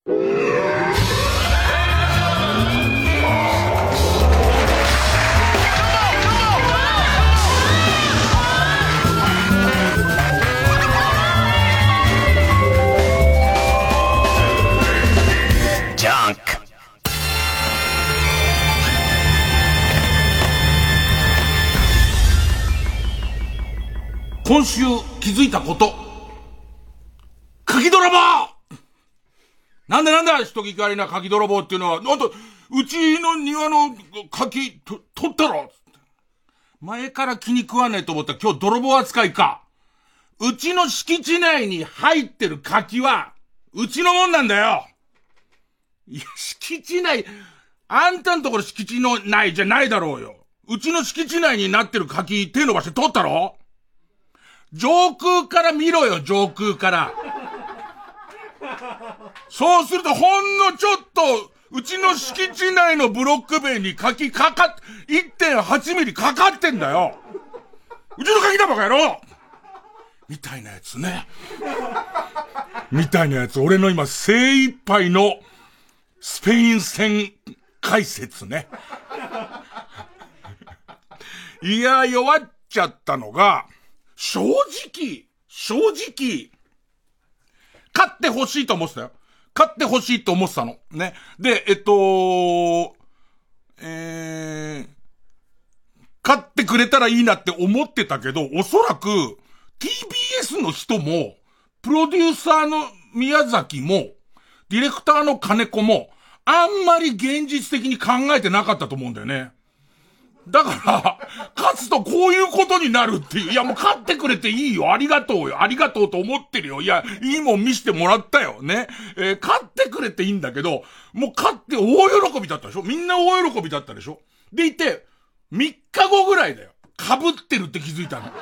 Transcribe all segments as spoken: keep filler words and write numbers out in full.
今週気づいたこと。柿泥棒なんでなんだ人聞き悪いな柿泥棒っていうのは。なんと、うちの庭の柿、と、取ったろ前から気に食わねえと思ったら今日泥棒扱いか。うちの敷地内に入ってる柿は、うちのもんなんだよ。いや、敷地内、あんたんところ敷地の内じゃないだろうよ。うちの敷地内になってる柿手伸ばして取ったろ上空から見ろよ、上空から。そうするとほんのちょっと、うちの敷地内のブロック塀に柿かかっ、いってんはちミリかかってんだよ。うちの柿だバカ野郎みたいなやつね。みたいなやつ、俺の今精一杯のスペイン戦解説ね。いや、弱っちゃったのが、正直、正直、勝ってほしいと思ってたよ。勝ってほしいと思ってたの。ね。で、えっと、えー、勝ってくれたらいいなって思ってたけど、おそらく ティービーエス の人も、プロデューサーの宮崎も、ディレクターの金子も、あんまり現実的に考えてなかったと思うんだよね。だから、勝つとこういうことになるっていう。いやもう勝ってくれていいよ。ありがとうよ。ありがとうと思ってるよ。いや、いいもん見せてもらったよ。ね。えー、勝ってくれていいんだけど、もう勝って大喜びだったでしょみんな大喜びだったでしょでいて、みっかごぐらいだよ。被ってるって気づいたの。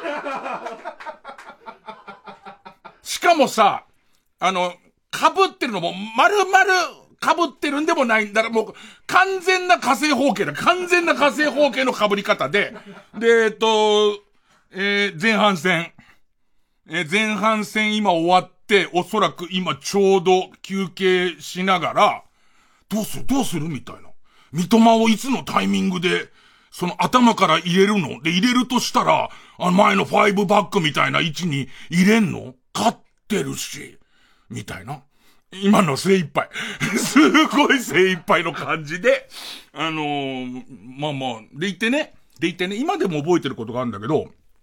しかもさ、あの、被ってるのも丸々、被ってるんでもないんだからもう完全な火星方形だ。完全な火星方形の被り方で。で、えっと、えー、前半戦。えー、前半戦今終わって、おそらく今ちょうど休憩しながら、どうするどうするみたいな。三笘をいつのタイミングで、その頭から入れるので、入れるとしたら、あの前のファイブバックみたいな位置に入れんの勝ってるし。みたいな。今の精一杯。すごい精一杯の感じで、あのー、まあまあ、でいてね、でいてね、今でも覚えてることがあるんだけど、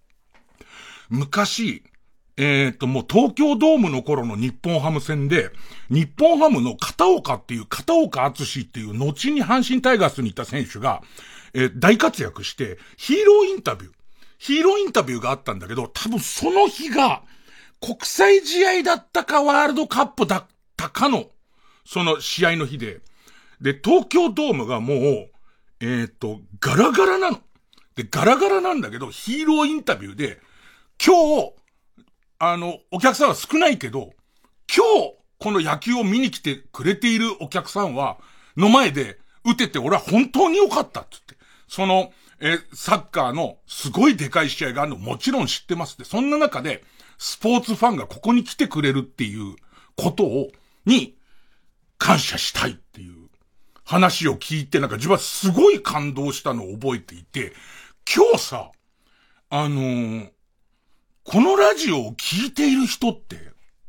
昔、えっと、もう東京ドームの頃の日本ハム戦で、日本ハムの片岡っていう、片岡敦っていう、後に阪神タイガースに行った選手が、えー、大活躍して、ヒーローインタビュー、ヒーローインタビューがあったんだけど、多分その日が、国際試合だったかワールドカップだったかの、その試合の日で、で、東京ドームがもう、えっと、ガラガラなの。で、ガラガラなんだけど、ヒーローインタビューで、今日、あの、お客さんは少ないけど、今日、この野球を見に来てくれているお客さんは、の前で、打てて俺は本当に良かったって言って。その、え、サッカーのすごいでかい試合があるのもちろん知ってますって。そんな中で、スポーツファンがここに来てくれるっていうことを、に、感謝したいっていう話を聞いて、なんか自分はすごい感動したのを覚えていて、今日さ、あのー、このラジオを聞いている人って、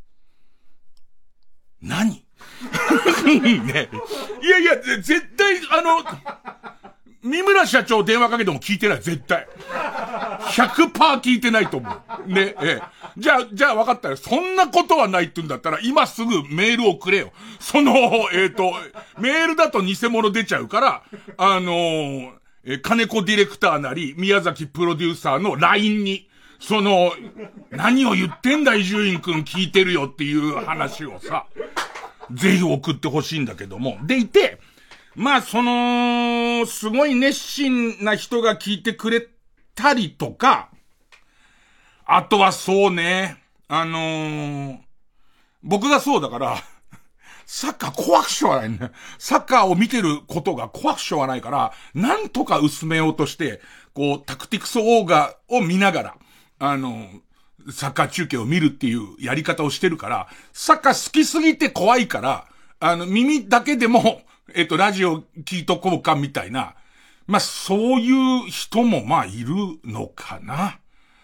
何ね、いやいや、絶対、あの、三村社長電話かけても聞いてない、絶対。ひゃくパーセント 聞いてないと思う。ね、ええ。じゃあ、じゃあ分かったよ。そんなことはないって言うんだったら、今すぐメールをくれよ。その、えっと、メールだと偽物出ちゃうから、あのー、え、金子ディレクターなり、宮崎プロデューサーの ライン に、その、何を言ってんだ伊集院くん聞いてるよっていう話をさ、ぜひ送ってほしいんだけども。でいて、まあ、その、すごい熱心な人が聞いてくれたりとか、あとはそうね、あのー、僕がそうだから、サッカー怖くしょうがないね。サッカーを見てることが怖くしょうがないから、なんとか薄めようとして、こう、タクティクスオーガを見ながら、あのー、サッカー中継を見るっていうやり方をしてるから、サッカー好きすぎて怖いから、 あの、耳だけでも、えっと、ラジオ聞いとこうかみたいな、まあ、そういう人もまあいるのかな。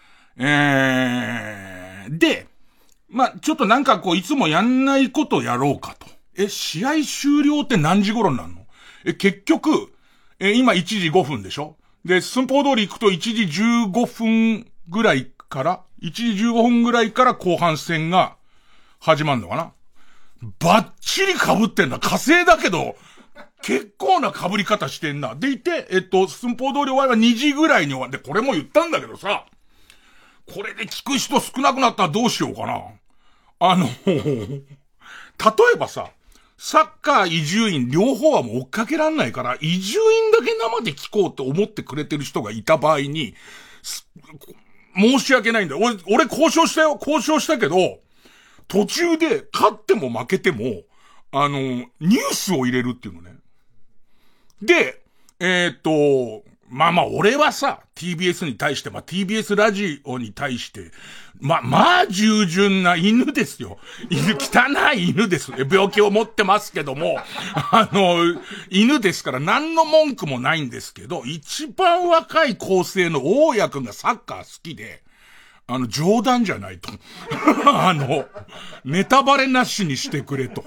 えー、で、まあ、ちょっとなんかこう、いつもやんないことやろうかと。え、試合終了って何時頃になるの？え、結局、え、今いちじごふんでしょ？で、寸法通り行くといちじじゅうごふんぐらいから、いちじじゅうごふんぐらいから後半戦が始まるのかな？バッチリ被ってんだ。火星だけど、結構な被り方してんな。でいて、えっと、寸法通り終わりはにじぐらいに終わって、これも言ったんだけどさ、これで聞く人少なくなったらどうしようかな。あの、例えばさ、サッカー、伊集院両方はもう追っかけらんないから、伊集院だけ生で聞こうと思ってくれてる人がいた場合に、申し訳ないんだよ。俺、俺交渉したよ。交渉したけど、途中で勝っても負けても、あの、ニュースを入れるっていうのね。で、えーっと、まあまあ俺はさ、ティービーエス に対して、まあ ティービーエス ラジオに対して、ま、まあ従順な犬ですよ。犬、汚い犬です。病気を持ってますけども、あの、犬ですから何の文句もないんですけど、一番若い構成の大家くんがサッカー好きで、あの、冗談じゃないと。あの、ネタバレなしにしてくれと。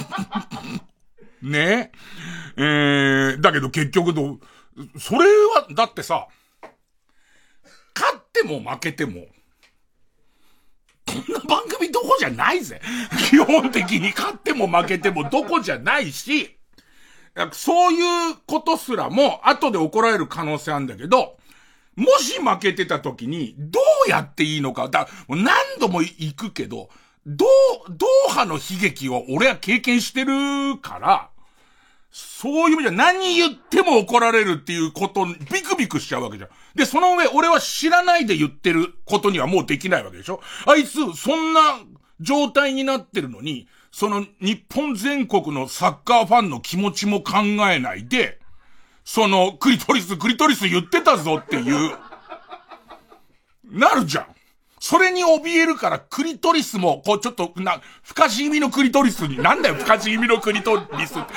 ねえ。えー、だけど結局ど、それは、だってさ、勝っても負けても、こんな番組どこじゃないぜ。基本的に勝っても負けてもどこじゃないし、そういうことすらも後で怒られる可能性あるんだけど、もし負けてた時にどうやっていいのか、だ何度も行くけど、ドドーハの悲劇を俺は経験してるから、そういう意味じゃ何言っても怒られるっていうこと、ビクビクしちゃうわけじゃん。で、その上、俺は知らないで言ってることにはもうできないわけでしょ？あいつ、そんな状態になってるのに、その日本全国のサッカーファンの気持ちも考えないで、その、クリトリス、クリトリス言ってたぞっていう、なるじゃん。それに怯えるから、クリトリスも、こう、ちょっと、な、不可思議のクリトリスに、なんだよ、不可思議のクリトリスって。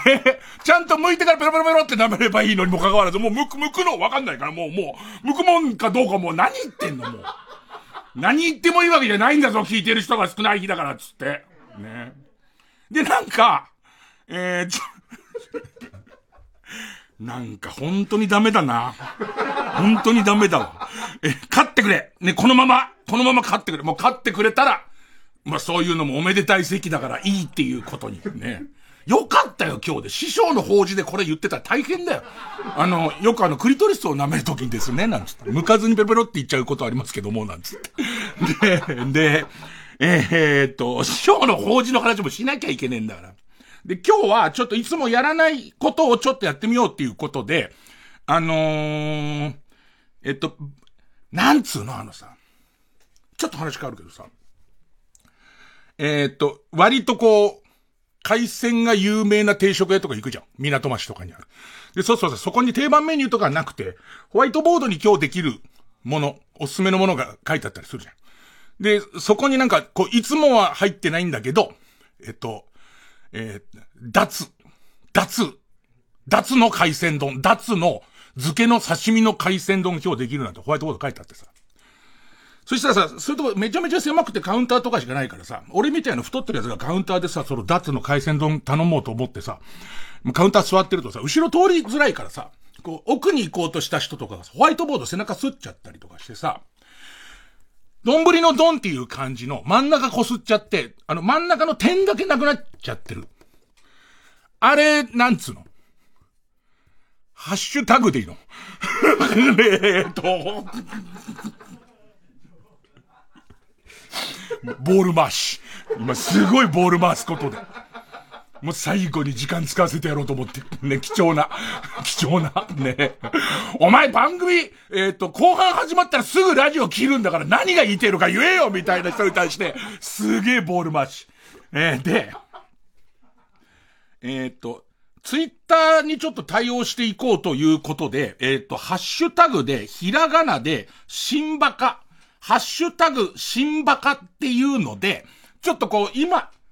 ね。ちゃんと剥いてからペロペロペロって舐めればいいのにもかかわらず、もう剥く、剥くのわかんないから、もう、もう、剥くもんかどうかもう何言ってんの、もう。何言ってもいいわけじゃないんだぞ、聞いてる人が少ない日だから、つって。ね。で、なんか、えー、ちょ、なんか本当にダメだな。本当にダメだわ。え、勝ってくれ。ね、このまま、このまま勝ってくれ。もう勝ってくれたら、まあそういうのもおめでたい席だからいいっていうことにね。よかったよ今日で。師匠の法事でこれ言ってたら大変だよ。あの、よくあのクリトリスを舐めるときにですね、なんつって。向かずにペロペロって言っちゃうことありますけども、なんつって。で、で、えー、っと、師匠の法事の話もしなきゃいけねえんだから。で、今日はちょっといつもやらないことをちょっとやってみようっていうことで、あのー、えっと、なんつうのあのさ、ちょっと話変わるけどさ、えー、っと、割とこう、海鮮が有名な定食屋とか行くじゃん。港町とかにある。で、そうそうそう、そこに定番メニューとかなくて、ホワイトボードに今日できるもの、おすすめのものが書いてあったりするじゃん。で、そこになんか、こう、いつもは入ってないんだけど、えっと、えー、脱、脱、脱の海鮮丼、脱の漬けの刺身の海鮮丼今日できるなんてホワイトボード書いてあってさ。そしたらさ、そういうとこめちゃめちゃ狭くてカウンターとかしかないからさ、俺みたいな太ってるやつがカウンターでさ、その脱の海鮮丼頼もうと思ってさ、カウンター座ってるとさ、後ろ通りづらいからさ、こう、奥に行こうとした人とかがホワイトボード背中すっちゃったりとかしてさ、丼の丼っていう感じの真ん中こすっちゃって、あの真ん中の点だけなくなっちゃってる。あれ、なんつうの？ハッシュタグでいいの？えーっと、ボール回し。今すごいボール回すことで。もう最後に時間使わせてやろうと思って。ね、貴重な。貴重な。ね。お前番組、えっと、後半始まったらすぐラジオ切るんだから何が言いてるか言えよみたいな人に対して、すげえボール回し。えー、で、えっと、ツイッターにちょっと対応していこうということで、えっと、ハッシュタグで、ひらがなで、新バカ、ハッシュタグ、新バカっていうので、ちょっとこう、今、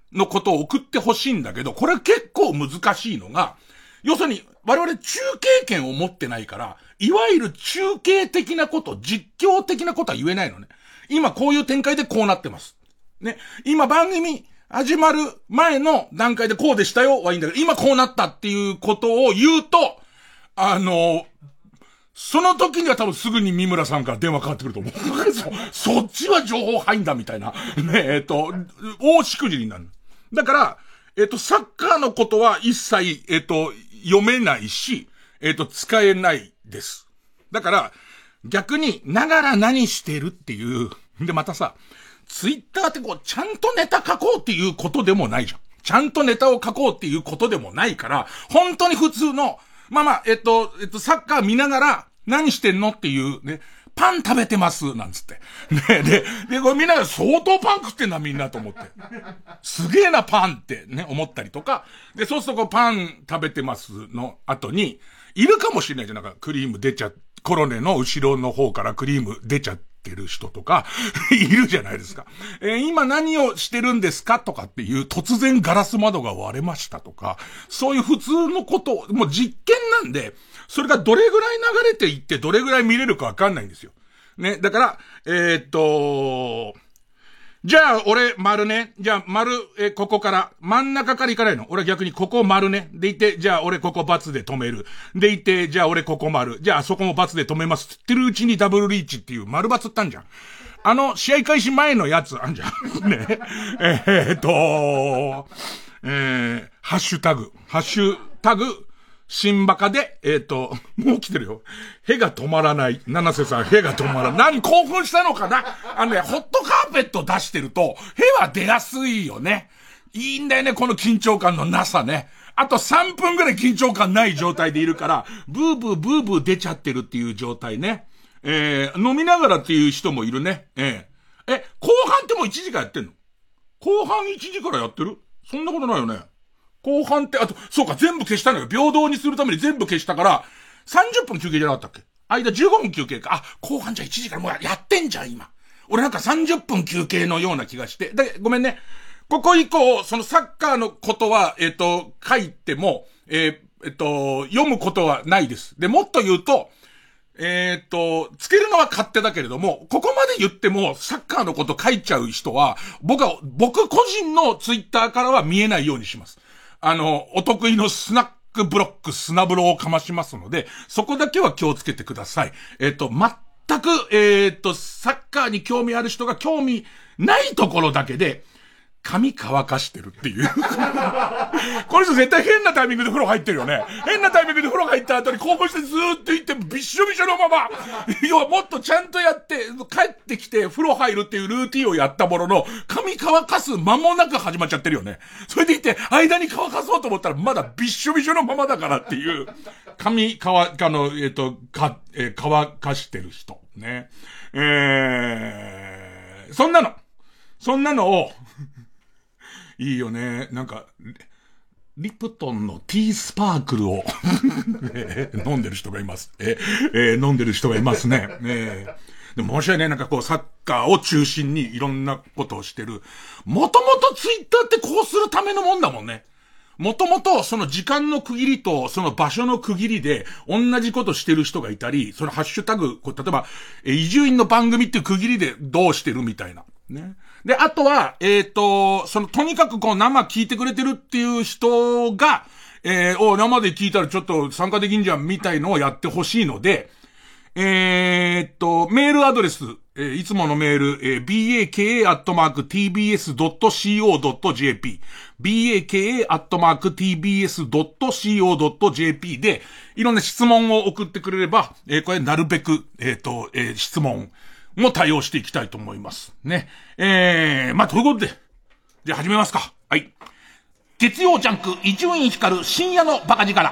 のことを送ってほしいんだけど、これ結構難しいのが、要するに我々中継権を持ってないから、いわゆる中継的なこと、実況的なことは言えないのね。今こういう展開でこうなってます。ね。今番組始まる前の段階でこうでしたよはいいんだけど、今こうなったっていうことを言うと、あの、その時には多分すぐに三村さんから電話かかってくると思う。そ、そっちは情報入んだみたいな。ねえ、えっと、大しくじりになる。だから、えっと、サッカーのことは一切、えっと、読めないし、えっと、使えないです。だから、逆に、ながら何してるっていう。で、またさ、ツイッターってこう、ちゃんとネタ書こうっていうことでもないじゃん。ちゃんとネタを書こうっていうことでもないから、本当に普通の、まあまあ、えっと、えっと、サッカー見ながら、何してんのっていうね、パン食べてます、なんつって。ね、で、で、これみんな相当パン食ってんな、みんなと思って。すげえな、パンってね、思ったりとか。で、そうするとこう、パン食べてますの後に、いるかもしれないじゃん、なんかクリーム出ちゃ、コロネの後ろの方からクリーム出ちゃってる人とか、いるじゃないですか。えー、今何をしてるんですかとかっていう、突然ガラス窓が割れましたとか、そういう普通のこと、もう実験なんで、それがどれぐらい流れていってどれぐらい見れるかわかんないんですよ。ね。だから、えー、っと、じゃあ俺丸ね。じゃあ丸、え、ここから真ん中から行かないの。俺は逆にここ丸ね。でいて、じゃあ俺ここ×で止める。でいて、じゃあ俺ここ丸。じゃあそこも×で止めます。つってるうちにダブルリーチっていう丸×ったんじゃん。あの、試合開始前のやつあんじゃん。ね。えー、っと、えー、ハッシュタグ、ハッシュタグ、新バカで、えっと、もう来てるよ。へが止まらない。七瀬さん、へが止まらない。何興奮したのかな。あのね、ホットカーペット出してると、へは出やすいよね。いいんだよね、この緊張感のなさね。あとさんぷんぐらい緊張感ない状態でいるから、ブーブーブーブー出ちゃってるっていう状態ね。えー、飲みながらっていう人もいるね。えー、え、後半ってもういちじかんやってんの？後半いちじからやってる？そんなことないよね。後半って、あと、そうか、全部消したのよ。平等にするために全部消したから、さんじゅっぷん休憩じゃなかったっけ？間じゅうごふん休憩か。あ、後半じゃいちじからもうやってんじゃん、今。俺なんかさんじゅっぷん休憩のような気がして。だごめんね。ここ以降、そのサッカーのことは、えっと、書いても、えー、えっと、読むことはないです。で、もっと言うと、えっと、つけるのは勝手だけれども、ここまで言っても、サッカーのこと書いちゃう人は、僕は、僕個人のツイッターからは見えないようにします。あの、お得意のスナックブロック、砂風呂をかましますので、そこだけは気をつけてください。えっと、全く、えっと、サッカーに興味ある人が興味ないところだけで、髪乾かしてるっていう。この人絶対変なタイミングで風呂入ってるよね。変なタイミングで風呂入った後に興奮してずーっと行ってびっしょびしょのまま。要はもっとちゃんとやって、帰ってきて風呂入るっていうルーティンをやったものの、髪乾かす間もなく始まっちゃってるよね。それでいて、間に乾かそうと思ったらまだびっしょびしょのままだからっていう、髪乾かの、えっと、か、えー、乾かしてる人。ね。えー、そんなの。そんなのを、いいよね。なんか、リプトンのティースパークルを、えー、飲んでる人がいます。えーえー、飲んでる人がいますね。えー、でも申し訳ない。なんかこう、サッカーを中心にいろんなことをしてる。もともとツイッターってこうするためのもんだもんね。もともとその時間の区切りとその場所の区切りで同じことしてる人がいたり、そのハッシュタグ、こう例えば、伊集院の番組っていう区切りでどうしてるみたいな。ね。で、あとは、えっと、その、とにかくこう生聞いてくれてるっていう人が、えー、お、生で聞いたらちょっと参加できんじゃんみたいのをやってほしいので、えー、っと、メールアドレス、えー、いつものメール、えー、ビーエーケーエーアットマークティービーエスドットシーオードットジェーピー ビーエーケーエーアットマークティービーエスドットシーオードットジェーピー で、いろんな質問を送ってくれれば、えー、これなるべく、えー、っと、えー、質問、も対応していきたいと思います。ね。えー、まあ、ということで。じゃあ始めますか。はい。月曜ジャンク、伊集院光る深夜のバカ力。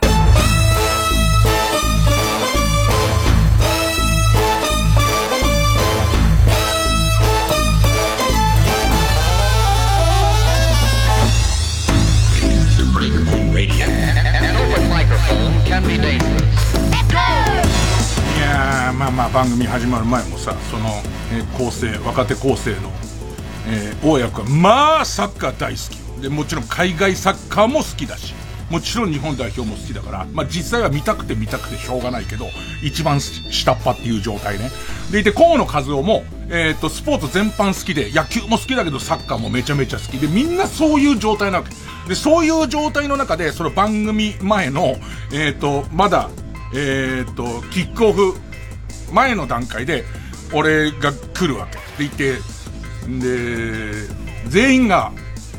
いやー、まあまあ番組始まる前もさ、その、えー、構成、若手構成の、 えー、大家君はまあサッカー大好きで、もちろん海外サッカーも好きだし、もちろん日本代表も好きだから、まあ実際は見たくて見たくてしょうがないけど、一番下っ端っていう状態ね。でいて、河野和夫も、えっと、スポーツ全般好きで、野球も好きだけどサッカーもめちゃめちゃ好きで、みんなそういう状態なわけ。で、そういう状態の中で、その番組前の、えっと、まだ、えっと、キックオフ前の段階で、俺が来るわけ。でいて、で、全員が、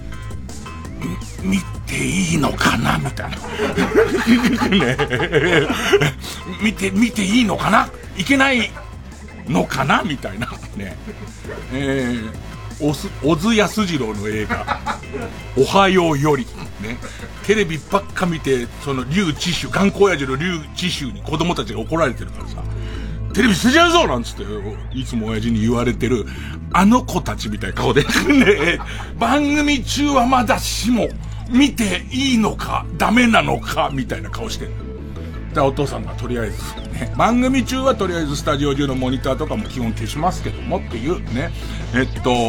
見ていいのかなみたいな。ね見て、見ていいのかないけないのかなみたいな。ねえー、おす、小津安二郎の映画、おはようより。ね。テレビばっか見て、その、竜智秀、頑固親父の竜智秀に子供たちが怒られてるからさ、テレビ捨てちゃうぞなんつって、いつも親父に言われてる、あの子たちみたいな顔で、ね、番組中はまだしも、見ていいのか、ダメなのか、みたいな顔してる。で、お父さんがとりあえず、ね、番組中はとりあえずスタジオ中のモニターとかも基本消しますけどもっていうね、えっと、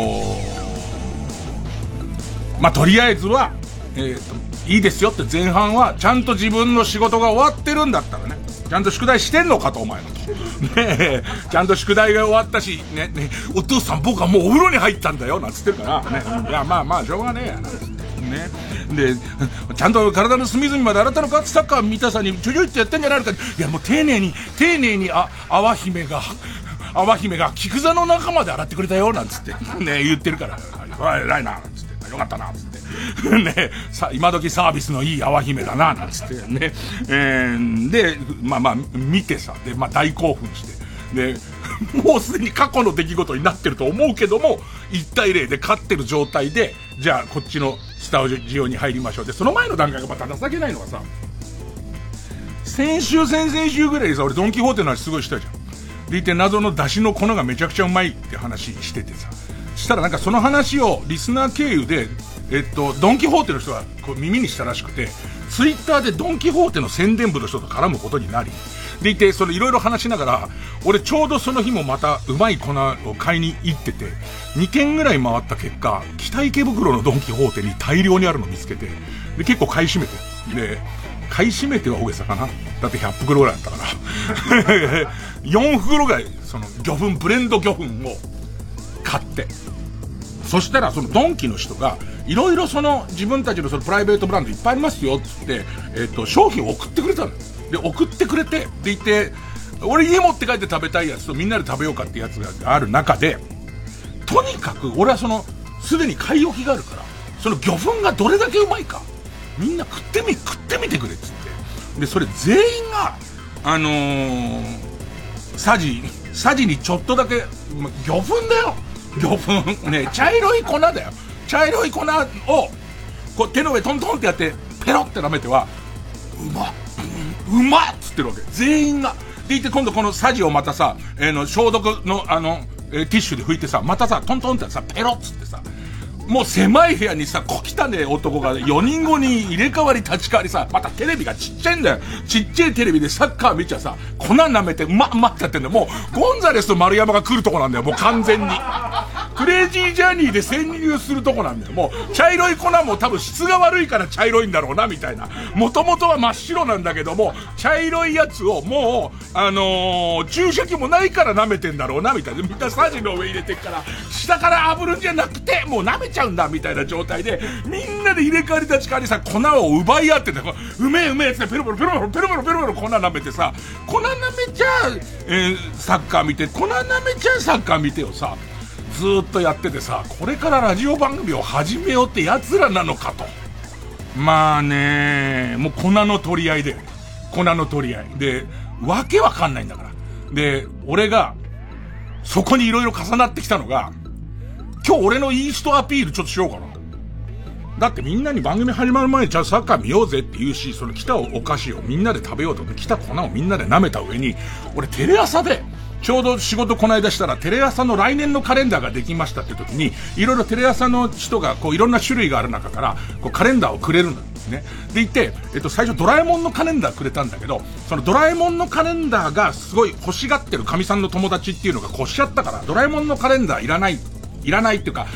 まあ、とりあえずは、えっと、いいですよって前半は、ちゃんと自分の仕事が終わってるんだったらね、ちゃんと宿題してんのかとお前のと。ねえ、ちゃんと宿題が終わったし、ね、ね、お父さん僕はもうお風呂に入ったんだよ、なんつってるから、ね、いや、まあまあ、しょうがねえや、なんつって。ね。で、ちゃんと体の隅々まで洗ったのかってサッカー見たさにちょちょいってやってんじゃないのか。いや、もう丁寧に、丁寧に、あ、淡姫が、淡姫が菊座の中まで洗ってくれたよ、なんつって。ね、言ってるから、偉いな、なんつって。よかったな、つって。ね、さ、今時サービスのいい淡姫だな、なんつってね。えー、で、まあまあ、見てさ、で、まあ大興奮して。で、もうすでに過去の出来事になってると思うけども、いちたいゼロで勝ってる状態で、じゃあこっちのスタジオに入りましょう。で、その前の段階がまた情けないのがさ、先週、先々週ぐらいでさ、俺ドンキホーテの話すごいしたじゃん。でいて、謎の出汁の粉がめちゃくちゃうまいって話しててさ、したらなんかその話をリスナー経由で、えっと、ドンキホーテの人がこう耳にしたらしくて、ツイッターでドンキホーテの宣伝部の人と絡むことになり、でいて、そのいろいろ話しながら、俺ちょうどその日もまたうまい粉を買いに行ってて、にけんぐらい回った結果、北池袋のドンキホーテに大量にあるの見つけて、で結構買い占めて、で、買い占めては大げさかな。だってひゃっぷくろぐらいだったから。よんふくろぐらい、その魚粉、ブレンド魚粉を買って、そしたらそのドンキの人が、いろいろその自分たちのそのプライベートブランドいっぱいありますよっつって、えっと、商品を送ってくれたの。で、送ってくれて、でいて、俺家持って帰って食べたいやつとみんなで食べようかってやつがある中で、とにかく俺はその、すでに買い置きがあるから、その魚粉がどれだけうまいか、みんな食ってみ、食ってみてくれっつって。で、それ全員が、あのー、さじ、さじにちょっとだけ、魚粉だよ。魚粉。ね、茶色い粉だよ。茶色い粉を、こう手の上トントンってやって、ペロって舐めては、うまっ。うまっつってるわけ。全員が。でいて、今度このさじをまたさ、えー、の消毒のあの、えー、ティッシュで拭いてさ、またさ、トントンってさ、ペロっつってさ、もう狭い部屋にさ、小汚ね男がよにんごに入れ替わり立ち替わりさ、またテレビがちっちゃいんだよ。ちっちゃいテレビでサッカー見ちゃさ、粉舐めて、うまっうまってやってんだよ。もう、ゴンザレスと丸山が来るとこなんだよ。もう完全に。クレイジージャーニーで潜入するとこなんだよ。もう、茶色い粉も多分質が悪いから茶色いんだろうな、みたいな。もともとは真っ白なんだけども、茶色いやつをもう、あのー、注射器もないから舐めてんだろうな、みたいな。みんなサジの上入れてっから、下から炙るんじゃなくて、もう舐めちゃうんだ、みたいな状態で、みんなで入れ替わり立ち替わりさ、粉を奪い合ってて、うめえうめえってペロペロペロペロペロペロペロペロ粉舐めてさ、粉舐めちゃ、えー、サッカー見て、粉舐めちゃサッカー見てよさ、ずーっとやっててさ、これからラジオ番組を始めようって奴らなのかと。まあね、もう粉の取り合いで、粉の取り合い。で、わけわかんないんだから。で、俺が、そこにいろいろ重なってきたのが、今日俺のイーストアピールちょっとしようかな。だってみんなに番組始まる前にじゃあサッカー見ようぜって言うし、その来たお菓子をみんなで食べようと来た粉をみんなで舐めた上に、俺テレ朝で、ちょうど仕事こないだしたらテレ朝の来年のカレンダーができましたっていう時に、いろいろテレ朝の人がこういろんな種類がある中から、こうカレンダーをくれるんですね。でいて、えっと最初ドラえもんのカレンダーくれたんだけど、そのドラえもんのカレンダーがすごい欲しがってる神さんの友達っていうのがこうしちゃったから、ドラえもんのカレンダーいらない、いらないっていうか、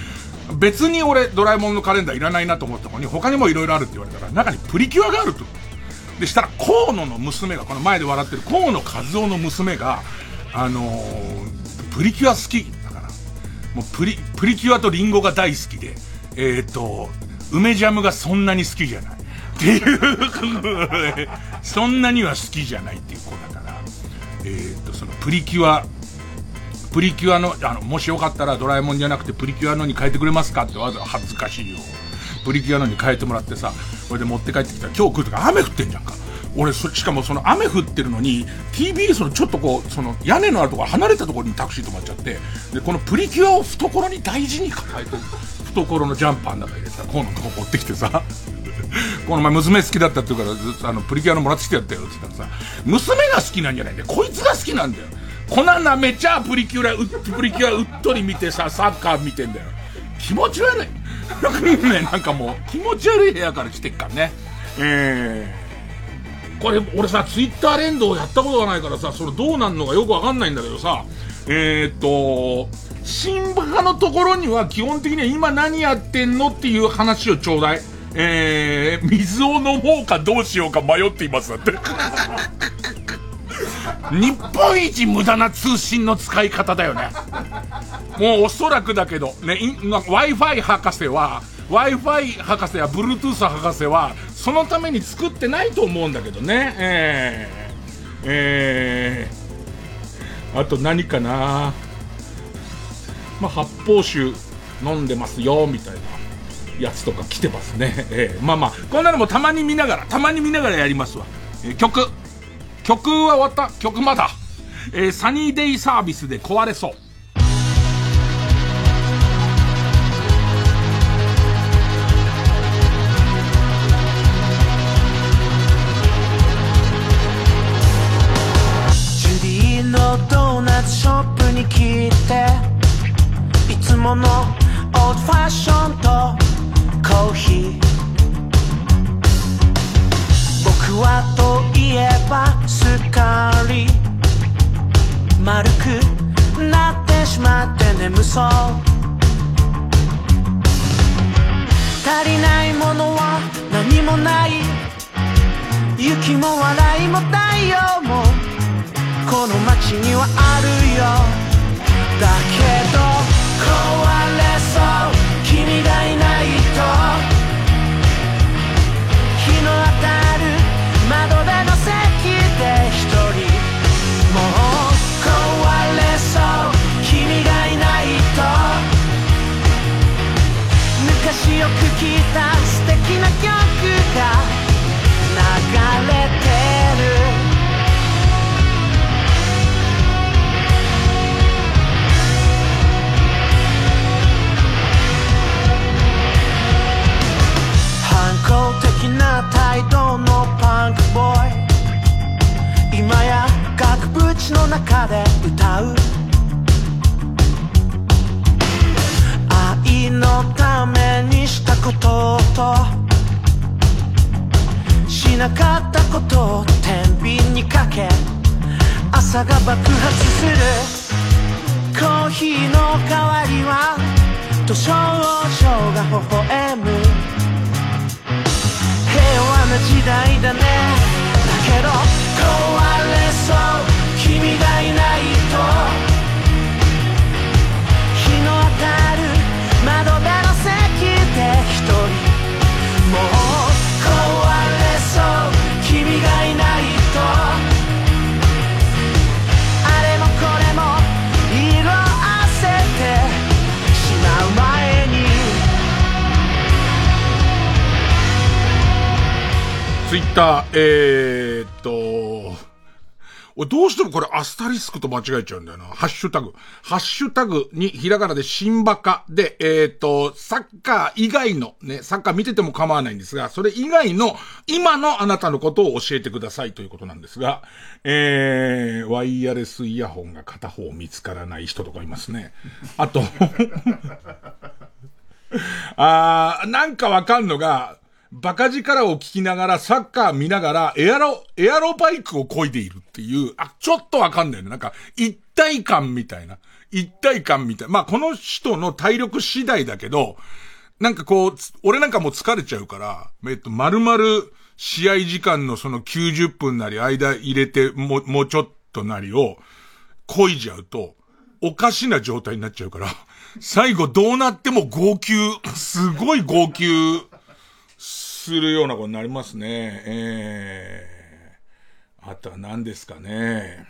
別に俺ドラえもんのカレンダーいらないなと思ったのに、他にもいろいろあるって言われたら、中にプリキュアがあると。で、したら河野の娘が、この前で笑ってる河野和夫の娘が、あのー、プリキュア好きだから、もうプリ、プリキュアとリンゴが大好きで、えっと、梅ジャムがそんなに好きじゃない。っていう、そんなには好きじゃないっていう子だから、えっと、そのプリキュア、プリキュアの、あの、もしよかったらドラえもんじゃなくてプリキュアのに変えてくれますかってわざわざ恥ずかしいよ。プリキュアのに変えてもらってさ、これで持って帰ってきたら今日来るとか雨降ってんじゃんか。俺、そしかもその雨降ってるのに、ティービーエス のちょっとこう、その屋根のあるところ離れたところにタクシー止まっちゃって、で、このプリキュアを懐に大事に抱えて、懐のジャンパーの中に入れてさ、こうのとこ持ってきてさ、この前娘好きだったって言うから、ずっとあの、プリキュアのもらってきてやったよって言ったらさ、娘が好きなんじゃないんだよ。こいつが好きなんだよ。こんななめちゃプリキュア、プリキュアうっとり見てさ、サッカー見てんだよ。気持ち悪い。ね、なんかもう、気持ち悪い部屋から来てっからね。えー、これ、俺さ、ツイッター連動やったことがないからさ、それどうなんのかよくわかんないんだけどさ、えーっと、新バカのところには基本的には今何やってんのっていう話をちょうだい。えー、水を飲もうかどうしようか迷っていますだって。日本一無駄な通信の使い方だよね。もうおそらくだけど、ね、Wi-Fi 博士は、Wi-Fi 博士や Bluetooth 博士は、そのために作ってないと思うんだけどね。えー、えー、あと何かな、まあ、発泡酒飲んでますよ、みたいなやつとか来てますね。えー、まあまあ、こんなのもたまに見ながら、たまに見ながらやりますわ。えー、曲。曲は終わった。曲まだ。えー、サニーデイサービスで壊れそう。 ジュディのドーナツショップに来て、いつものオールドファッションとコーヒー。僕はといえばすっかり丸くなってしまって眠そう。足りないものは何もない。雪も笑いも太陽もこの街にはあるよ。だけど壊れそう君がいないと。日の当たる窓辺の席で一人もう壊れそう君がいないと。昔よく聴いた素敵な曲が流れてる。反抗的な態度のパンクボーイ、今や額縁の中で歌う。愛のためにしたこととしなかったことを天秤にかけ、朝が爆発する。コーヒーの代わりはと少女が微笑む。平和な時代だね。だけど壊れそう君がいないと。日の当たる窓辺の席で一人もう壊れそう君がいないと。あれもこれも色あせてしまう前に。 ツイッター、えーっと、俺どうしてもこれアスタリスクと間違えちゃうんだよな。ハッシュタグ。ハッシュタグにひらがなで新バカで、えーっと、サッカー以外のね、サッカー見てても構わないんですが、それ以外の今のあなたのことを教えてくださいということなんですが、えー、ワイヤレスイヤホンが片方見つからない人とかいますね。あと、あー、なんかわかんのが、バカ力を聞きながら、サッカー見ながら、エアロ、エアロバイクを漕いでいるっていう、あ、ちょっとわかんないね。なんか、一体感みたいな。 一体感みたい。まあ、この人の体力次第だけど、なんかこう、俺なんかもう疲れちゃうから、えっと、丸々試合時間のそのきゅうじゅっぷんなり間入れて、もう、もうちょっとなりを、こいじゃうと、おかしな状態になっちゃうから、最後どうなっても号泣、すごい号泣するようなことになりますね。えー、あとは何ですかね。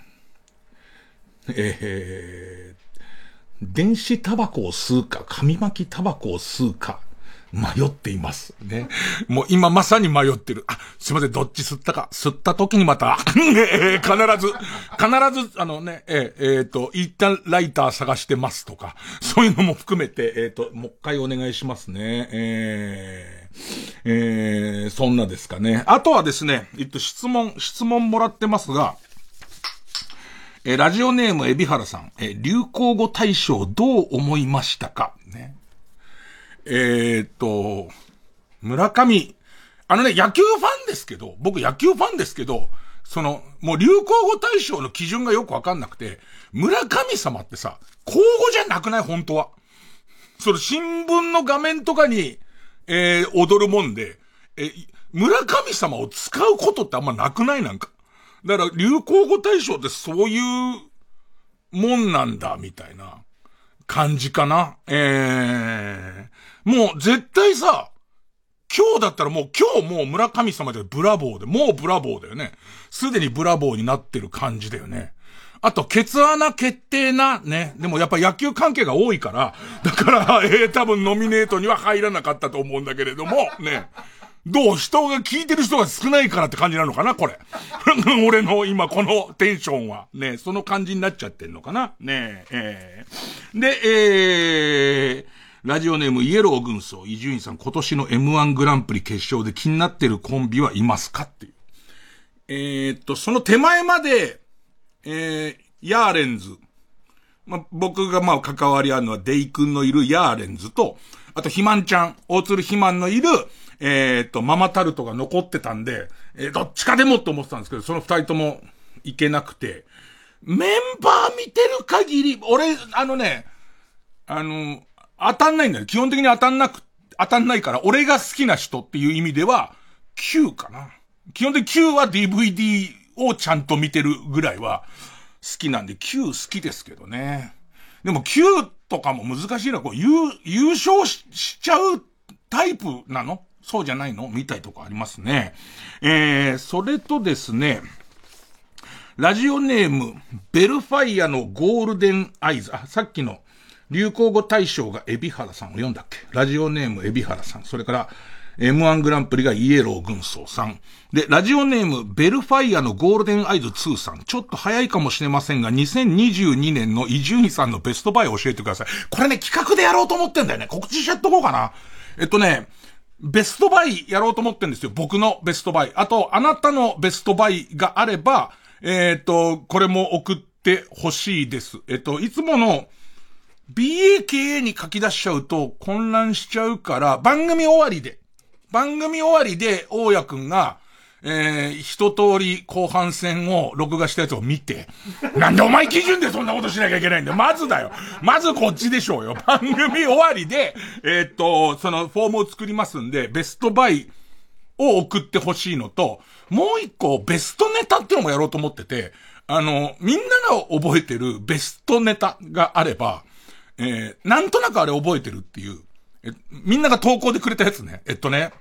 えー、電子タバコを吸うか、紙巻きタバコを吸うか、迷っています。ね。もう今まさに迷ってる。あ、すいません、どっち吸ったか。吸った時にまた、えー、必ず、必ず、あのね、えー、えー、と、一旦ライター探してますとか、そういうのも含めて、えー、と、もう一回お願いしますね。えー、えー、そんなですかね。あとはですね、えっと、質問、質問もらってますが、えー、ラジオネームエビハラさん、えー、流行語大賞どう思いましたかね。えーっと、村上、あのね、野球ファンですけど、僕野球ファンですけど、その、もう流行語大賞の基準がよくわかんなくて、村上様ってさ、口語じゃなくない本当は。その新聞の画面とかに、えー、踊るもんで、えー、村上様を使うことってあんまなくないなんか。だから流行語大賞ってそういうもんなんだ、みたいな感じかな。えー、もう絶対さ、今日だったらもう今日もう村上様でブラボーで、もうブラボーだよね。すでにブラボーになってる感じだよね。あと、ケツ穴決定な、ね。でもやっぱ野球関係が多いから、だから、えー、多分ノミネートには入らなかったと思うんだけれども、ね。どう人が聞いてる人が少ないからって感じなのかなこれ。俺の今このテンションは。ね。その感じになっちゃってんのかなねえ。えー、で、えー、ラジオネームイエロー軍曹、伊集院さん、今年の エムワン グランプリ決勝で気になってるコンビはいますかっていう。えー、っと、その手前まで、えー、ヤーレンズ。まあ、僕がまあ関わりあるのはデイ君のいるヤーレンズと、あとヒマンちゃん、大鶴ヒマンのいる、えー、っと、ママタルトが残ってたんで、えー、どっちかでもって思ってたんですけど、その二人ともいけなくて、メンバー見てる限り、俺、あのね、あの、当たんないんだよ。基本的に当たんなく、当たんないから、俺が好きな人っていう意味では、きゅうかな。基本的にきゅうは ディーブイディー をちゃんと見てるぐらいは好きなんで、きゅう好きですけどね。でもきゅうとかも難しいのは、こう、優、優勝 し, しちゃうタイプなの？そうじゃないの？みたいとこありますね。えー、それとですね、ラジオネーム、ベルファイアのゴールデンアイズ。あ、さっきの流行語大賞がエビハラさんを読んだっけ？ラジオネームエビハラさん。それから、エムワン グランプリがイエロー軍曹さん。で、ラジオネーム、ベルファイアのゴールデンアイズツーさん。ちょっと早いかもしれませんが、にせんにじゅうにねんの伊集院さんのベストバイを教えてください。これね、企画でやろうと思ってんだよね。告知しちゃっとこうかな。えっとね、ベストバイやろうと思ってんですよ。僕のベストバイ。あと、あなたのベストバイがあれば、えっと、これも送ってほしいです。えっと、いつもの、ビーエーケーエー に書き出しちゃうと混乱しちゃうから、番組終わりで、番組終わりで、大家くんが、えー、一通り後半戦を録画したやつを見て、なんでお前基準でそんなことしなきゃいけないんだよ。まずだよ。まずこっちでしょうよ。番組終わりで、えー、っと、そのフォームを作りますんで、ベストバイを送ってほしいのと、もう一個、ベストネタっていうのもやろうと思ってて、あの、みんなが覚えてるベストネタがあれば、えー、なんとなくあれ覚えてるっていう、え、みんなが投稿でくれたやつね。えっとね、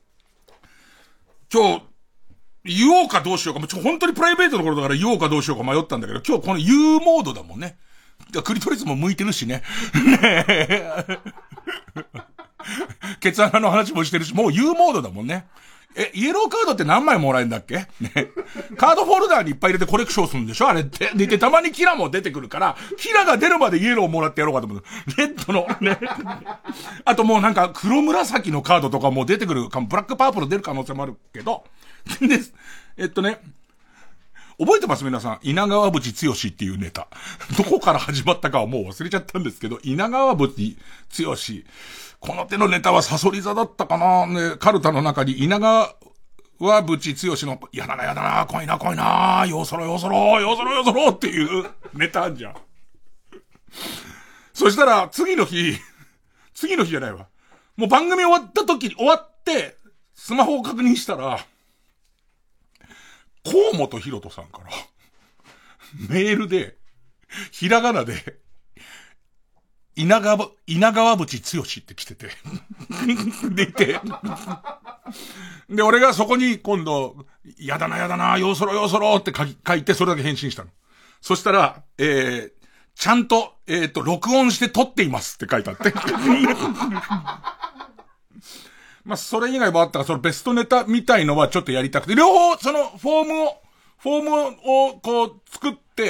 今日、言おうかどうしようか、もうちょ、本当にプライベートの頃だから言おうかどうしようか迷ったんだけど、今日この言うモードだもんね。クリトリスも向いてるしね。ねえ。ケツ穴の話もしてるし、もう言うモードだもんね。え、イエローカードって何枚もらえるんだっけね。カードフォルダーにいっぱい入れてコレクションするんでしょあれって。で、で、たまにキラも出てくるから、キラが出るまでイエローもらってやろうかと思う。レッドの、ね。あともうなんか黒紫のカードとかも出てくるかも、ブラックパープル出る可能性もあるけど。で、えっとね。覚えてます皆さん。稲川淵剛っていうネタ。どこから始まったかはもう忘れちゃったんですけど、稲川淵剛。この手のネタはサソリ座だったかなね、カルタの中に稲川淵剛の、やだなやだな、怖いな怖いな、よそろよそろ、よそろよそろっていうネタあんじゃん。 そしたら、次の日、次の日じゃないわ。もう番組終わった時に、終わって、スマホを確認したら、河本ひろとさんから、メールで、ひらがなで、稲川、稲川淵剛って来てて。でいて。で、俺がそこに今度、やだなやだな、ようそろようそろって書き、書いて、それだけ返信したの。そしたら、えー、ちゃんと、えっと、録音して撮っていますって書いてあって。まあ、それ以外もあったから、そのベストネタみたいのはちょっとやりたくて、両方、その、フォームを、フォームを、こう、作って、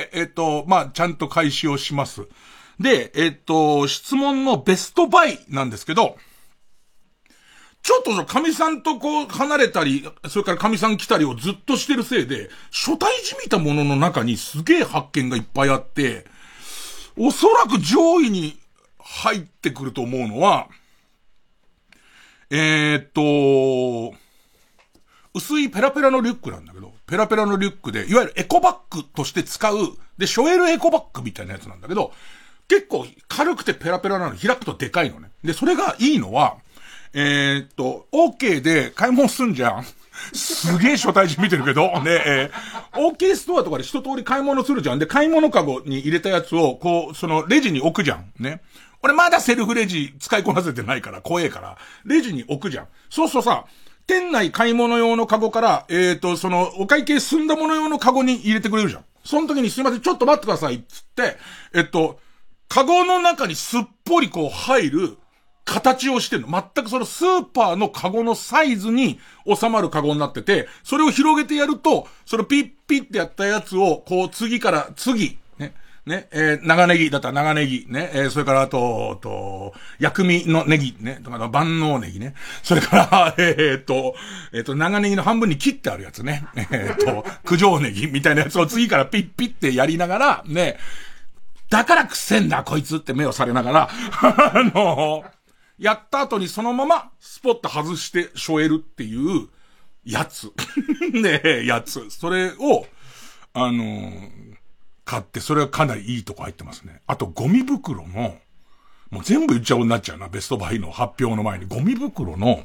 えっと、まあ、ちゃんと開始をします。で、えっと、質問のベストバイなんですけど、ちょっとその神さんとこう離れたり、それから神さん来たりをずっとしてるせいで、初対じみたものの中にすげえ発見がいっぱいあって、おそらく上位に入ってくると思うのは、えー、っと、薄いペラペラのリュックなんだけど、ペラペラのリュックで、いわゆるエコバッグとして使う、で、ショエルエコバッグみたいなやつなんだけど、結構軽くてペラペラなの、開くとでかいのね。で、それがいいのは、えー、っと、OK で買い物すんじゃん。すげえ初対人見てるけど、ね、えー、OK ストアとかで一通り買い物するじゃん。で、買い物カゴに入れたやつを、こう、そのレジに置くじゃん。ね。俺まだセルフレジ使いこなせてないから、怖えから、レジに置くじゃん。そうそうさ、店内買い物用のカゴから、えー、っと、その、お会計済んだもの用のカゴに入れてくれるじゃん。その時にすいません、ちょっと待ってください、つって、えっと、カゴの中にすっぽりこう入る形をしてるの。全くそのスーパーのカゴのサイズに収まるカゴになってて、それを広げてやると、そのピッピッってやったやつを、こう次から次、ね、ね、えー、長ネギだったら長ネギ、ね、えー、それからあと、と、薬味のネギ、ね、とか万能ネギね。それから、えー、っと、えー、っと、長ネギの半分に切ってあるやつね。えー、っと、九条ネギみたいなやつを次からピッピッってやりながら、ね、だからくせんだこいつって目をされながら、あの、やった後にそのままスポット外してしょえるっていうやつ。ねえ、やつ。それを、あの、買って、それはかなりいいとこ入ってますね。あとゴミ袋の、もう全部言っちゃおうになっちゃうな、ベストバイの発表の前に。ゴミ袋の、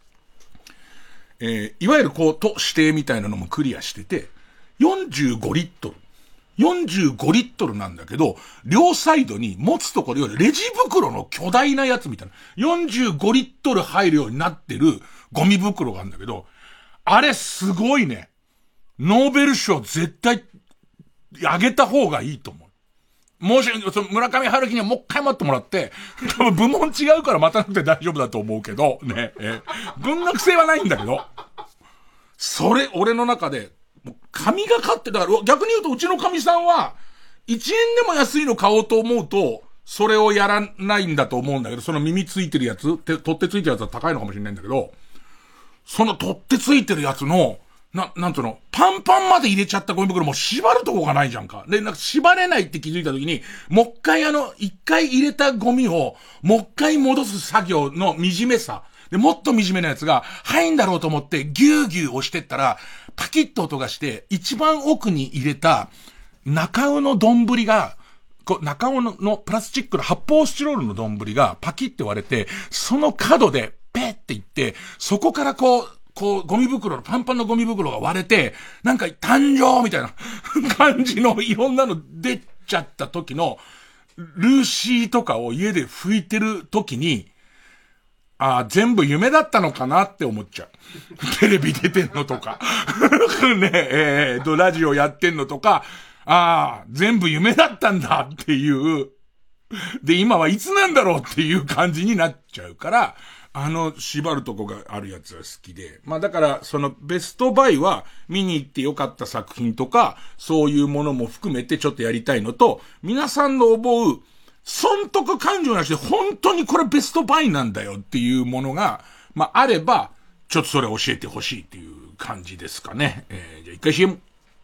えー、いわゆるこう、と指定みたいなのもクリアしてて、よんじゅうごリットル。よんじゅうごリットルなんだけど、両サイドに持つところよりレジ袋の巨大なやつみたいな。よんじゅうごリットル入るようになってるゴミ袋があるんだけど、あれすごいね。ノーベル賞絶対あげた方がいいと思う。もし、その村上春樹にはもう一回待ってもらって、多分部門違うから待たなくて大丈夫だと思うけど、ね、え文学性はないんだけど、それ、俺の中で、神がかって、だから逆に言うとうちの神さんは、いちえんでも安いの買おうと思うと、それをやらないんだと思うんだけど、その耳ついてるやつ、取ってついてるやつは高いのかもしれないんだけど、その取ってついてるやつの、な、なんつうの、パンパンまで入れちゃったゴミ袋もう縛るとこがないじゃんか。で、なんか縛れないって気づいた時に、もう一回あの、一回入れたゴミを、もう一回戻す作業の惨めさ。で、もっと惨めなやつが、入んだろうと思ってギューギュー押してったら、パキッと音がして、一番奥に入れた、中尾の丼が、こう、中尾ののプラスチックの発泡スチロールの丼がパキッて割れて、その角でペッていって、そこからこう、こう、ゴミ袋の、パンパンのゴミ袋が割れて、なんか誕生みたいな感じのいろんなの出ちゃった時の、ルーシーとかを家で拭いてる時に、ああ、全部夢だったのかなって思っちゃう。テレビ出てんのとか。ねえ、えーと、ラジオやってんのとか、ああ、全部夢だったんだっていう。で、今はいつなんだろうっていう感じになっちゃうから、あの、縛るとこがあるやつは好きで。まあだから、そのベストバイは見に行ってよかった作品とか、そういうものも含めてちょっとやりたいのと、皆さんの思う、損得感情なしで本当にこれベストバイなんだよっていうものが、まああれば、ちょっとそれ教えてほしいっていう感じですかね。えー、じゃあ一回 シーエム。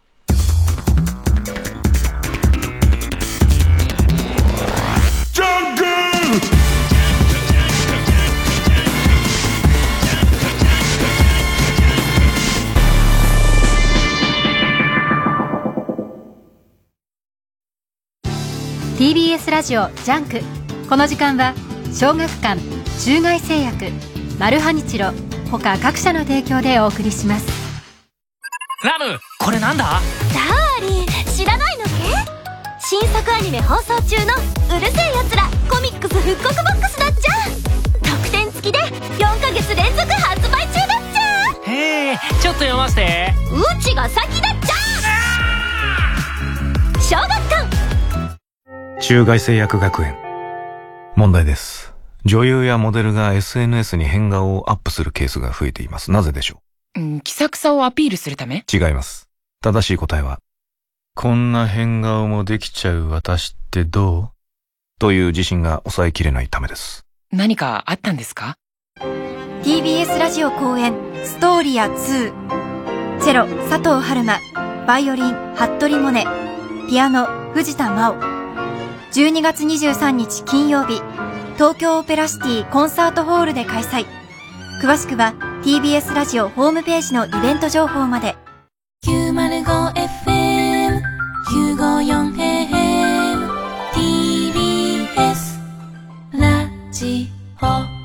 ジャングルティービーエス ラジオジャンク。この時間は小学館、中外製薬、マルハニチロ他各社の提供でお送りします。 ラム、これなんだ？ ダーリン、知らないのけ？新作アニメ放送中のうるせえやつらコミックス復刻ボックスだっちゃ。特典付きでよんかげつ連続発売中だっちゃ。 へえ、ちょっと読ませて。 うちが先だっちゃ。小学館。 中外製薬学園。問題です。女優やモデルが エスエヌエス に変顔をアップするケースが増えています。なぜでしょう？うん、気さくさをアピールするため？ 違います。正しい答えは、こんな変顔もできちゃう私ってどう？という自信が抑えきれないためです。 何かあったんですか？ ティービーエス ラジオ公演ストーリアツー。チェロ佐藤春馬、バイオリン服部萌音、ピアノ藤田真央。じゅうにがつにじゅうさんにち金曜日、東京オペラシティコンサートホールで開催。詳しくは ティービーエス ラジオホームページのイベント情報まで。 きゅうまるごエフエム きゅうごよんエーエム ティービーエス ラジオ。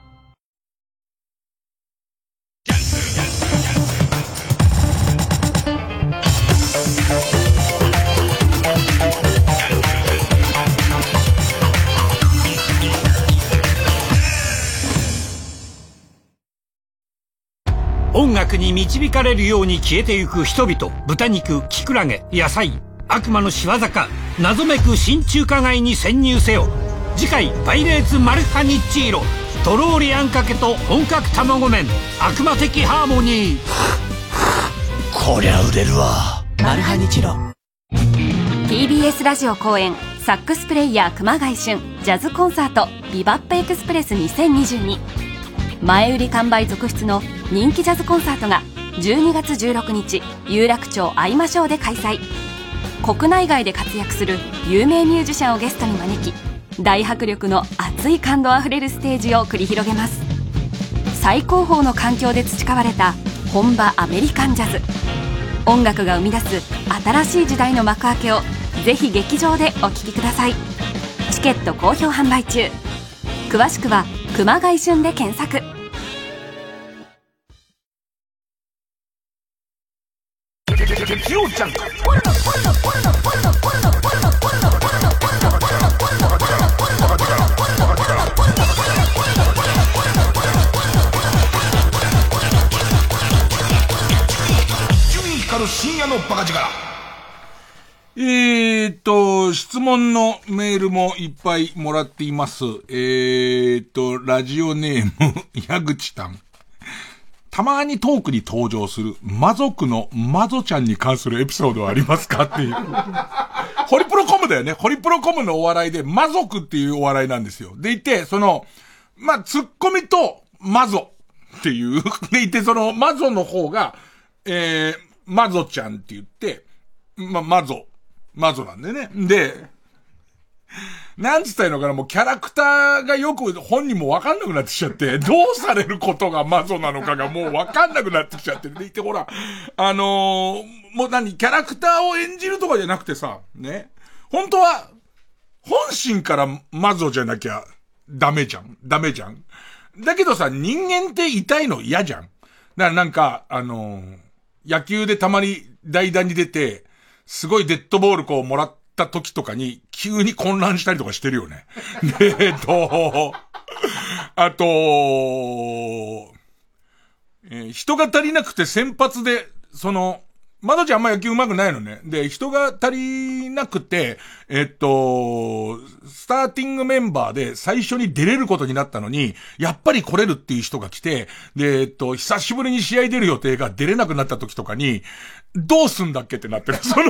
音楽に導かれるように消えてゆく人々、豚肉、キクラゲ、野菜、悪魔の仕業か、謎めく新中華街に潜入せよ。次回パイレーツマルハニッチーロ、とろーりあんかけと本格卵麺、悪魔的ハーモニー。 こりゃ売れるわ。マルハニチロ。 ティービーエス ラジオ公演サックスプレイヤー熊谷俊ジャズコンサートビバップエクスプレスにせんにじゅうに。前売り完売続出の人気ジャズコンサートがじゅうにがつじゅうろくにち有楽町会間ショーで開催。国内外で活躍する有名ミュージシャンをゲストに招き、大迫力の熱い感動あふれるステージを繰り広げます。最高峰の環境で培われた本場アメリカンジャズ、音楽が生み出す新しい時代の幕開けをぜひ劇場でお聴きください。チケット好評販売中。詳しくは熊谷俊で検索。 深夜のバカ力。えーっと、質問のメールもいっぱいもらっています。えーっと、ラジオネーム、矢口たん。たまにトークに登場する魔族の魔女ちゃんに関するエピソードはありますかっていう。ホリプロコムだよね。ホリプロコムのお笑いで魔族っていうお笑いなんですよ。でいて、その、まあ、ツッコミと魔女っていう。でいて、その魔女の方が、えー、魔女ちゃんって言って、まあ、魔女。魔女なんでね。で、なんつったらいいのかな、もうキャラクターがよく本人もわかんなくなってきちゃって、どうされることが魔女なのかがもうわかんなくなってきちゃってる。でいて、ほら、あのー、もう何、キャラクターを演じるとかじゃなくてさ、ね。本当は、本心から魔女じゃなきゃダメじゃん。ダメじゃん。だけどさ、人間って痛いの嫌じゃん。だからなんか、あのー、野球でたまに代打に出て、すごいデッドボールこうもらった時とかに、急に混乱したりとかしてるよね。で、えっと、あと、えー、人が足りなくて先発で、その、まどちゃんあんま野球上手くないのね。で、人が足りなくて、えっと、スターティングメンバーで最初に出れることになったのに、やっぱり来れるっていう人が来て、で、えっと、久しぶりに試合出る予定が出れなくなった時とかに、どうすんだっけってなってる。その、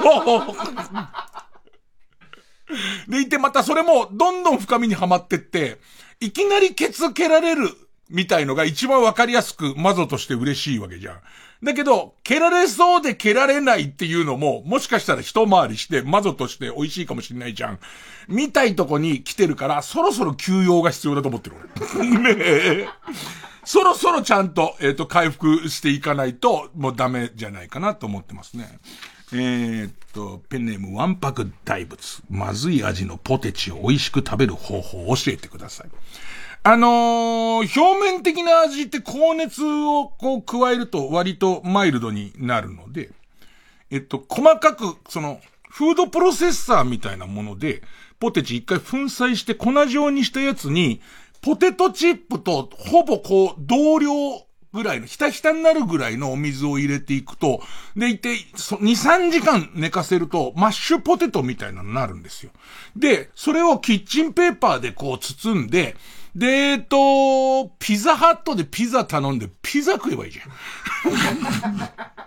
でいてまたそれもどんどん深みにはまってって、いきなりケツ蹴られるみたいのが一番わかりやすく魔女として嬉しいわけじゃん。だけど、蹴られそうで蹴られないっていうのも、もしかしたら一回りして魔女として美味しいかもしれないじゃん。みたいとこに来てるから、そろそろ休養が必要だと思ってる俺。ねえ。そろそろちゃんと、えっと、回復していかないと、もうダメじゃないかなと思ってますね。 えー、っと、ペンネームわんぱく大仏。まずい味のポテチを美味しく食べる方法を教えてください。あのー、表面的な味って高熱をこう加えると割とマイルドになるので、えっと、細かく、その、フードプロセッサーみたいなもので、ポテチ一回粉砕して粉状にしたやつに、ポテトチップとほぼこう、同量ぐらいの、ひたひたになるぐらいのお水を入れていくと、でいて、に、さんじかん寝かせると、マッシュポテトみたいなのになるんですよ。で、それをキッチンペーパーでこう包んで、で、えっと、ピザハットでピザ頼んで、ピザ食えばいいじゃん。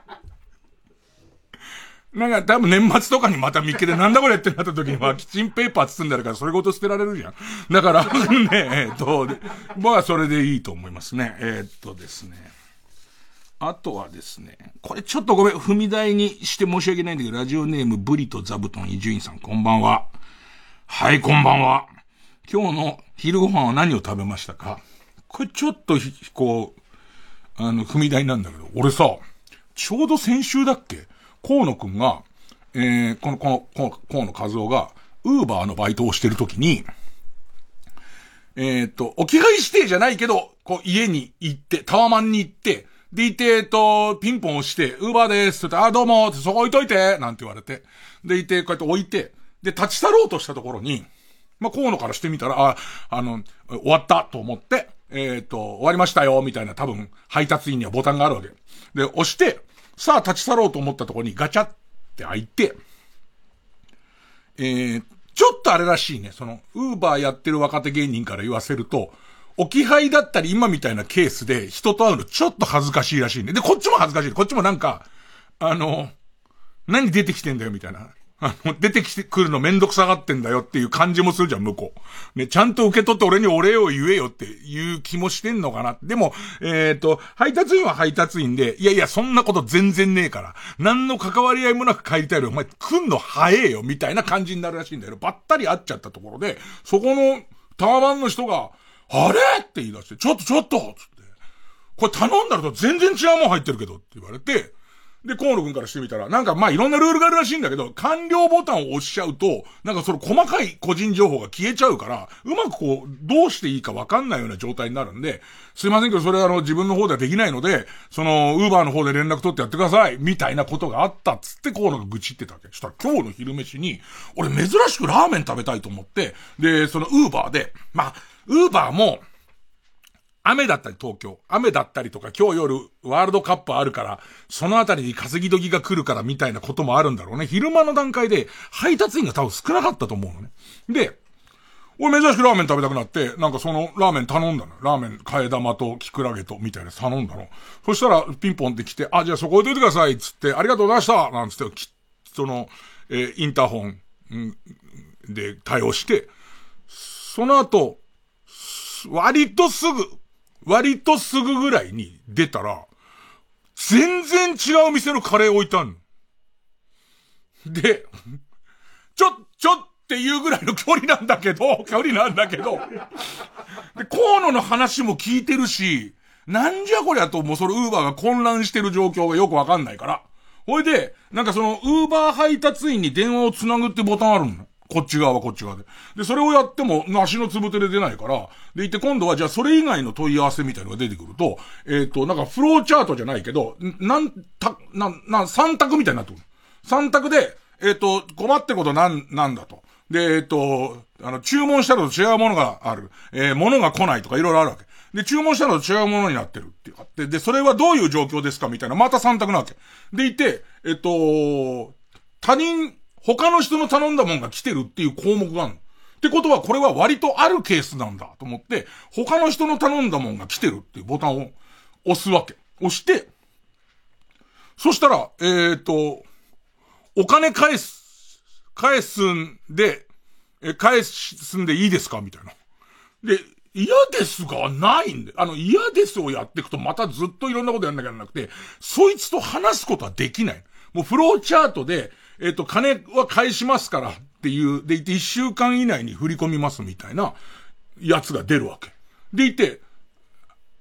なんか多分年末とかにまた見っけでなんだこれってなった時にはキッチンペーパー包んであるからそれごと捨てられるじゃん。だからね、えっと、僕はそれでいいと思いますね。えー、っとですね。あとはですね、これちょっとごめん、踏み台にして申し訳ないんだけど、ラジオネームブリと座布団伊集院さん、こんばんは。はい、こんばんは。今日の昼ご飯は何を食べましたか？これちょっと、こう、あの、踏み台なんだけど、俺さ、ちょうど先週だっけ？河野くんが、えー、この、この、この、河野和夫が、ウーバーのバイトをしてるときに、えー、っと、置き配指定じゃないけど、こう、家に行って、タワマンに行って、でいて、えっと、ピンポン押して、ウーバーでーすって言って、あ、どうもって、そこ置いといてなんて言われて、でいて、こうやって置いて、で、立ち去ろうとしたところに、まあ、河野からしてみたら、あ、あの、終わったと思って、えー、っと、終わりましたよ、みたいな、多分、配達員にはボタンがあるわけ。で、押して、さあ立ち去ろうと思ったところにガチャって開いて、えー、ちょっとあれらしいね、その、ウーバーやってる若手芸人から言わせると、置き配だったり今みたいなケースで人と会うのちょっと恥ずかしいらしいね。で、こっちも恥ずかしい。こっちもなんか、あの、何出てきてんだよみたいな。あの、出てきてくるのめんどくさがってんだよっていう感じもするじゃん、向こう。ね、ちゃんと受け取って俺にお礼を言えよっていう気もしてんのかな。でも、えっと、配達員は配達員で、いやいや、そんなこと全然ねえから、何の関わり合いもなく帰りたいよ。お前、来んの早えよ、みたいな感じになるらしいんだよ。ばったり会っちゃったところで、そこのタワマンの人が、あれって言い出して、ちょっとちょっとつって。これ頼んだらと全然違うもん入ってるけどって言われて、で、河野くんからしてみたら、なんかまあいろんなルールがあるらしいんだけど、完了ボタンを押しちゃうと、なんかその細かい個人情報が消えちゃうから、うまくこう、どうしていいかわかんないような状態になるんで、すいませんけど、それはあの自分の方ではできないので、その、ウーバーの方で連絡取ってやってください、みたいなことがあったっつって河野が愚痴ってたわけ。そしたら今日の昼飯に、俺珍しくラーメン食べたいと思って、で、そのウーバーで、まあ、ウーバーも、雨だったり東京、雨だったりとか今日夜ワールドカップあるから、そのあたりに稼ぎ時が来るからみたいなこともあるんだろうね。昼間の段階で配達員が多分少なかったと思うのね。で、俺珍しくラーメン食べたくなって、なんかそのラーメン頼んだの。ラーメン、替え玉とキクラゲとみたいな頼んだの。そしたらピンポンって来て、あ、じゃあそこ置いといてくださいっつって、ありがとうございましたなんつって、その、えー、インターホン、ん、で対応して、その後、割とすぐ、割とすぐぐらいに出たら、全然違う店のカレー置いてあんの。で、ちょ、ちょっていうぐらいの距離なんだけど、距離なんだけど、で、河野の話も聞いてるし、なんじゃこりゃと、もうそれウーバーが混乱してる状況がよくわかんないから。ほいで、なんかその、ウーバー配達員に電話をつなぐってボタンあるの。こっち側はこっち側で。で、それをやっても、足のつぶてで出ないから、で、いて今度はじゃあそれ以外の問い合わせみたいなのが出てくると、えっと、なんかフローチャートじゃないけど、なん、た、なん、なん、三択みたいになってくる。三択で、えっと、困ってることなん、なんだと。で、えっと、あの、注文したのと違うものがある。えー、物が来ないとかいろいろあるわけ。で、注文したのと違うものになってるっていうか。で、で、それはどういう状況ですかみたいな、また三択なわけ。でいて、えっと、他人、他の人の頼んだもんが来てるっていう項目があるの。ってことはこれは割とあるケースなんだと思って、他の人の頼んだもんが来てるっていうボタンを押すわけ。押して、そしたら、えっと、お金返す、返すんで、え、返すんでいいですかみたいな。で、嫌ですがないんで、あの、嫌ですをやっていくとまたずっといろんなことやんなきゃならなくて、そいつと話すことはできない。もうフローチャートで、えっと、金は返しますからっていう、でいて一週間以内に振り込みますみたいなやつが出るわけ。でいて、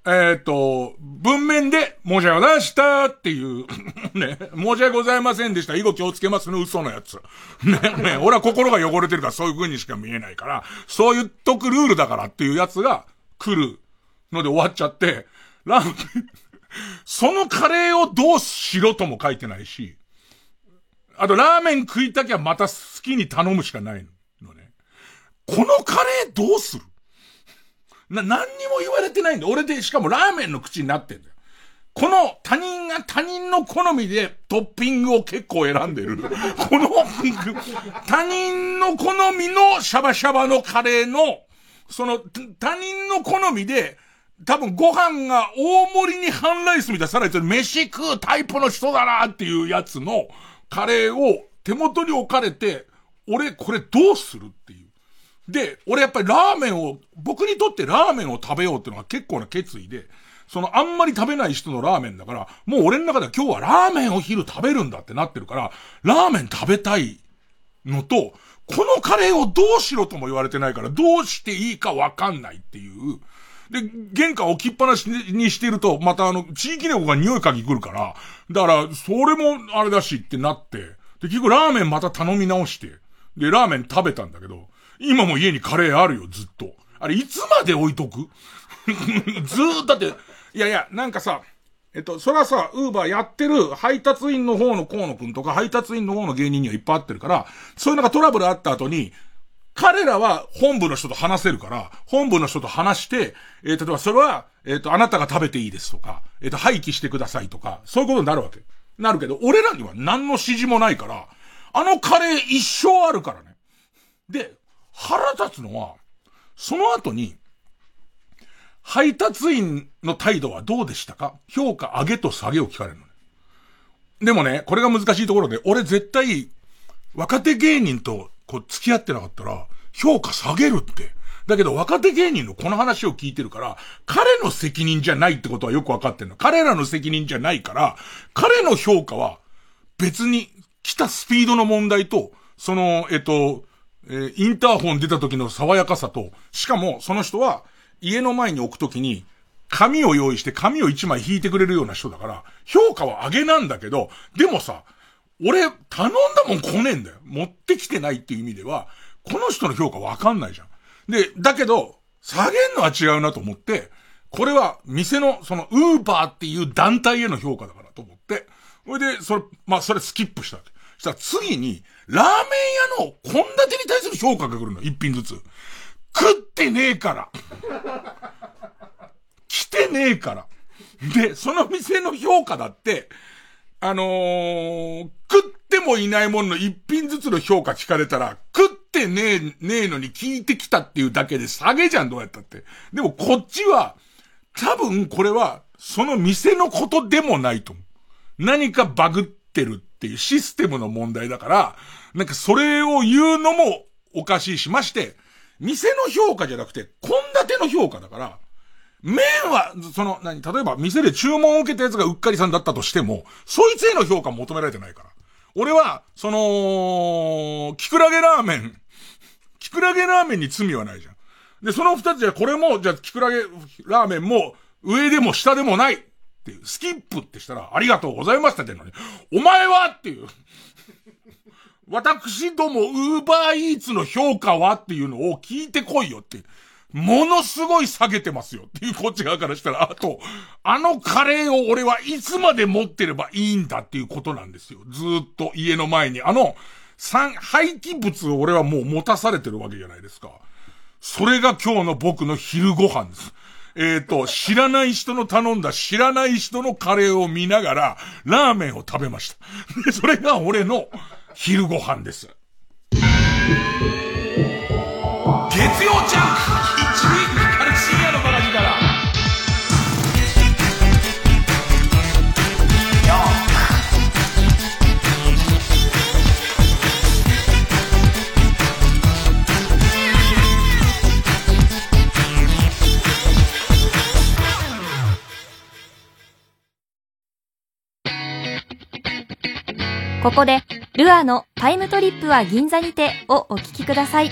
えっと、文面で申し訳ございましたっていう、ね、申し訳ございませんでした。以後気をつけますの嘘のやつ。ね、ね、俺は心が汚れてるからそういう風にしか見えないから、そう言っとくルールだからっていうやつが来るので終わっちゃって、ラーメン、そのカレーをどうしろとも書いてないし、あとラーメン食いたきゃまた好きに頼むしかないのね。このカレーどうする？な、何にも言われてないんだ。俺で、しかもラーメンの口になってんだよ。この他人が他人の好みでトッピングを結構選んでる。この他人の好みのシャバシャバのカレーの、その他人の好みで、多分ご飯が大盛りに半ライスみたいな、さらに飯食うタイプの人だなっていうやつのカレーを手元に置かれて、俺これどうするっていう。で、俺やっぱりラーメンを、僕にとってラーメンを食べようっていうのが結構な決意で、そのあんまり食べない人のラーメンだから、もう俺の中では今日はラーメンを昼食べるんだってなってるから、ラーメン食べたいのと、このカレーをどうしろとも言われてないから、どうしていいかわかんないっていう。で、玄関置きっぱなしにしてると、またあの、地域猫が匂い嗅ぎ来るから、だから、それもあれだしってなって、で、結局ラーメンまた頼み直して、で、ラーメン食べたんだけど、今も家にカレーあるよ、ずっと。あれ、いつまで置いとくずーっと、だって、いやいや、なんかさ、えっと、そらさ、ウーバーやってる配達員の方の河野くんとか、配達員の方の芸人にはいっぱい会ってるから、そういうなんかトラブルあった後に、彼らは本部の人と話せるから、本部の人と話して、えー、例えばそれは、えっと、あなたが食べていいですとか、えっと、廃棄してくださいとか、そういうことになるわけ。なるけど、俺らには何の指示もないから、あのカレー一生あるからね。で、腹立つのは、その後に、配達員の態度はどうでしたか？評価上げと下げを聞かれるのね。でもね、これが難しいところで、俺絶対、若手芸人とこう付き合ってなかったら、評価下げるって。だけど若手芸人のこの話を聞いてるから、彼の責任じゃないってことはよくわかってんの。彼らの責任じゃないから、彼の評価は別に来たスピードの問題と、その、えっと、えー、インターホン出た時の爽やかさと、しかもその人は家の前に置く時に紙を用意して紙を一枚引いてくれるような人だから、評価は上げなんだけど、でもさ、俺頼んだもん来ねえんだよ。持ってきてないっていう意味では、この人の評価わかんないじゃん。で、だけど、下げんのは違うなと思って、これは店のそのウーバーっていう団体への評価だからと思って、それで、それ、まあそれスキップした。そしたら次に、ラーメン屋の献立に対する評価が来るの。一品ずつ。食ってねえから。来てねえから。で、その店の評価だって、あのー、食ってもいないものの一品ずつの評価聞かれたら、食ってねえ、ねえのに聞いてきたっていうだけで下げじゃん、どうやったって。でもこっちは、多分これは、その店のことでもないと思う。何かバグってるっていうシステムの問題だから、なんかそれを言うのもおかしいし、まして、店の評価じゃなくて、献立の評価だから、麺は、その、何、例えば店で注文を受けたやつがうっかりさんだったとしても、そいつへの評価求められてないから。俺は、その、キクラゲラーメン、キクラゲラーメンに罪はないじゃん。で、その二つじゃ、これも、じゃあキクラゲラーメンも、上でも下でもないっていう、スキップってしたら、ありがとうございましたって言うのに、お前はっていう。私ども、ウーバーイーツの評価はっていうのを聞いてこいよっていう。ものすごい下げてますよっていうこっち側からしたら、あと、あのカレーを俺はいつまで持ってればいいんだっていうことなんですよ。ずーっと家の前に。あの、産、廃棄物を俺はもう持たされてるわけじゃないですか。それが今日の僕の昼ご飯です。えっと、知らない人の頼んだ知らない人のカレーを見ながら、ラーメンを食べました。で、それが俺の昼ご飯です。月曜ジャンク深夜のバカ力からここでルアーのタイムトリップは銀座にてをお聞きください。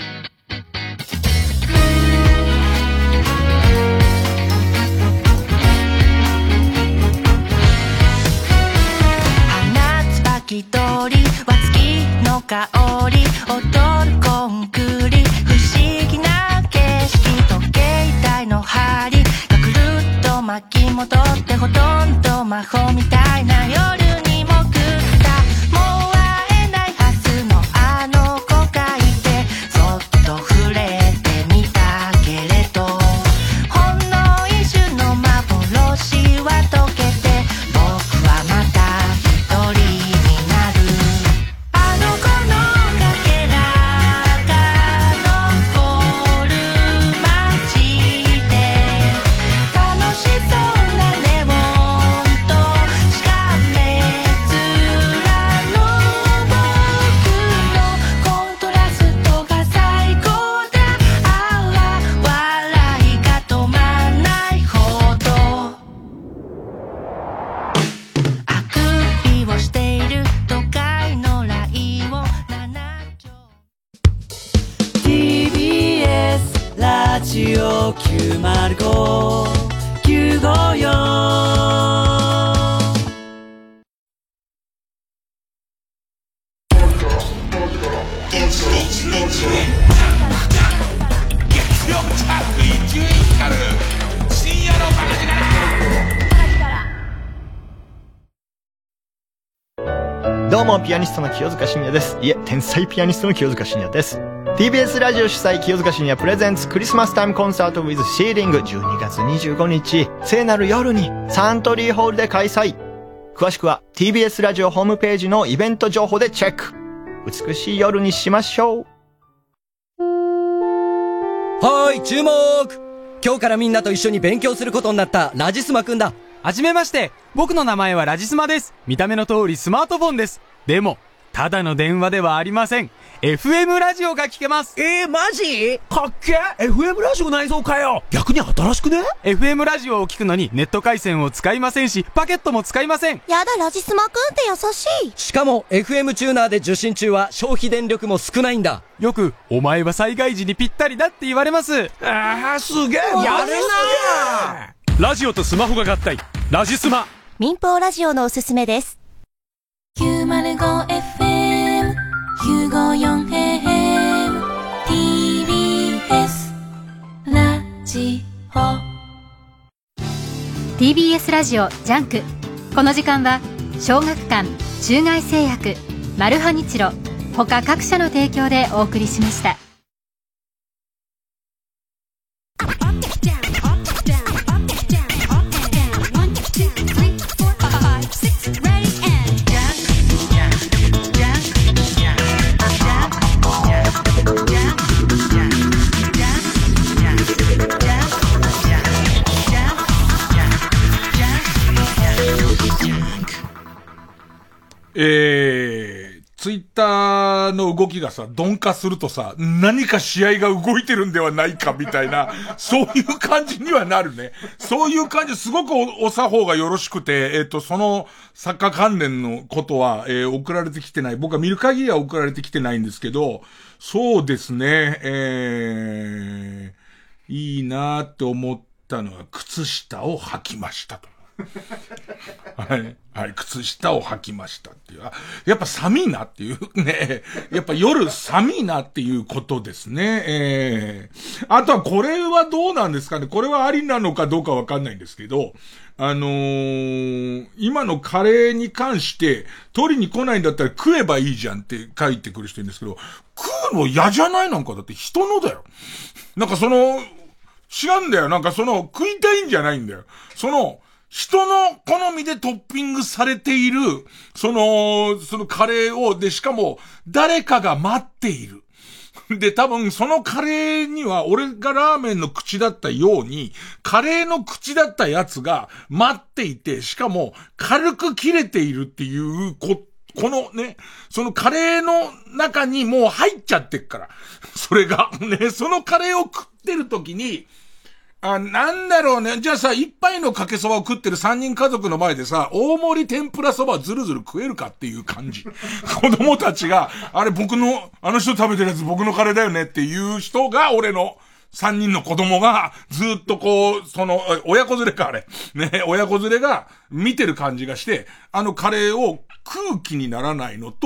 香り踊るコンクリ不思議な景色時計台の針がくるっと巻き戻ってほとんど魔法みたいな夜にもぐったもう会えないはずのあの子がいてそっと触れてみたけれどほんの一瞬の幻は溶けて僕はまた一人になるあの子のかけらが残る街で楽しそうなネオンとしかめ面の僕のコントラストが最高だああ笑いが止まんないほどあくびをしている都会のライオンティービーエス ラジオきゅうまるご きゅうごよん月曜着衣じゅういちから深夜のバカ力どうもピアニストの清塚信也です。いえ天才ピアニストの清塚信也です。 ティービーエス ラジオ主催清塚信也プレゼンツクリスマスタイムコンサート with シーリングじゅうにがつにじゅうごにち聖なる夜にサントリーホールで開催。詳しくは ティービーエス ラジオホームページのイベント情報でチェック。美しい夜にしましょう。 はーい、注目。今日からみんなと一緒に勉強することになったラジスマくんだ。 はじめまして。僕の名前はラジスマです。見た目の通りスマートフォンです。でも、ただの電話ではありません。エフエム ラジオが聞けます。 えー、マジかっけー エフエム ラジオ内蔵かよ。逆に新しくね。 エフエム ラジオを聞くのにネット回線を使いませんし、パケットも使いません。 やだ、ラジスマくんって優しい。 しかも エフエム チューナーで受信中は消費電力も少ないんだ。 よく、お前は災害時にぴったりだって言われます。 あー、すげえ。やるなー。ラジオとスマホが合体。ラジスマ。 民放ラジオのおすすめです。 きゅうまるごエフエム きゅうごよんエーエム ティービーエス ラジオティービーエス ラジオジャンク。この時間は小学館、中外製薬、マルハニチロ他各社の提供でお送りしました。 えー、ツイッターの動きがさ、鈍化するとさ、何か試合が動いてるんではないかみたいな、そういう感じにはなるね。そういう感じ、すごくお、お作法がよろしくて、えっと、その、サッカー関連のことは、えー、送られてきてない。僕は見る限りは送られてきてないんですけど、そうですね、えー、いいなーって思ったのは、靴下を履きましたと。はい。はい。靴下を履きましたっていう。やっぱ寒いなっていうね。やっぱ夜寒いなっていうことですね。えー、あとはこれはどうなんですかね。これはありなのかどうかわかんないんですけど、あのー、今のカレーに関して取りに来ないんだったら食えばいいじゃんって書いてくる人いるんですけど、食うの嫌じゃないなんかだって人のだよ。なんかその、違うんだよ。なんかその食いたいんじゃないんだよ。その、人の好みでトッピングされている、その、そのカレーを、で、しかも、誰かが待っている。で、多分、そのカレーには、俺がラーメンの口だったように、カレーの口だったやつが待っていて、しかも、軽く切れているっていう、こ、このね、そのカレーの中にもう入っちゃってっから。それが、ね、そのカレーを食ってる時に、あ、なんだろうね。じゃあさ、一杯のかけそばを食ってる三人家族の前でさ、大盛り天ぷらそばずるずる食えるかっていう感じ。子供たちが、あれ僕の、あの人食べてるやつ僕のカレーだよねっていう人が、俺の三人の子供が、ずっとこう、その、親子連れかあれ。ね、親子連れが見てる感じがして、あのカレーを空気にならないのと、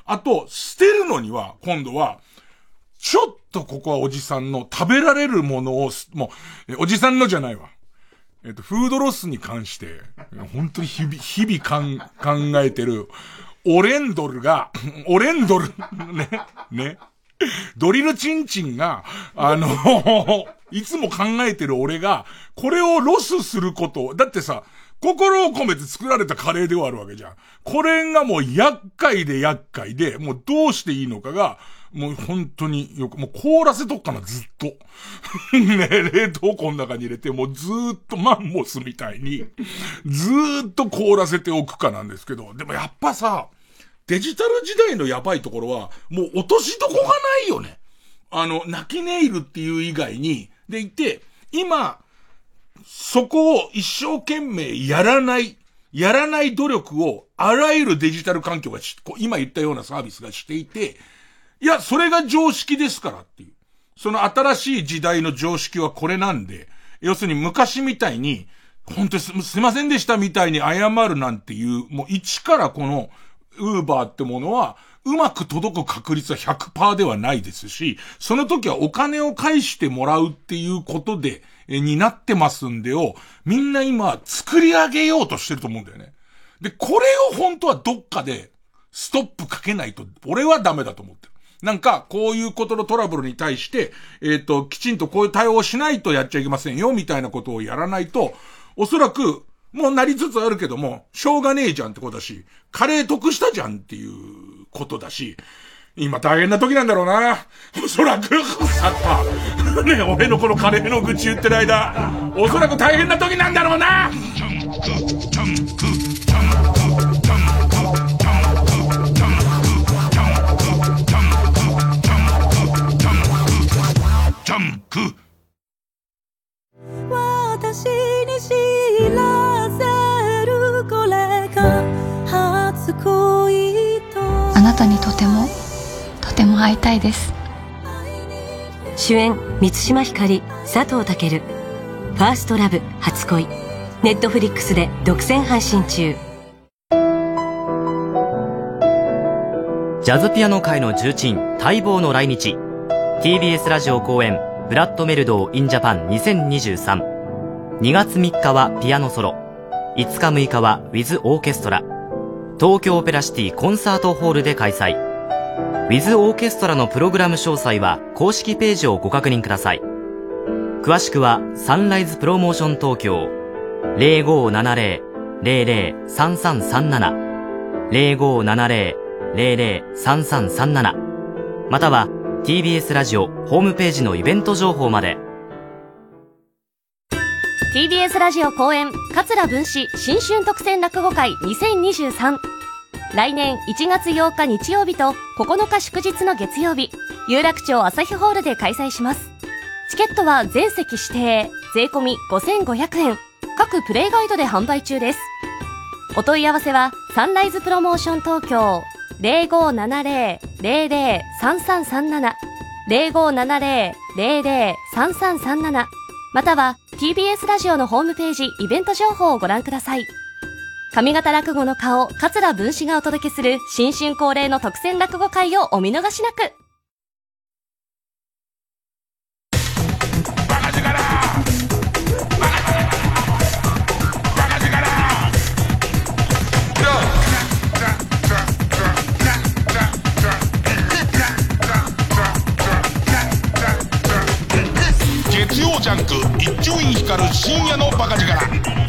あと、捨てるのには、今度は、ちょっとここはおじさんの食べられるものを、もう、おじさんのじゃないわ。えっと、フードロスに関して、本当に日々、日々かん考えてる、オレンドルが、オレンドル、ね、ね。ドリルチンチンが、あの、いつも考えてる俺が、これをロスすること、だってさ、心を込めて作られたカレーではあるわけじゃん。これがもう厄介で厄介で、もうどうしていいのかが、もう本当によく、もう凍らせとっかな、ずっと。ね、冷凍庫の中に入れて、もうずーっとマンモスみたいに、ずーっと凍らせておくかなんですけど、でもやっぱさ、デジタル時代のやばいところは、もう落としどこがないよね。あの、泣きネイルっていう以外に、でいて、今、そこを一生懸命やらない、やらない努力を、あらゆるデジタル環境がし、今言ったようなサービスがしていて、いや、それが常識ですからっていう。その新しい時代の常識はこれなんで、要するに昔みたいに、本当に す, すいませんでしたみたいに謝るなんていう、もう一からこの、ウーバーってものは、うまく届く確率は ひゃくパーセント ではないですし、その時はお金を返してもらうっていうことで、え、になってますんでを、みんな今作り上げようとしてると思うんだよね。で、これを本当はどっかでストップかけないと、俺はダメだと思ってる。なんか、こういうことのトラブルに対して、えっと、きちんとこういう対応をしないとやっちゃいけませんよ、みたいなことをやらないと、おそらく、もうなりつつあるけども、しょうがねえじゃんってことだし、カレー得したじゃんっていうことだし、今大変な時なんだろうな。おそらく、さっぱ、ねえ、俺のこのカレーの愚痴言ってる間、おそらく大変な時なんだろうな。ジャンク。 私に知らせるこれが初恋とあなたにとてもとても会いたいです。 主演満島ひかり、佐藤健、ファーストラブ初恋、ネットフリックスで独占配信中。 ジャズピアノ界の重鎮待望の来日。 ティービーエス ラジオ公演ブラッドメルドー in Japan にせんにじゅうさん。にがつみっかはピアノソロ、いつかむいかは with オーケストラ、東京オペラシティコンサートホールで開催。 with オーケストラのプログラム詳細は公式ページをご確認ください。詳しくはサンライズプロモーション東京 ゼロごーななゼロ ゼロゼロ さんさんさんなな ゼロごーななゼロ ゼロゼロ さんさんさんなな、または ティービーエス ラジオホームページのイベント情報まで。 ティービーエス ラジオ公演桂文枝新春特選落語会にせんにじゅうさん。来年いちがつようか日曜日とここのか祝日の月曜日、有楽町朝日ホールで開催します。チケットは全席指定、税込みごせんごひゃくえん、各プレイガイドで販売中です。お問い合わせはサンライズプロモーション東京 ゼロごーななゼロ ゼロゼロ さんさんさんなな ゼロごーななゼロ ゼロゼロ さんさんさんなな、または ティービーエス ラジオのホームページイベント情報をご覧ください。上方落語の顔、桂文枝がお届けする新春恒例の特選落語会をお見逃しなく。 月曜ジャンク一丁院光る深夜のバカ力。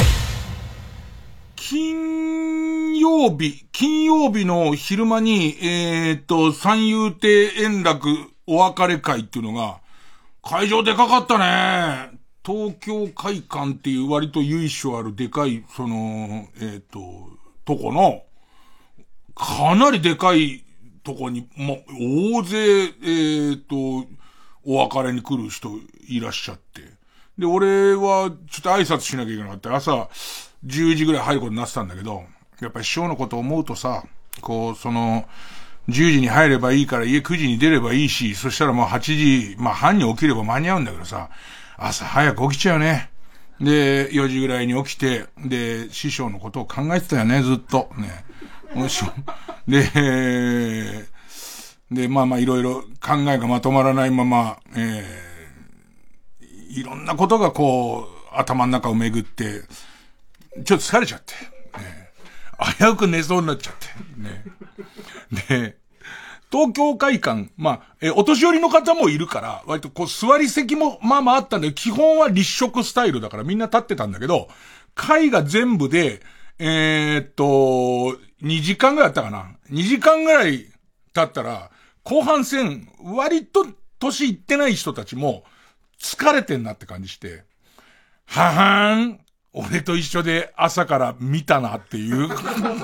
金曜日、金曜日の昼間に、えーっと、三遊亭円楽お別れ会っていうのが、会場でかかったね。東京会館っていう割と由緒あるでかい、その、えーっと、とこの、かなりでかいとこに、ま、大勢、えーっと、お別れに来る人いらっしゃって。で、俺はちょっと挨拶しなきゃいけなかった。朝じゅうじぐらい入ることになってたんだけど、やっぱり師匠のことを思うとさ、こう、その、じゅうじに入ればいいから家くじに出ればいいし、そしたらもうはちじ、まあ半に起きれば間に合うんだけどさ、朝早く起きちゃうね。で、よじぐらいに起きて、で、師匠のことを考えてたよね、ずっと。ね。 で、で、まあまあいろいろ考えがまとまらないまま、えー、いろんなことがこう、頭の中を巡って、ちょっと疲れちゃって、ね、危うく寝そうになっちゃって、ね。で、東京会館、まあ、え、お年寄りの方もいるから、割とこう座り席もまあまああったんで、基本は立食スタイルだからみんな立ってたんだけど、会が全部で、えー、っと、にじかんぐらいだったかな。にじかんぐらい経ったら、後半戦、割と年いってない人たちも疲れてんなって感じして、ははーん、俺と一緒で朝から見たなっていう。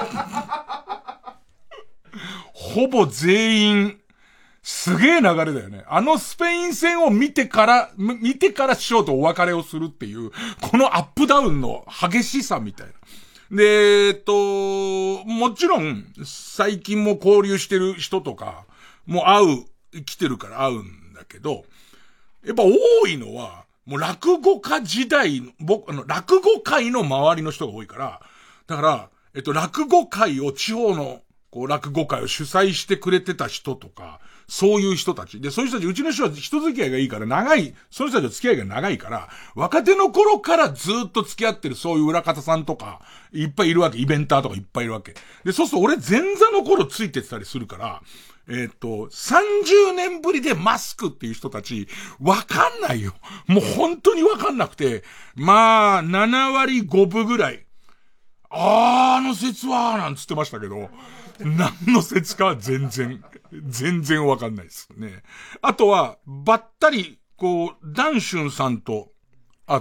ほぼ全員、すげえ流れだよね。あのスペイン戦を見てから、見てから師匠とお別れをするっていう、このアップダウンの激しさみたいな。で、えっと、もちろん、最近も交流してる人とか、もう会う、来てるから会うんだけど、やっぱ多いのは、もう落語家時代の、僕、あの、落語界の周りの人が多いから、だから、えっと、落語界を、地方の、こう、落語会を主催してくれてた人とか、そういう人たち。で、そういう人たち、うちの人は人付き合いがいいから長い、その人たちと付き合いが長いから、若手の頃からずっと付き合ってるそういう裏方さんとか、いっぱいいるわけ。イベンターとかいっぱいいるわけ。で、そうすると俺前座の頃ついてたりするから、えっと、さんじゅうねんぶりでマスクっていう人たち、わかんないよ。もう本当にわかんなくて、まあ、ななわりごぶぐらい。あー、あの説は、なんつってましたけど、何の説かは全然、全然わかんないですね。あとは、ばったり、こう、ダンシュンさんと会って、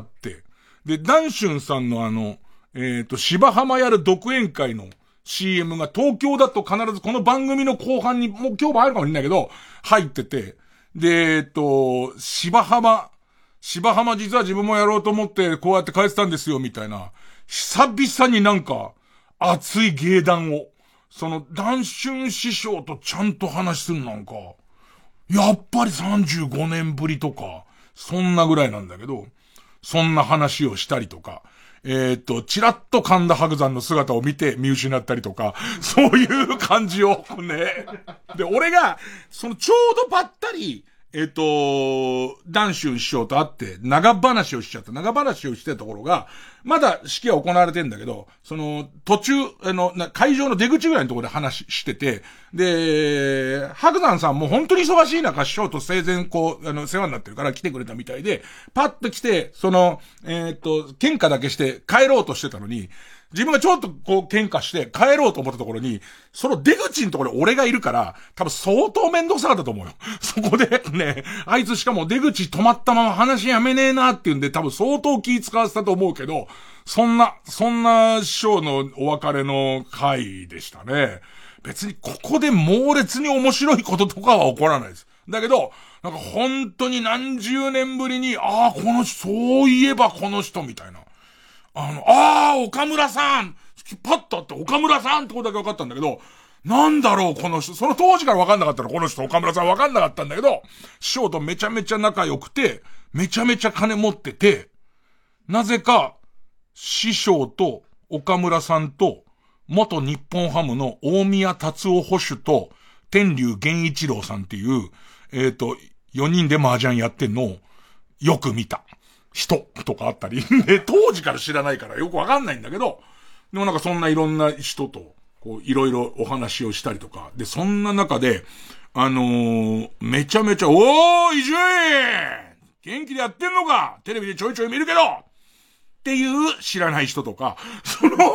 で、ダンシュンさんのあの、えっと、芝浜やる独演会の シーエム が東京だと必ずこの番組の後半に、もう今日もあるかもしれないけど、入ってて、で、えっと、芝浜、芝浜実は自分もやろうと思ってこうやって変えてたんですよ、みたいな。久々になんか、熱い芸談を、その、談春師匠とちゃんと話するなんか、やっぱりさんじゅうごねんぶりとか、そんなぐらいなんだけど、そんな話をしたりとか、えっと、チラッと神田伯山の姿を見て見失ったりとか、そういう感じをね。で、俺が、そのちょうどばったり、えっと、談春師匠と会って、長話をしちゃった。長話をしてたところが、まだ式は行われてんだけど、その、途中、あの、会場の出口ぐらいのところで話してて、で、白山さんも本当に忙しい中、師匠と生前こう、あの、世話になってるから来てくれたみたいで、パッと来て、その、えっと、喧嘩だけして帰ろうとしてたのに、自分がちょっとこう喧嘩して帰ろうと思ったところに、その出口のところに俺がいるから、多分相当面倒くさかったと思うよ。そこでね、あいつしかも出口止まったまま話やめねえなっていうんで、多分相当気使わせたと思うけど、そんな、そんな師匠のお別れの会でしたね。別にここで猛烈に面白いこととかは起こらないです。だけど、なんか本当に何十年ぶりに、ああ、この人、そういえばこの人みたいな。あの、ああ、岡村さんパッとあって岡村さんってことだけ分かったんだけど、なんだろうこの人、その当時から分かんなかったらこの人岡村さん分かんなかったんだけど、師匠とめちゃめちゃ仲良くて、めちゃめちゃ金持ってて、なぜか、師匠と岡村さんと、元日本ハムの大宮達夫捕手と、天竜源一郎さんっていう、えっと、よにんで麻雀やってんのを、よく見た。人とかあったり、で、当時から知らないからよくわかんないんだけど、でもなんかそんないろんな人と、こう、いろいろお話をしたりとか、で、そんな中で、あのー、めちゃめちゃ、おー、伊集院元気でやってんのかテレビでちょいちょい見るけどっていう知らない人とか、その、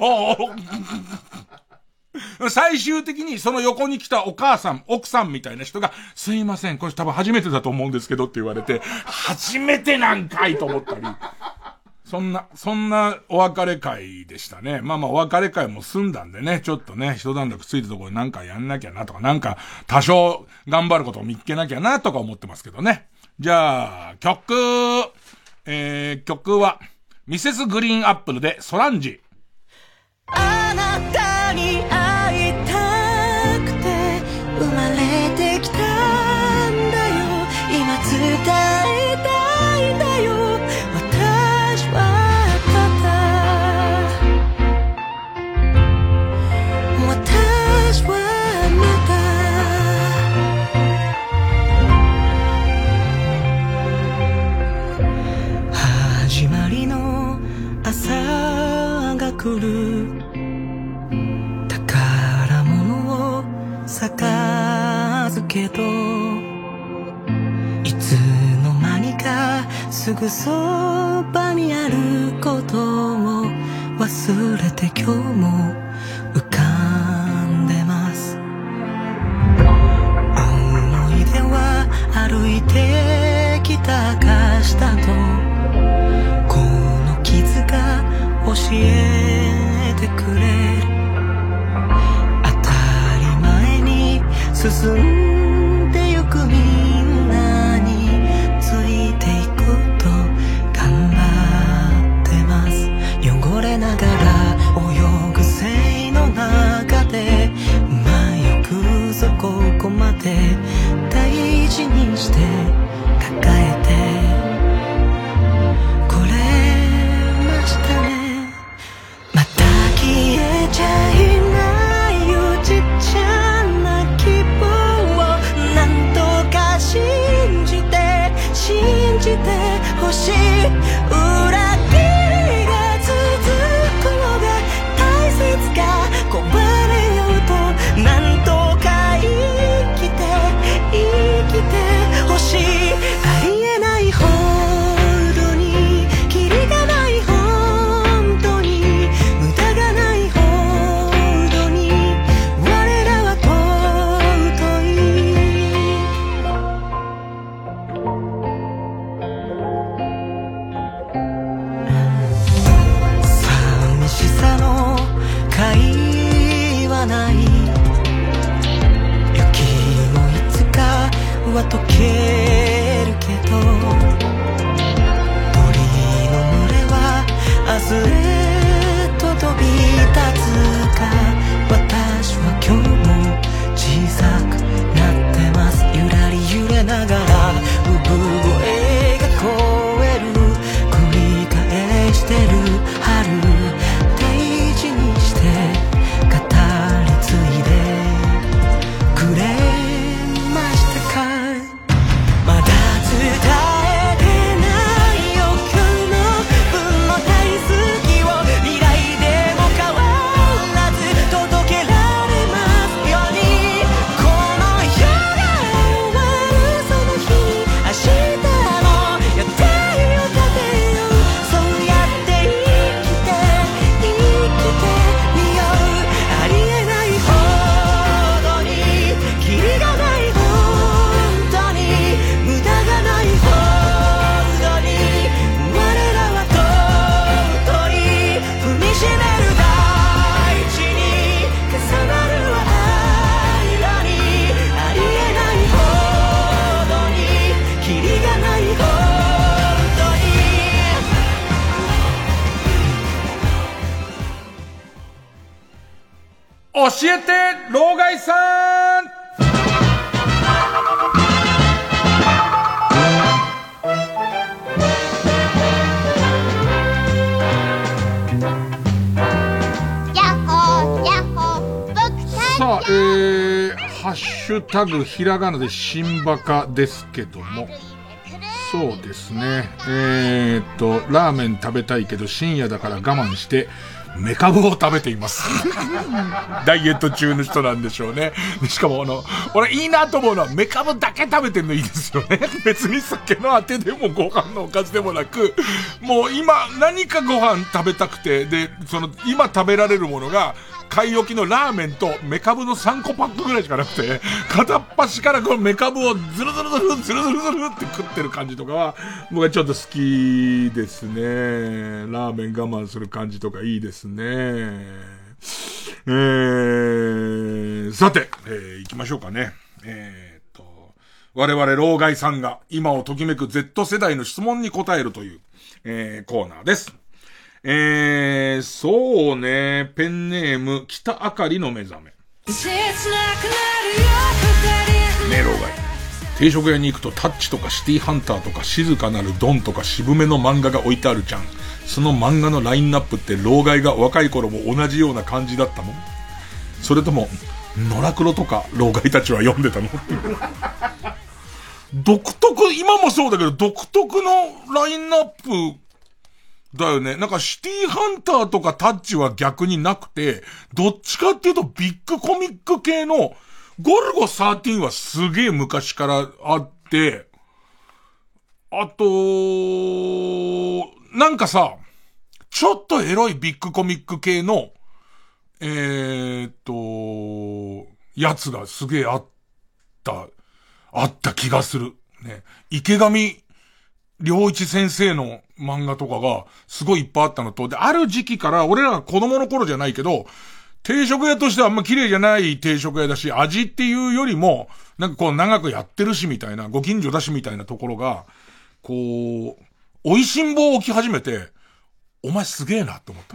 最終的にその横に来たお母さん、奥さんみたいな人が、すいません、これ多分初めてだと思うんですけどって言われて、初めてなんかいと思ったり、そんな、そんなお別れ会でしたね。まあまあお別れ会も済んだんでね、ちょっとね、一段落ついたところでなんかやんなきゃなとか、なんか多少頑張ることを見つけなきゃなとか思ってますけどね。じゃあ、曲、えー、曲は、ミセスグリーンアップルでソランジ。 あなたに会いたくて生まれてきたんだよ。今伝えたいんだよ。私はただ私はくる宝物を授けどいつの間にかすぐそばにあることを忘れて今日も浮かんでます思い出は歩いてきたかしたとこの傷が教えてくれる当たり前に進んでゆくみんなについていくと頑張ってます汚れながら泳ぐ線の中で迷くぞここまで大事にして抱えてこれましたねまた消えちゃいないよちっちゃな希望をなんとか信じて信じてほしい裏切りが続くのが大切か拒れようとなんとか生きて生きてほしいありえないほどにキリがない本当に無駄がないほどに我らは尊い寂しさの甲斐はない雪もいつかは溶けるけど鳥の群れは明日へと飛び立つか私は今日も小さくなってますゆらり揺れながら産声が超える繰り返してる春大事にして語り継いでくれましたかまだ伝えてないよ今日の分の大好きを未来でも変わらず届けられますようにこの夜が終わるその日に明日の予定を立てようそうやって生きて生きてみようありえないほどにキリがない本当に無駄がないほどに我らは尊い踏みしめる大地に重なる愛らにありえないほどにキリがない本当に教えて老害さんさあ、えー、ハッシュタグひらがなで新バカですけどもそうですねえーっとラーメン食べたいけど深夜だから我慢してメカブを食べていますダイエット中の人なんでしょうね。しかもあの俺いいなと思うのはメカブだけ食べてるのいいですよね。別に酒のあてでもご飯のおかずでもなくもう今何かご飯食べたくてでその今食べられるものが買い置きのラーメンとメカブのさんこパックぐらいしかなくて片っ端からこのメカブをズルズルズルズルズルズルって食ってる感じとかは僕はちょっと好きですね。ラーメン我慢する感じとかいいですね。えー、さて、えー、行きましょうかね。えー、っと我々老害さんが今をときめく Z 世代の質問に答えるという、えー、コーナーです。えー、そうね、ペンネーム、北あかりの目覚め。ねえ、老害。定食屋に行くとタッチとかシティハンターとか静かなるドンとか渋めの漫画が置いてあるじゃん。その漫画のラインナップって老害が若い頃も同じような感じだったの？それとも、野良黒とか老害たちは読んでたの？独特、今もそうだけど独特のラインナップ、 だよね。なんかシティハンターとかタッチは逆になくて、どっちかっていうとビッグコミック系のゴルゴじゅうさんはすげえ昔からあって、あと、なんかさ、ちょっとエロいビッグコミック系の、えーっと、やつがすげえあった、あった気がする。ね。池上良一先生の漫画とかがすごいいっぱいあったのと、で、ある時期から俺らが子供の頃じゃないけど、定食屋としてはあんま綺麗じゃない定食屋だし、味っていうよりも、なんかこう長くやってるしみたいな、ご近所だしみたいなところが、こう、美味しんぼを置き始めて、お前すげえなって思った。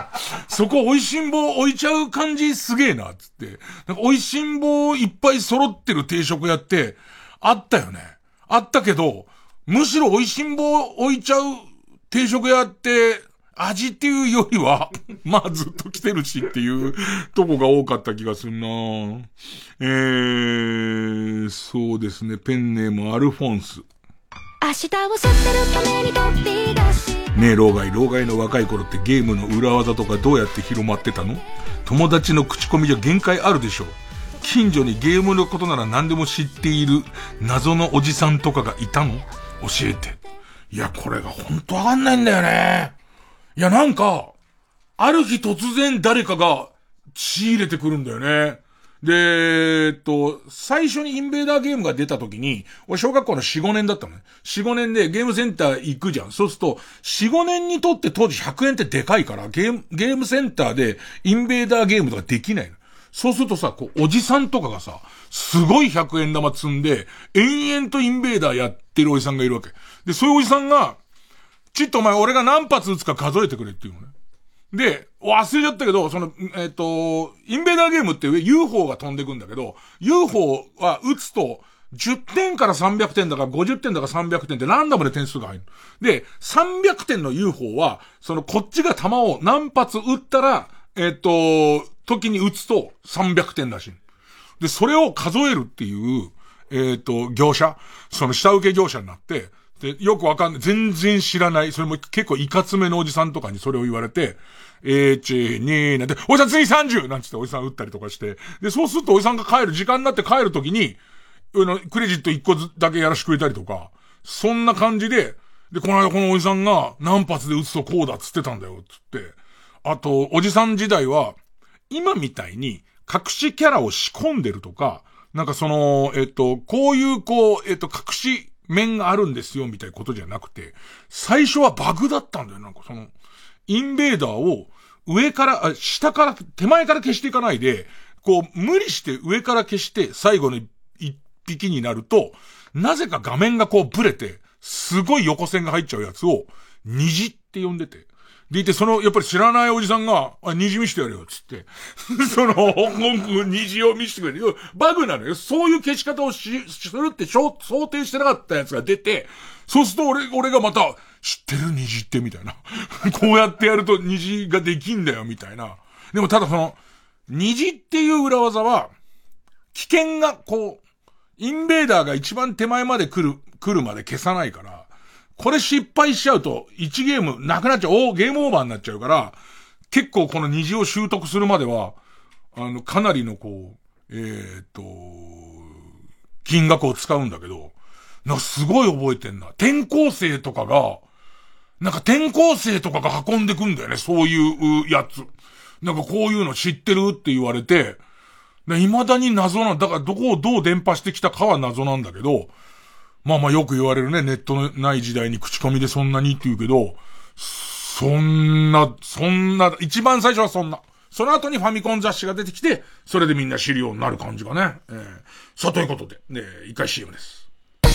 そこ美味しんぼ置いちゃう感じすげえなっつって。なんか美味しんぼいっぱい揃ってる定食屋ってあったよね。あったけど、むしろ美味しんぼ置いちゃう定食屋って味っていうよりは、まあずっと来てるしっていうとこが多かった気がするなえー、そうですね。ペンネームアルフォンス。 明日を知ってるために飛び出しねえ、老害、老害の若い頃ってゲームの裏技とかどうやって広まってたの？友達の口コミじゃ限界あるでしょ。近所にゲームのことなら何でも知っている謎のおじさんとかがいたの？教えて。いや、これがほんとわかんないんだよね。いや、なんか、ある日突然誰かが仕入れてくるんだよね。で、えっと、最初にインベーダーゲームが出た時に、俺小学校のよん、ごねんだったのね。よん、ごねんでゲームセンター行くじゃん。そうすると、よん、ごねんにとって当時ひゃくえんってでかいから、ゲーム、ゲームセンターでインベーダーゲームとかできないの。そうするとさ、こう、おじさんとかがさ、すごいひゃくえん玉積んで、延々とインベーダーやってるおじさんがいるわけ。で、そういうおじさんが、ちっとお前俺が何発撃つか数えてくれっていうのね。で、忘れちゃったけど、その、えっと、インベーダーゲームって上 ユーフォー が飛んでくんだけど、ユーフォー は撃つと、じゅってんからさんびゃくてんだかごじゅってんだかさんびゃくてんってランダムで点数が入る。で、さんびゃくてんの ユーフォー は、そのこっちが弾を何発撃ったら、えっと、時に撃つとさんびゃくてんらしい。で、それを数えるっていう、えっと、業者、その下請け業者になって、で、よくわかんない。全然知らない。それも結構いかつめのおじさんとかにそれを言われて、えーちーにーなんて、おじさん次さんじゅうなんつっておじさん撃ったりとかして。で、そうするとおじさんが帰る、時間になって帰るときに、クレジットいっこだけやらしてくれたりとか、そんな感じで、で、この間このおじさんが何発で撃つとこうだっつってたんだよ、つって。あと、おじさん時代は、今みたいに隠しキャラを仕込んでるとか、なんかその、えっと、こういうこう、えっと、隠し面があるんですよ、みたいなことじゃなくて、最初はバグだったんだよ、なんかその、インベーダーを上から、あ、下から、手前から消していかないで、こう、無理して上から消して、最後の一匹になると、なぜか画面がこうブレて、すごい横線が入っちゃうやつを、虹って呼んでて。でいて、その、やっぱり知らないおじさんが、あ、虹見してやるよ、つって。その、虹を見してくれるよ。バグなのよ。そういう消し方をし、するって想定してなかったやつが出て、そうすると俺、俺がまた、知ってる虹ってみたいな。こうやってやると虹ができんだよ、みたいな。でもただその、虹っていう裏技は、危険が、こう、インベーダーが一番手前まで来る、来るまで消さないから、これ失敗しちゃうと、いちゲームなくなっちゃう、おー、ゲームオーバーになっちゃうから、結構この虹を習得するまでは、あの、かなりのこう、えーっと、金額を使うんだけど、なんかすごい覚えてんな。転校生とかが、なんか転校生とかが運んでくんだよね、そういうやつ。なんかこういうの知ってるって言われて、未だに謎なんだからどこをどう伝播してきたかは謎なんだけど、まあまあよく言われるね、ネットのない時代に口コミでそんなにって言うけど、そんな、そんな、一番最初はそんな。その後にファミコン雑誌が出てきて、それでみんな知るようになる感じがね。えー、さあということで、ね、一回 シーエム です。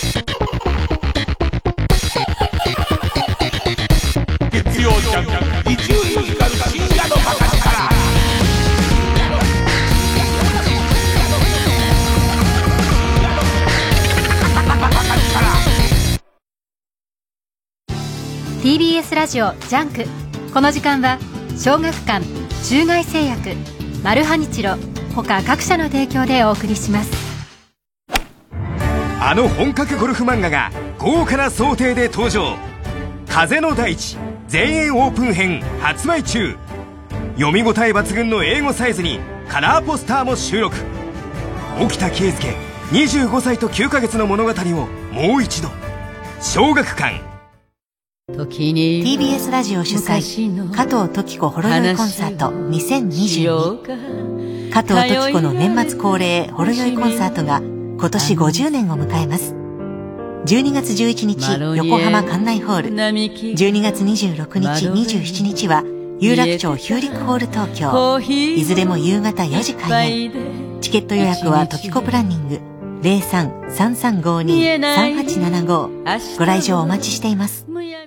月曜ジャンク、一流ミュージカル深夜のバカ力。 ティービーエス ラジオジャンク。この時間は小学館、中外製薬、マルハニチロ他各社の提供でお送りします。 あの本格ゴルフ漫画が豪華な想定で登場。 風の大地全英オープン編発売中。読み応え抜群の英語サイズにカラーポスターも収録。沖田圭介にじゅうごさいときゅうかげつの物語をもう一度。小学館。 ティービーエス ラジオ主催加藤登紀子ほろ酔いコンサートにせんにじゅうに。加藤登紀子の年末恒例ほろ酔いコンサートが今年ごじゅうねんを迎えます。じゅうにがつじゅういちにち横浜関内ホール、じゅうにがつにじゅうろくにちにじゅうしちにちは有楽町ヒューリックホール東京、いずれも夕方よじ開演。チケット予約はトキコプランニング ゼロさん さんさんごに さんはちななご。 ご来場お待ちしています。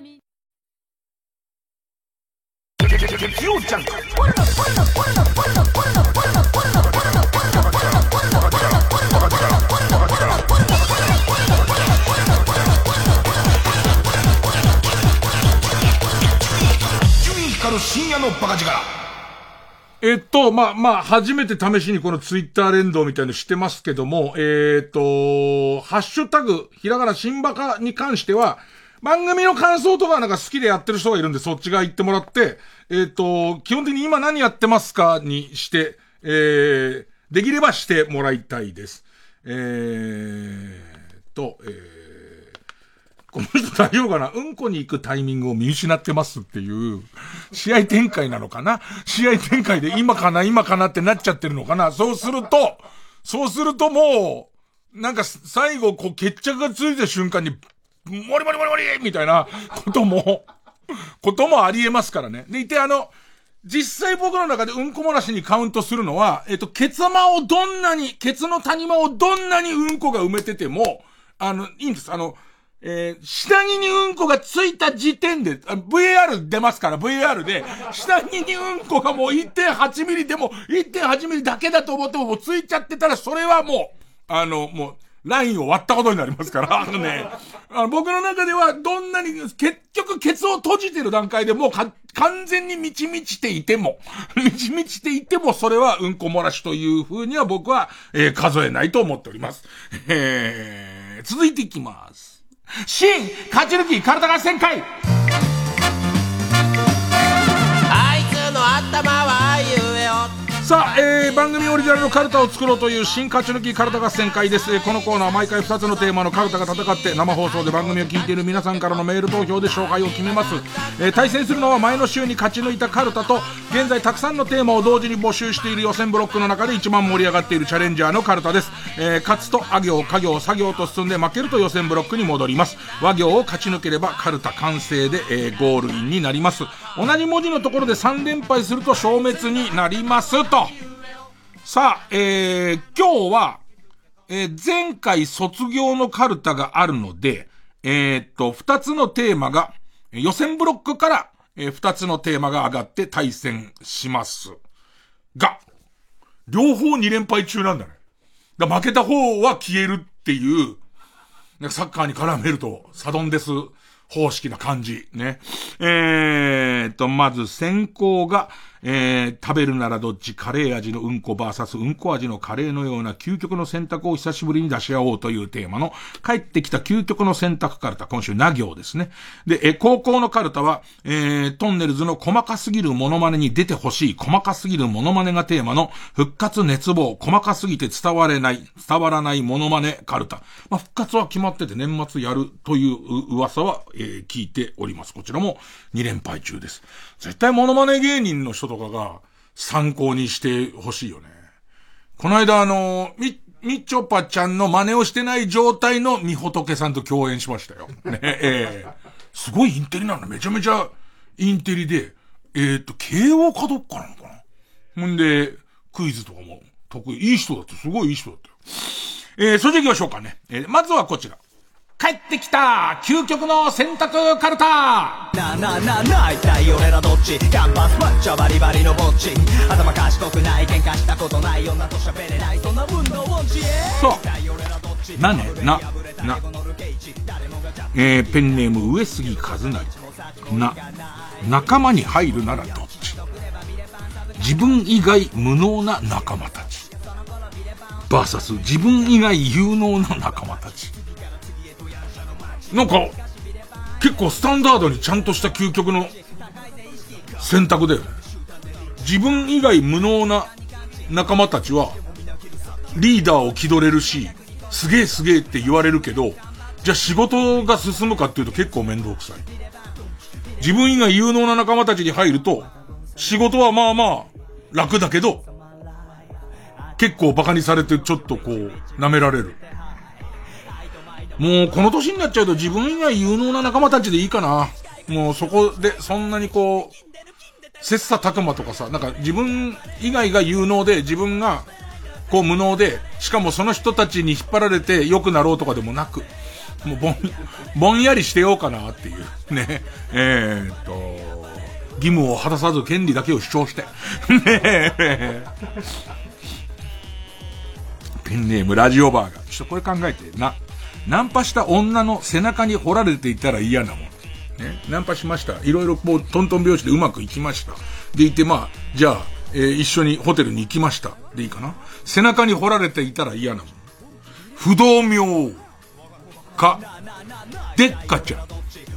深夜のバカ力。えっと、まあ、まあ、初めて試しにこのツイッター連動みたいのしてますけども、えっと、ハッシュタグ、ひらがな新バカに関しては、番組の感想とかなんか好きでやってる人がいるんで、そっち側行ってもらって、えっと、基本的に今何やってますかにして、えー、できればしてもらいたいです。えーと、えー、この人大丈夫かな？うんこに行くタイミングを見失ってますっていう試合展開なのかな？試合展開で今かな今かなってなっちゃってるのかな？そうすると、そうするともう、なんか最後こう決着がついた瞬間に、モリモリモリモリみたいなことも、こともあり得ますからね。でいてあの、実際僕の中でうんこ漏らしにカウントするのは、えっと、ケツ間をどんなに、ケツの谷間をどんなにうんこが埋めてても、あの、いいんです。あの、えー、下着にうんこがついた時点で、ブイエーアール 出ますから、ブイエーアール で、下着にうんこがもう いってんはちミリでも、いってんはちミリだけだと思ってももうついちゃってたら、それはもう、あの、もう、ラインを割ったことになりますから、あのね、あの僕の中ではどんなに、結局ケツを閉じてる段階でもうか完全に満ち満ちていても、満ち満ちていても、それはうんこ漏らしという風には僕は、えー、数えないと思っております。えー、続いていきます。新勝ち抜き体合戦会。 あいつの頭は言えよ。 さあ、えー、番組オリジナルのカルタを作ろうという新勝ち抜きカルタ合戦会です。えー、このコーナーは毎回ふたつのテーマのカルタが戦って生放送で番組を聞いている皆さんからのメール投票で勝敗を決めます。えー、対戦するのは前の週に勝ち抜いたカルタと現在たくさんのテーマを同時に募集している予選ブロックの中で一番盛り上がっているチャレンジャーのカルタです。えー、勝つとあ行、家行、作業と進んで負けると予選ブロックに戻ります。和行を勝ち抜ければカルタ完成で、えー、ゴールインになります。同じ文字のところでさん連敗すると消滅になりますと。さあ、えー、今日は、えー、前回卒業のカルタがあるので、えー、っと、二つのテーマが、予選ブロックから、えー、二つのテーマが上がって対戦します。が、両方に連敗中なんだね。だ負けた方は消えるっていう、サッカーに絡めると、サドンデス方式な感じ。ね。えー、っと、まず先行が、えー、食べるならどっちカレー味のうんこ ブイエス うんこ味のカレーのような究極の選択を久しぶりに出し合おうというテーマの帰ってきた究極の選択カルタ、今週な行ですね。で、えー、高校のカルタは、えー、トンネルズの細かすぎるモノマネに出てほしい細かすぎるモノマネがテーマの復活熱望、細かすぎて伝われない、伝わらないモノマネカルタ。まあ、復活は決まってて年末やるという噂は、えー、聞いております。こちらもに連敗中です。絶対モノマネ芸人の人とかが参考にしてほしいよね。この間あの、み、みちょぱちゃんの真似をしてない状態のみほとけさんと共演しましたよ。ね、えー、すごいインテリなの。めちゃめちゃインテリで、えー、っと、慶応かどっかなのかな。ほんで、クイズとかも得意。いい人だって、すごいいい人だったよ。えー、それで行きましょうかね。えー、まずはこちら。帰ってきた究極の選択カルタ。 なあなあなあなあ一体俺らどっち。キャンパスマッチョバリバリのぼっち。頭賢くない喧嘩したことない女と喋れないそんな分のウォンチ。 そうなねななえー、ペンネーム上杉和成な仲間に入るならどっち。自分以外無能な仲間たち ブイエス 自分以外有能な仲間たち。なんか、 結構スタンダードにちゃんとした究極の選択だよね。自分以外無能な仲間たちはリーダーを気取れるし、すげえすげえって言われるけど、じゃあ仕事が進むかっていうと結構面倒くさい。自分以外有能な仲間たちに入ると、仕事はまあまあ楽だけど、結構バカにされてちょっとこう舐められる。もうこの年になっちゃうと自分以外有能な仲間たちでいいかな。もうそこでそんなにこう切磋琢磨とかさ、なんか自分以外が有能で自分がこう無能で、しかもその人たちに引っ張られて良くなろうとかでもなく、もうぼんぼんやりしてようかなっていうね。えーっと義務を果たさず権利だけを主張してねえ。ペンネームラジオバーガー。ちょっとこれ考えてな。ナンパした女の背中に掘られていたら嫌なもん。ね。ナンパしました。いろいろこうトントン拍子でうまくいきました。でいて、まあ、じゃあ、えー、一緒にホテルに行きました。でいいかな。背中に掘られていたら嫌なもん。不動明か、でっかちゃん。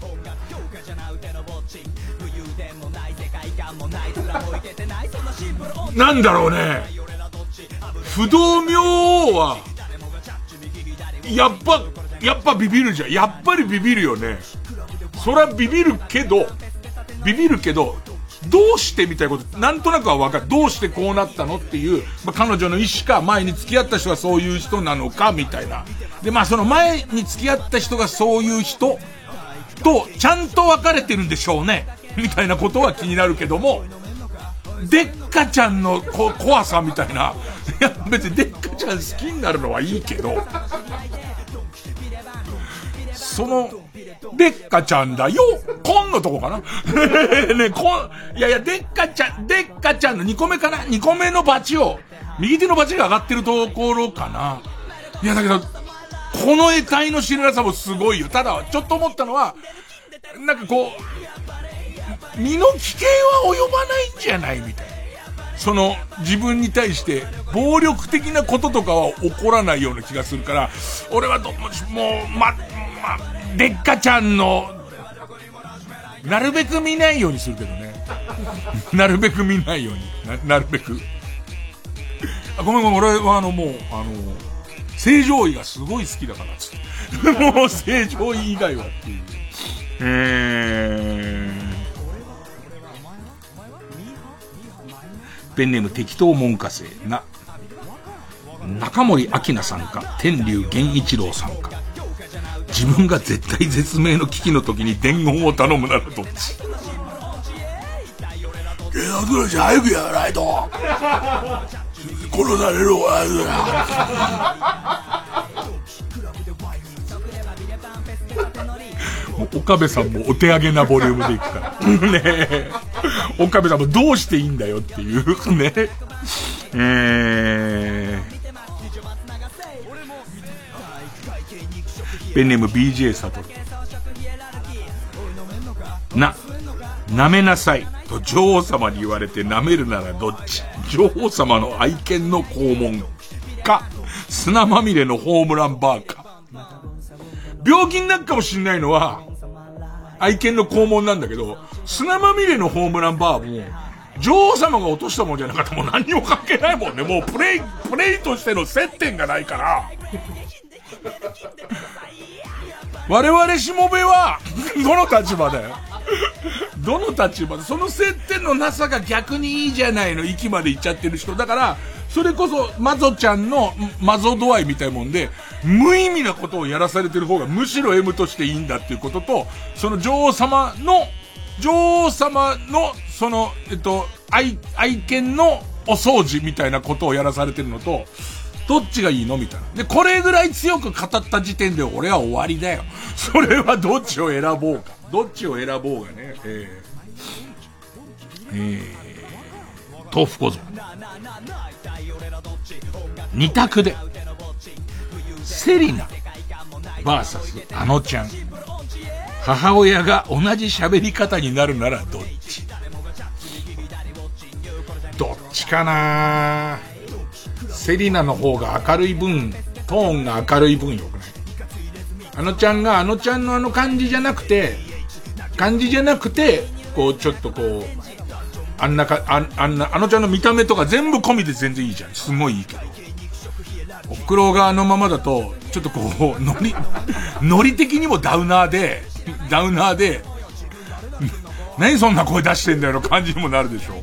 なんだろうね。不動明は、やっぱ、やっぱビビるじゃん。やっぱりビビるよね。そらビビるけど、ビビるけど、どうしてみたいなこと、なんとなくはわかる。どうしてこうなったのっていう、まあ、彼女の意思か、前に付き合った人がそういう人なのか、みたいな。で、まあ、その前に付き合った人がそういう人と、ちゃんと別れてるんでしょうね。みたいなことは気になるけども、でっかちゃんのこ怖さみたいな。いや、別にでっかちゃん好きになるのはいいけど、その、でっかちゃんだよ、こんのとこかな。ね、こん、いやいや、でっかちゃん、でっかちゃんのにこめかな ?に 個目のバチを、右手のバチが上がってるところかな。いや、だけど、この得体の知らなさもすごいよ。ただ、ちょっと思ったのは、なんかこう、身の危険は及ばないんじゃないみたいな。その、自分に対して暴力的なこととかは起こらないような気がするから、俺はどうも、もう、ま、ま、でっかちゃんの、なるべく見ないようにするけどね。なるべく見ないように。な、なるべく。あ、ごめんごめん、俺はあのもう、あの、正常位がすごい好きだからつって。もう正常位以外はっていう。えー。ペンネーム適当門下生な。中森明菜さんか、天竜源一郎さんか。自分が絶対絶命の危機の時に伝言を頼むならどっち？警察の人早くやらないと殺されるわよ。もう岡部さんもお手上げなボリュームでいくからねえ、岡部さんもどうしていいんだよっていうね。えーペンネーム ビージェー サトルな、舐めなさいと女王様に言われて舐めるならどっち？女王様の愛犬の肛門か、砂まみれのホームランバーか。病気になるかもしんないのは愛犬の肛門なんだけど、砂まみれのホームランバーも女王様が落としたもんじゃなかったらもう何にも関係ないもんね。もうプレイプレイとしての接点がないから我々しもべはどの立場だよ。どの立場でその接点のなさが逆にいいじゃないの域まで行っちゃってる人だから、それこそマゾちゃんのマゾ度合いみたいもんで、無意味なことをやらされてる方がむしろ M としていいんだっていうことと、その女王様の女王様のそのえっと愛愛犬のお掃除みたいなことをやらされてるのと、どっちがいいのみたいな。で、これぐらい強く語った時点で俺は終わりだよ。それはどっちを選ぼうか。どっちを選ぼうがね。えー、えー、豆腐小僧。二択で。セリナ ブイエス あのちゃん。母親が同じ喋り方になるならどっち？どっちかな。セリナの方が明るい分、トーンが明るい分よくない？あのちゃんがあのちゃんのあの感じじゃなくて、 感じじゃなくて、こう、ちょっとこう、あんなか、あ、あんな、あのちゃんの見た目とか全部込みで全然いいじゃん。すごいいいけど。おふくろがあのままだと、ちょっとこう、ノリ、ノリ的にもダウナーで、ダウナーで、何そんな声出してんだよの感じにもなるでしょ。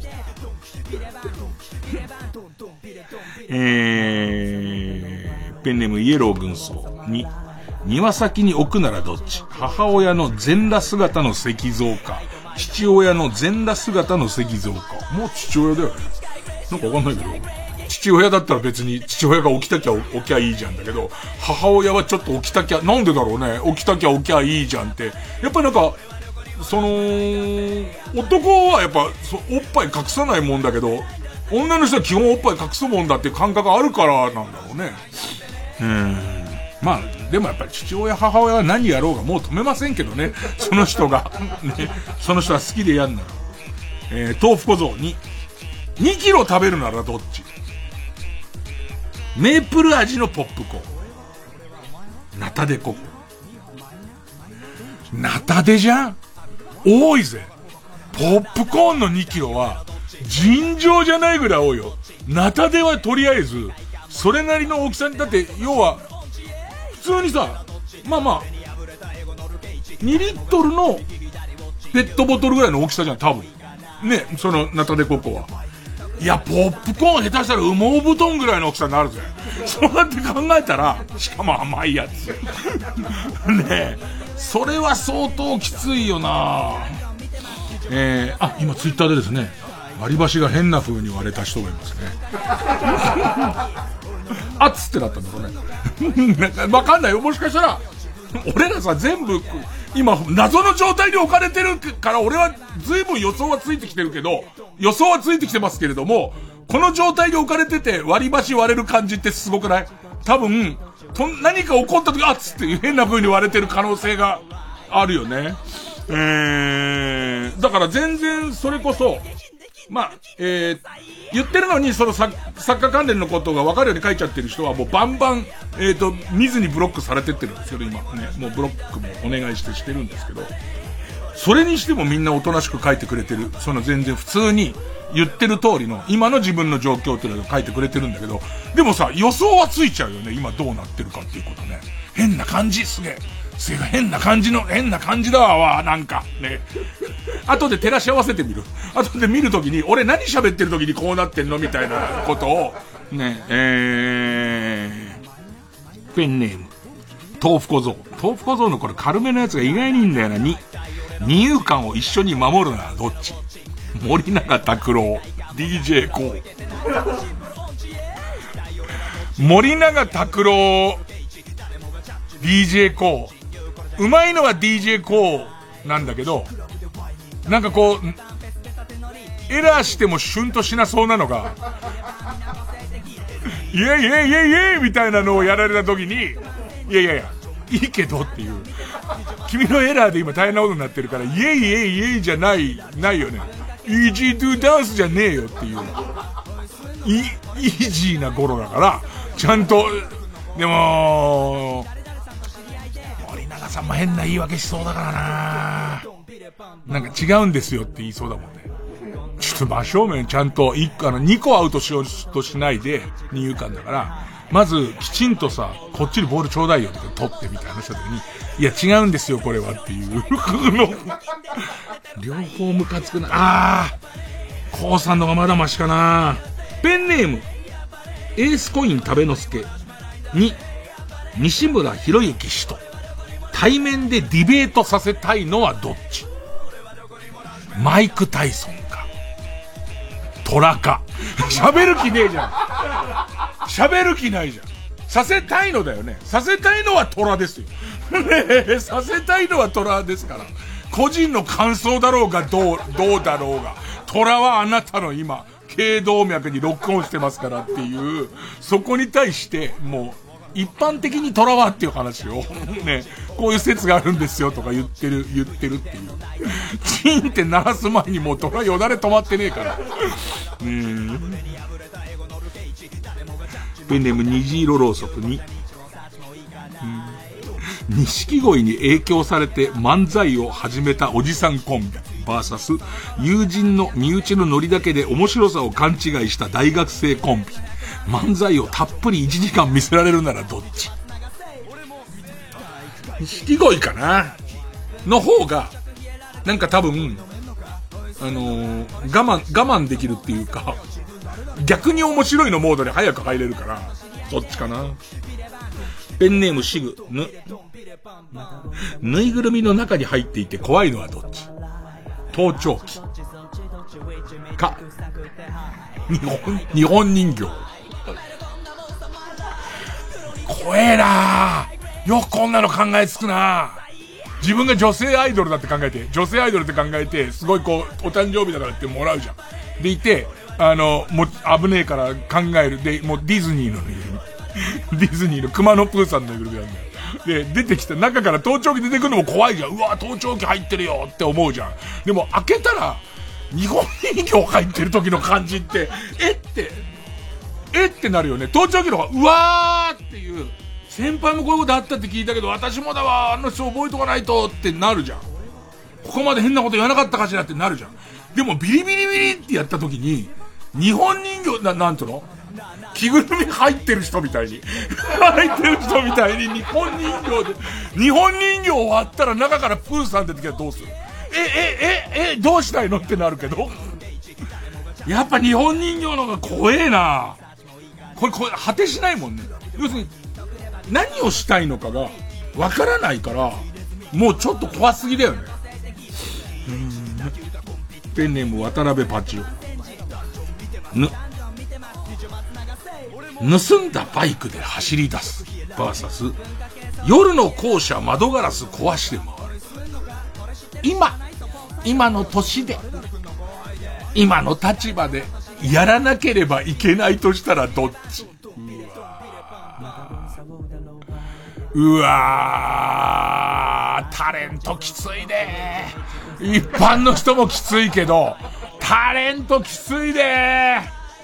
えー、ペンネームイエロー軍曹に、庭先に置くならどっち？母親の全裸姿の石像か、父親の全裸姿の石像か。もう父親だよね。なんかわかんないけど。父親だったら別に父親が起きたきゃ起きゃいいじゃんだけど、母親はちょっと起きたきゃ、なんでだろうね。起きたきゃ起きゃいいじゃんって。やっぱりなんか、その、男はやっぱそ、おっぱい隠さないもんだけど、女の人は基本おっぱい隠すもんだっていう感覚があるからなんだろうね。うーん。まあ、でもやっぱり父親母親は何やろうがもう止めませんけどね。その人が、ね、その人は好きでやんなら。えー、豆腐小僧に、にキロ食べるならどっち？メープル味のポップコーン。ナタデココ。ナタデじゃん？多いぜ。ポップコーンのにキロは、尋常じゃないぐらい多いよ。ナタデはとりあえず、それなりの大きさに、だって、要は、普通にさ、まあまあ、にリットルのペットボトルぐらいの大きさじゃん、多分。ね、そのナタデココは。いや、ポップコーン下手したら羽毛布団ぐらいの大きさになるぜ。そうやって考えたら、しかも甘いやつ。ねえ、それは相当きついよな。えー、あ、今ツイッターでですね、割り箸が変な風に割れた人がいますね。あっつってなったんだろうね。わかんないよ。もしかしたら、俺らさ、全部、今、謎の状態に置かれてるから、俺は随分予想はついてきてるけど、予想はついてきてますけれども、この状態に置かれてて割り箸割れる感じってすごくない？多分、と何か起こった時、あっつって変な風に割れてる可能性があるよね。えー、だから全然それこそ、まあ、えー、言ってるのにその作家関連のことが分かるように書いちゃってる人はもうバンバン、えーと、見ずにブロックされてってるんですけど、今ね、もうブロックもお願いしてしてるんですけど、それにしてもみんなおとなしく書いてくれてる。その全然普通に言ってる通りの今の自分の状況っていうのを書いてくれてるんだけど、でもさ、予想はついちゃうよね。今どうなってるかっていうことね。変な感じ、すげえ。すげえ変な感じの、変な感じだわ、なんか。ね。後で照らし合わせてみる。後で見るときに、俺何喋ってるときにこうなってんのみたいなことを、ね、えー、ペンネーム。豆腐小僧。豆腐小僧のこれ軽めのやつが意外にいいんだよな。に、二遊間を一緒に守るならどっち？森永卓郎、ディージェー コー。森永卓郎、ディージェー コー。うまいのは ディージェー コーなんだけど、なんかこう、エラーしてもシュンとしなそうなのが、イエイイエイイエイイエイみたいなのをやられた時に、いやいやいや、いいけどっていう。君のエラーで今大変なことになってるから、イエイイエイイエイじゃない、ないよね。イージートゥダンスじゃねえよっていう。イ、イージーな頃だから、ちゃんと、でも、森永さんも変な言い訳しそうだからな。なんか違うんですよって言いそうだもんね。ちょっと真正面ちゃんと一個、あの、二個アウトしようとしないで、二遊間だから、まず、きちんとさ、こっちにボールちょうだいよって取ってみたいな話した時に、いや違うんですよこれはっていう。両方ムカつくな。あー、コウさんのがまだマシかな。ペンネーム、エースコイン食べのすけに、西村博之氏と対面でディベートさせたいのはどっち？マイク・タイソンかトラか。喋る気ねえじゃん。喋る気ないじゃん。させたいのだよね。させたいのはトラですよ。ね、させたいのはトラですから。個人の感想だろうがどう、どうだろうが。トラはあなたの今、頸動脈にロックオンしてますからっていう、そこに対して、もう、一般的にトラはっていう話を、ね、こういう説があるんですよとか言ってる、言ってるっていう。チンって鳴らす前にもうトラよだれ止まってねえから。うーん。ペンネーム虹色ろうそくに、 錦鯉に影響されて漫才を始めたおじさんコンビ ブイエス 友人の身内のノリだけで面白さを勘違いした大学生コンビ。漫才をたっぷりいちじかん見せられるならどっち？錦鯉かなの方がなんか多分あのー、我慢我慢できるっていうか、逆に面白いのモードに早く入れるからそっちかな。ペンネームシグぬぬいぐるみの中に入っていて怖いのはどっち？盗聴器か日本日本人形。怖えなぁ。よくこんなの考えつくなぁ。自分が女性アイドルだって考えて、女性アイドルって考えて、すごいこう、お誕生日だからってもらうじゃん。でいて、あの、もう危ねえから考える。で、もうディズニーのぬいぐるみ。ディズニーの熊野プーさんのぬいぐるみなんだよ。で、出てきた中から盗聴器出てくるのも怖いじゃん。うわ、盗聴器入ってるよって思うじゃん。でも開けたら、日本人形入ってる時の感じって、えって、えってなるよね。盗聴器の方が、うわーっていう。先輩もこういうことあったって聞いたけど、私もだわ、あの人覚えとかないとってなるじゃん。ここまで変なこと言わなかったかしらってなるじゃん。でもビリビリビリってやった時に、日本人形、な、なんとの着ぐるみ入ってる人みたいに。入ってる人みたいに日本人形で、日本人形を割ったら中からプーさん出てきたらどうする？え、え、え、え、どうしたいのってなるけど。やっぱ日本人形の方が怖えな。これ、これ、果てしないもんね。要するに、何をしたいのかがわからないから、もうちょっと怖すぎだよね。うーん。ペンネーム渡辺パチオ。ぬ、盗んだバイクで走り出す ブイエス 夜の校舎窓ガラス壊して回る。今、今の年で、今の立場でやらなければいけないとしたらどっち？うわー、タレントきついでー。一般の人もきついけど、タレントきついでー。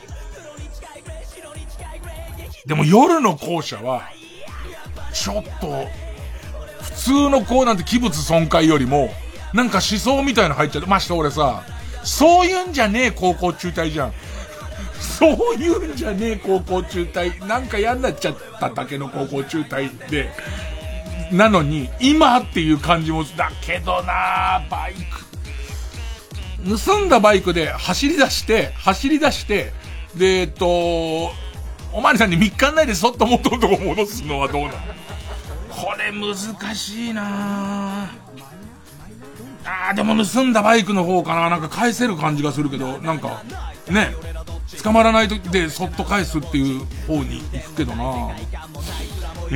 でも夜の校舎は、ちょっと、普通のこうなんて器物損壊よりも、なんか思想みたいなの入っちゃう。まして俺さ、そういうんじゃねえ高校中退じゃん。そういうんじゃねえ高校中退。なんか嫌になっちゃっただけの高校中退で。なのに、今っていう感じも、だけどなバイク。盗んだバイクで走り出して、走り出して、で、えっと、おまわりさんにみっか以内でそっと元のとこ戻すのはどうなの？これ難しいなあー、でも盗んだバイクの方かな。なんか返せる感じがするけど、なんか、ね。捕まらない時でそっと返すっていう方に行くけどな。え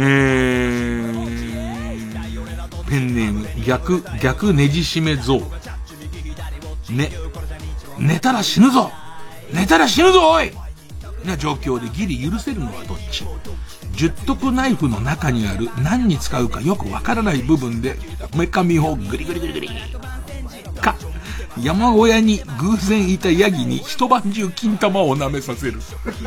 ー、ペンネーム逆逆ねじ締め像。ね、寝たら死ぬぞ。寝たら死ぬぞおい。な状況でギリ許せるのはどっち？十徳ナイフの中にある何に使うかよくわからない部分でこめかみをグリグリグリグリか。山小屋に偶然いたヤギに一晩中金玉を舐めさせる。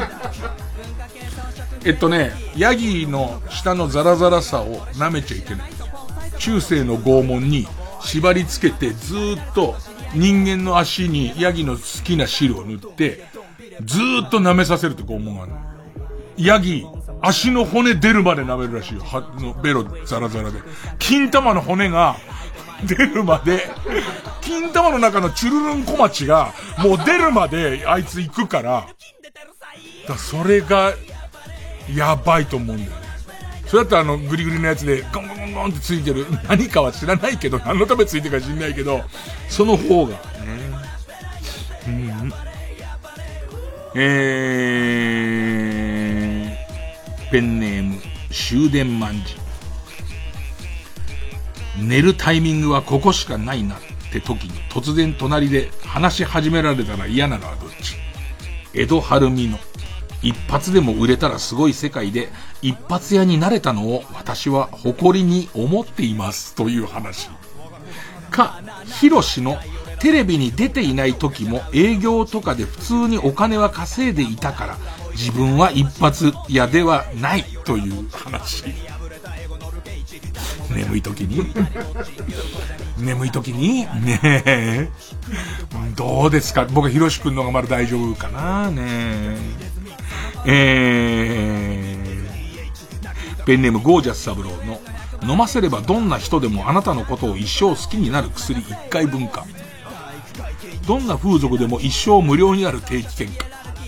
えっとね、ヤギの下のザラザラさを舐めちゃいけない。中世の拷問に縛り付けてずーっと人間の足にヤギの好きな汁を塗ってずーっと舐めさせるって拷問があるの。ヤギ、足の骨出るまで舐めるらしいよ。はのベロザラザラで。金玉の骨が出るまで、金玉の中のチュルルン小町がもう出るまであいつ行くから、だそれがやばいと思うんだよね。それだったらあのグリグリのやつでゴンゴンゴンゴンってついてる何かは知らないけど、何のためついてるか知んないけど、その方がね。うん、えー、ペンネーム終電万事。寝るタイミングはここしかないなって時に突然隣で話し始められたら嫌なのはどっち？江戸晴美の一発でも売れたらすごい世界で一発屋になれたのを私は誇りに思っていますという話か、ヒロシのテレビに出ていない時も営業とかで普通にお金は稼いでいたから自分は一発屋ではないという話ね眠い時に眠い時にねえどうですか。僕はひろしくんのがまだ大丈夫かなねえー、ペンネームゴージャス三郎の飲ませればどんな人でもあなたのことを一生好きになる薬いっかいぶんか。どんな風俗でも一生無料になる定期券か。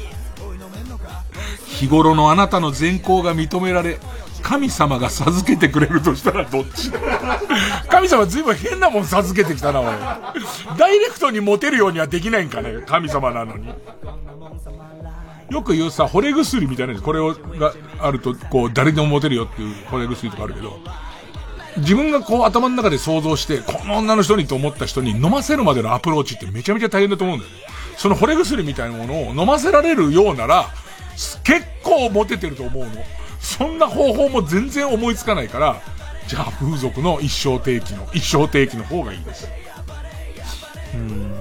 日頃のあなたの善行が認められ神様が授けてくれるとしたらどっちだ。神様ずいぶん変なもん授けてきたなおい。ダイレクトにモテるようにはできないんかね、神様なのに。よく言うさ、惚れ薬みたいな、これをがあるとこう誰でもモテるよっていう惚れ薬とかあるけど、自分がこう頭の中で想像してこの女の人にと思った人に飲ませるまでのアプローチってめちゃめちゃ大変だと思うんだよね。その惚れ薬みたいなものを飲ませられるようなら結構モテてると思うの。そんな方法も全然思いつかないから、じゃあ風俗の一生定期の一生定期の方がいいです。うーん。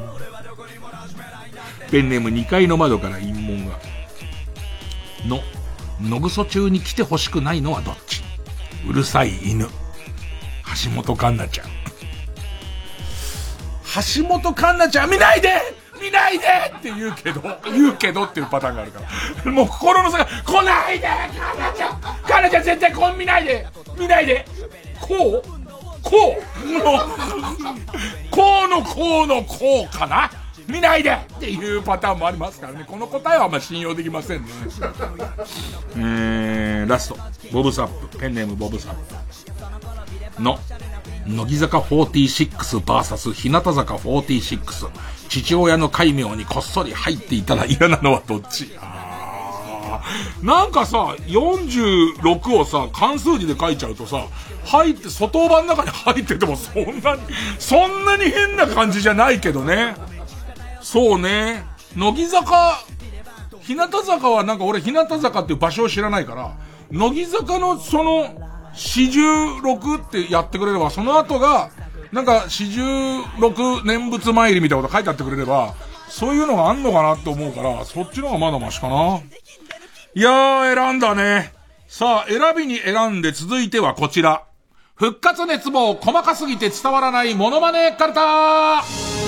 ペンネームにかいの窓から陰謀がの野ぐそ中に来てほしくないのはどっち。うるさい犬橋本環奈ちゃん。橋本環奈ちゃん見ないで見ないでって言うけど言うけどっていうパターンがあるからもう心の差が来ないで環奈ちゃん環奈ちゃん絶対こん見ないで見ないでこうこうもうこうのこうのこうかな見ないでっていうパターンもありますからね。この答えはあんま信用できませんね。えー、ラストボブサップペンネームボブサップの乃木坂 フォーティーシックス ブイエス 日向坂 フォーティーシックス 父親の戒名にこっそり入っていたら嫌なのはどっち。あなんかさよんじゅうろくをさ漢数字で書いちゃうとさ入って外版の中に入っててもそんなにそんなに変な感じじゃないけどね。そうね、乃木坂日向坂はなんか俺日向坂っていう場所を知らないから乃木坂のそのよんじゅうろくってやってくれればその後がなんかよんじゅうろく念仏参りみたいなこと書いてあってくれればそういうのがあんのかなって思うからそっちの方がまだマシかな。いやー選んだね。さあ選びに選んで続いてはこちら復活熱望細かすぎて伝わらないモノマネカルタ。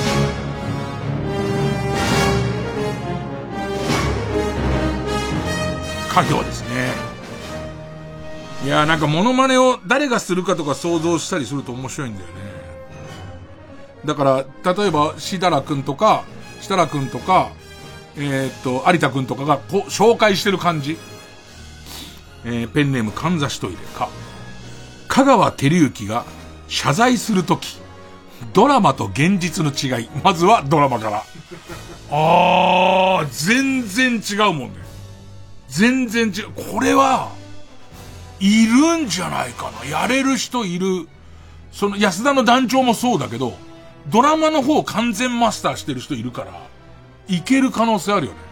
家業ですね。いやーなんかモノマネを誰がするかとか想像したりすると面白いんだよね。だから例えばしだらくんとかしたらくんとかえー、っと有田くんとかがこ紹介してる感じ、えー、ペンネームかんざしトイレか香川照之が謝罪するときドラマと現実の違い。まずはドラマからあー全然違うもんね。全然違う。これはいるんじゃないかな。やれる人いる。その安田の団長もそうだけどドラマの方完全マスターしてる人いるからいける可能性あるよね。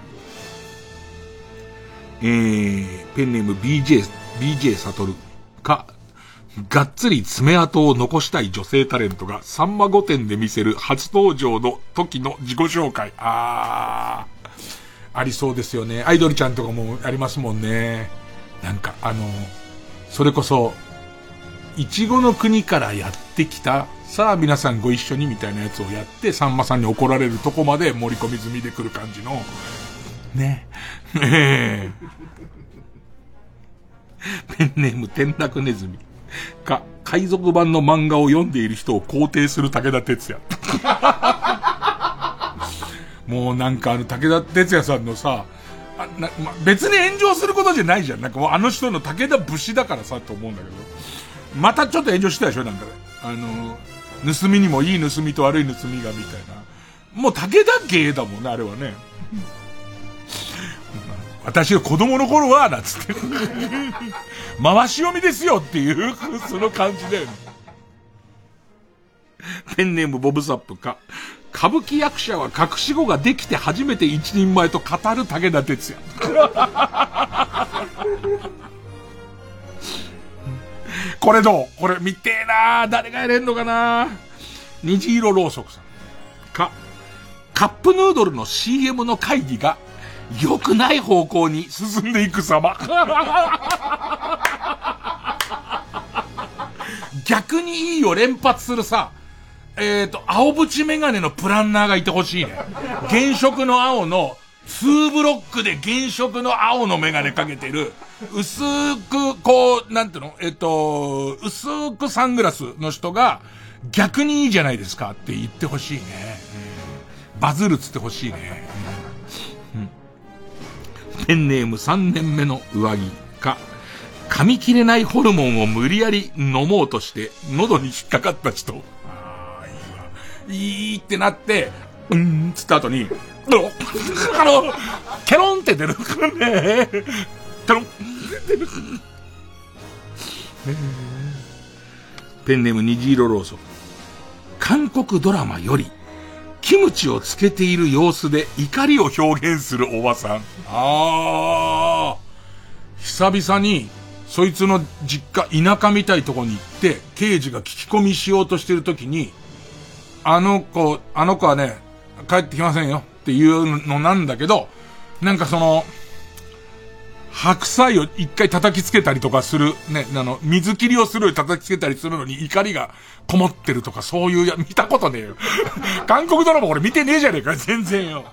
えー、ペンネーム ビージェー ビージェー サトルかがっつり爪痕を残したい女性タレントがさんま御殿で見せる初登場の時の自己紹介。あーありそうですよね。アイドルちゃんとかもありますもんね。なんかあのそれこそいちごの国からやってきたさあ皆さんご一緒にみたいなやつをやってさんまさんに怒られるとこまで盛り込み済みでくる感じのねえペンネーム転落ネズミか海賊版の漫画を読んでいる人を肯定する武田鉄矢もうなんかあの武田鉄矢さんのさあな、ま、別に炎上することじゃないじゃん。なんかもうあの人の武田節だからさと思うんだけどまたちょっと炎上したでしょ。なんかあの盗みにもいい盗みと悪い盗みがみたいなもう武田芸だもんねあれはね私が子供の頃はなんつって回し読みですよっていうその感じだよね。ペンネームボブサップか歌舞伎役者は隠し子ができて初めて一人前と語る武田鉄矢これどうこれ見てえなー。誰がやれんのかな。虹色ろうそくさんかカップヌードルの シーエム の会議が良くない方向に進んでいく様逆にいいを連発するさ、えっと、青縁メガネのプランナーがいてほしいね。原色の青の、にブロックで原色の青のメガネかけてる、薄く、こう、なんていうのえっと、薄くサングラスの人が、逆にいいじゃないですかって言ってほしいね。うん、バズるっつってほしいね。うん、ペンネームさんねんめの上着か、噛み切れないホルモンを無理やり飲もうとして、喉に引っかかった人。ああ、いいわ。いいってなって、うーん、つった後に、あの、ケロンって出るからね。ケロンって出る。ペンネーム虹色ローソン。韓国ドラマより、キムチをつけている様子で怒りを表現するおばさん。ああ。久々に、そいつの実家、田舎みたいとこに行って、刑事が聞き込みしようとしてるときに、あの子、あの子はね、帰ってきませんよっていうのなんだけど、なんかその、白菜を一回叩きつけたりとかする、ね、あの、水切りをする叩きつけたりするのに怒りがこもってるとか、そういうや、見たことねえよ。韓国ドラマ俺見てねえじゃねえか、全然よ。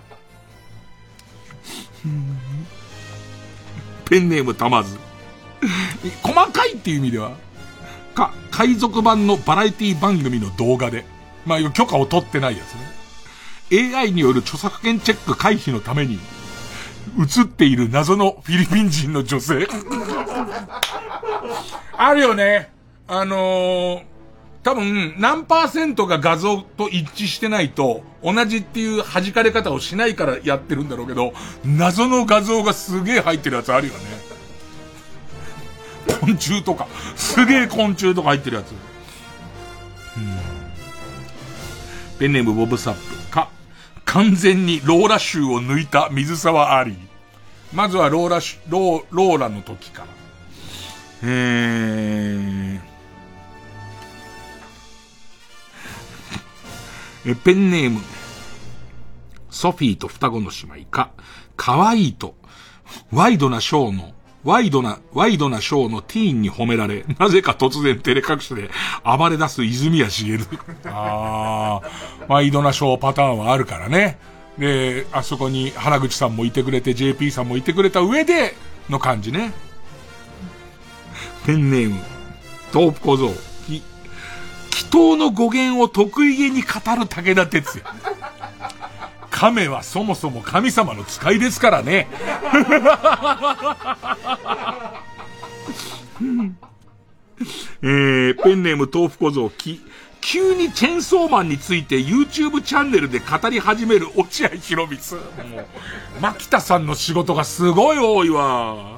ペンネームたまず。細かいっていう意味では、か、海賊版のバラエティ番組の動画で、まあ、許可を取ってないやつね。エーアイ による著作権チェック回避のために、映っている謎のフィリピン人の女性。あるよね。あのー、多分、何パーセントが画像と一致してないと、同じっていう弾かれ方をしないからやってるんだろうけど、謎の画像がすげえ入ってるやつあるよね。昆虫とか、すげえ昆虫とか入ってるやつ。うん、ペンネームボブサップか、完全にローラ臭を抜いた水沢アリー。まずはローラシュ、ロー、ローラの時から。えー、え、ペンネーム、ソフィーと双子の姉妹か、可愛いと、ワイドなショーの、ワイドな、ワイドなショーのティーンに褒められ、なぜか突然照れ隠しで暴れ出す泉谷しげる。あー、ワイドなショーパターンはあるからね。で、あそこに原口さんもいてくれて、ジェーピー さんもいてくれた上での感じね。ペンネーム、豆腐小僧。き、祈祷の語源を得意げに語る武田鉄矢。亀はそもそも神様の使いですからね。えー、ペンネーム豆腐小僧き、急にチェンソーマンについて YouTube チャンネルで語り始める落合博満。もう、牧田さんの仕事がすごい多いわ。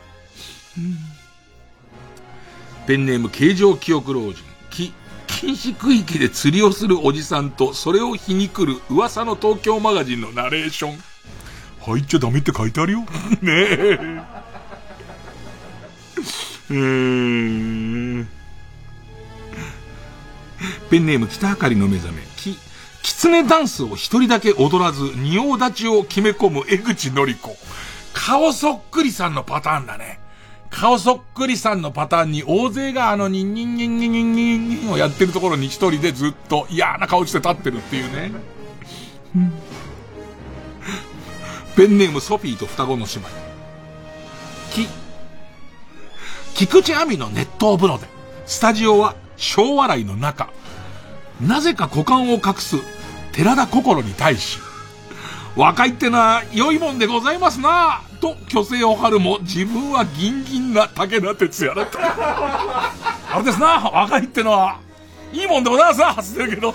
ペンネーム形状記憶老人き、禁止区域で釣りをするおじさんとそれを皮肉る噂の東京マガジンのナレーション。入っちゃダメって書いてあるよ。ねえ。うーん。ペンネーム北あかりの目覚め。き、キツネダンスを一人だけ踊らず仁王立ちを決め込む江口のり子。顔そっくりさんのパターンだね。顔そっくりさんのパターンに大勢があのニンニンニンニンニンニンニンをやってるところに一人でずっと嫌な顔して立ってるっていうね。ペンネームソフィーと双子の姉妹。き、菊池亜美の熱湯風呂で、スタジオは小笑いの中、なぜか股間を隠す寺田心に対し、若いってのは良いもんでございますなぁと虚勢を張るも、自分はギンギンな武田鉄矢だった。あれですな、若いってのはいいもんでございますな、発してるけど。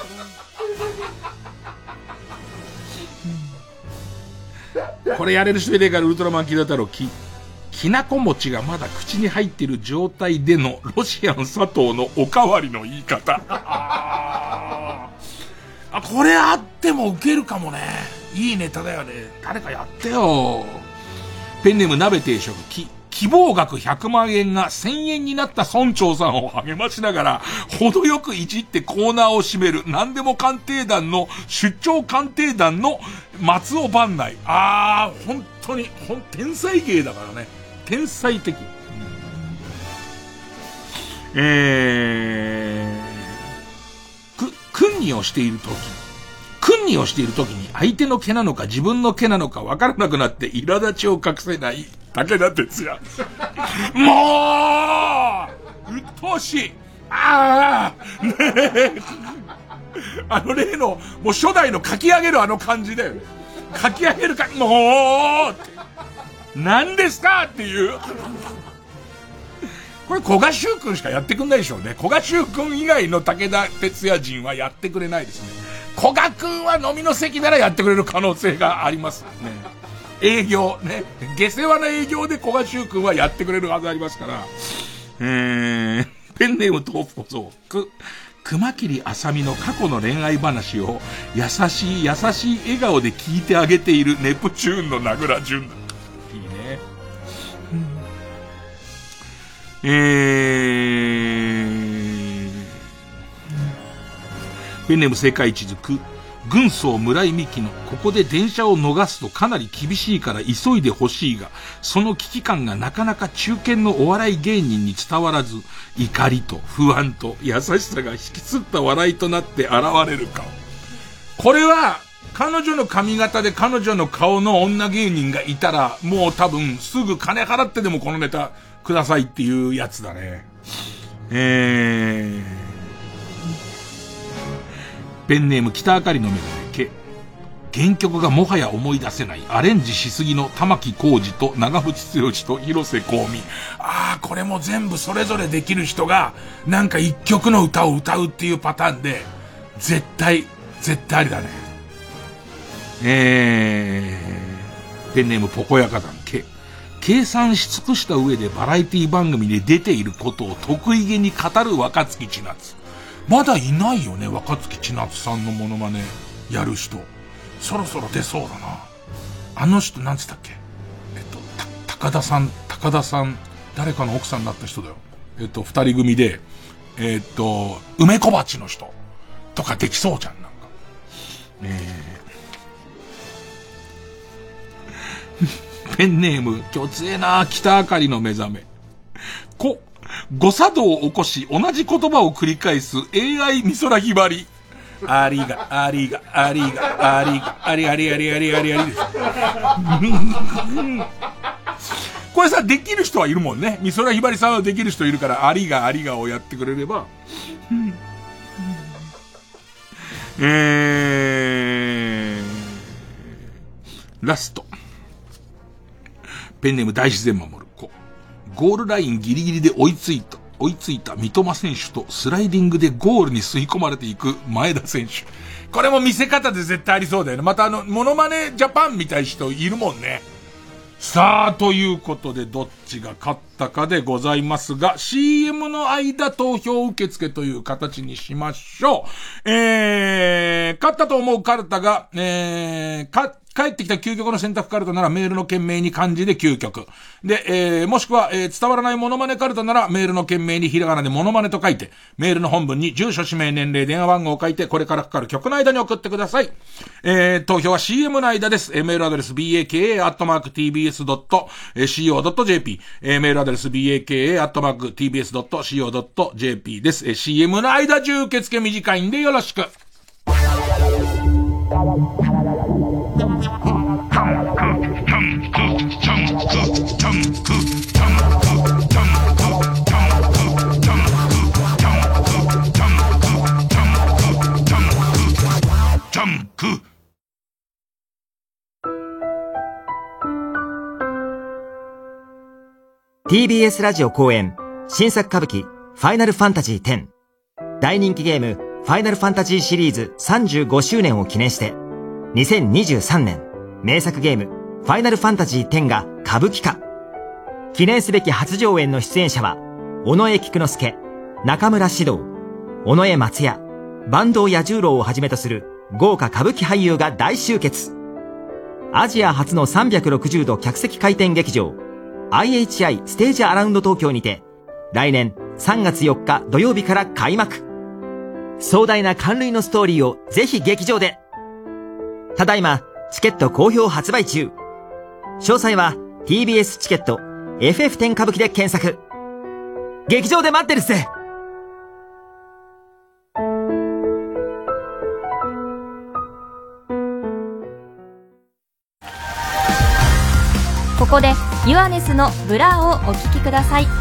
これやれる人いねえからウルトラマンキダ太郎き、きなこ餅がまだ口に入っている状態でのロシアン佐藤のおかわりの言い方。あ、これあってもウケるかもね。いいネタだよね。誰かやってよ。ペンネーム鍋定食き、希望額ひゃくまんえんがせんえんになった村長さんを励ましながら、程よくいじってコーナーを締める、何でも鑑定団の、出張鑑定団の松尾番内。あー、本当に、ほん、天才芸だからね。天才的。 えー、く、訓にをしているとき、訓にをしているときに相手の毛なのか自分の毛なのかわからなくなって苛立ちを隠せない武田鉄矢。もううっとうしい。ああねえ。あの例の、もう初代の書き上げるあの感じだよね。書き上げるか、もうって。何ですかっていう。これ古賀修君しかやってくんないでしょうね。古賀修君以外の武田鉄矢人はやってくれないですね。古賀君は飲みの席ならやってくれる可能性がありますね。営業ね。下世話な営業で古賀修君はやってくれるはずありますから。えー、ペンネーム豆腐小僧。く、熊切あさみの過去の恋愛話を優しい優しい笑顔で聞いてあげているネプチューンの名倉潤。いいね。えー、ペンネーム世界地図く、軍曹村井美樹のここで電車を逃すとかなり厳しいから急いでほしいが、その危機感がなかなか中堅のお笑い芸人に伝わらず、怒りと不安と優しさが引きつった笑いとなって現れる顔。これは彼女の髪型で彼女の顔の女芸人がいたら、もう多分すぐ金払ってでもこのネタくださいっていうやつだね。えーペンネーム北あかりの目でけ、原曲がもはや思い出せないアレンジしすぎの玉置浩二と長渕剛と広瀬香美。ああ、これも全部それぞれできる人がなんか一曲の歌を歌うっていうパターンで絶対絶対ありだね。えー、ペンネームポコヤカダンけ、計算し尽くした上でバラエティ番組で出ていることを得意げに語る若槻千夏。まだいないよね、若槻千夏さんのモノマネやる人。そろそろ出そうだな。あの人なんつったっけ、えっとた高田さん高田さん誰かの奥さんになった人だよ。えっと二人組でえっと梅小鉢の人とかできそうじゃん。なんかえー、ペンネーム今日強えな、北あかりの目覚めこ誤作動を起こし同じ言葉を繰り返す エーアイ 美空ひばり。ありがありがありがありがありありありありありありです。これさ、できる人はいるもんね。美空ひばりさんはできる人いるから、ありがありがをやってくれれば。えー、ラストペンネーム大自然守る子。ゴールラインギリギリで追いついた、追いついた三笘選手とスライディングでゴールに吸い込まれていく前田選手。これも見せ方で絶対ありそうだよね。またあの、モノマネジャパンみたいな人いるもんね。さあ、ということでどっちが勝ったかでございますが、シーエム の間投票受付という形にしましょう。えー、勝ったと思うカルタが、えー、か、帰ってきた究極の選択カルタならメールの件名に漢字で究極。で、えー、もしくは、えー、伝わらないモノマネカルタならメールの件名にひらがなでモノマネと書いて、メールの本文に住所、氏名、年齢、電話番号を書いて、これからかかる曲の間に送ってください。えー、投票は シーエム の間です。えー、メールアドレス ビーエーケーエーアットマークティービーエスドットシーオードットジェーピー、えー、メールアドレス ビーエーケーエーアットマークティービーエスドットシーオードットジェーピー です。えー、シーエム の間中受付短いんでよろしく。 ティービーエス ラジオ公演新作歌舞伎ファイナルファンタジーテン。大人気ゲームファイナルファンタジーシリーズさんじゅうごしゅうねんを記念してにせんにじゅうさんねん名作ゲームファイナルファンタジーテンが歌舞伎化。記念すべき初上演の出演者は尾上菊之助、中村獅童、尾上松也、坂東彌十郎をはじめとする豪華歌舞伎俳優が大集結。アジア初のさんびゃくろくじゅうど客席回転劇場 アイエイチアイ ステージアラウンド東京にて来年さんがつよっか土曜日から開幕。壮大な感類のストーリーをぜひ劇場で。ただいまチケット好評発売中。詳細は ティービーエス チケット エフエフテン 歌舞伎で検索。劇場で待ってるっす。 こでユアネスのブラをお聴きください。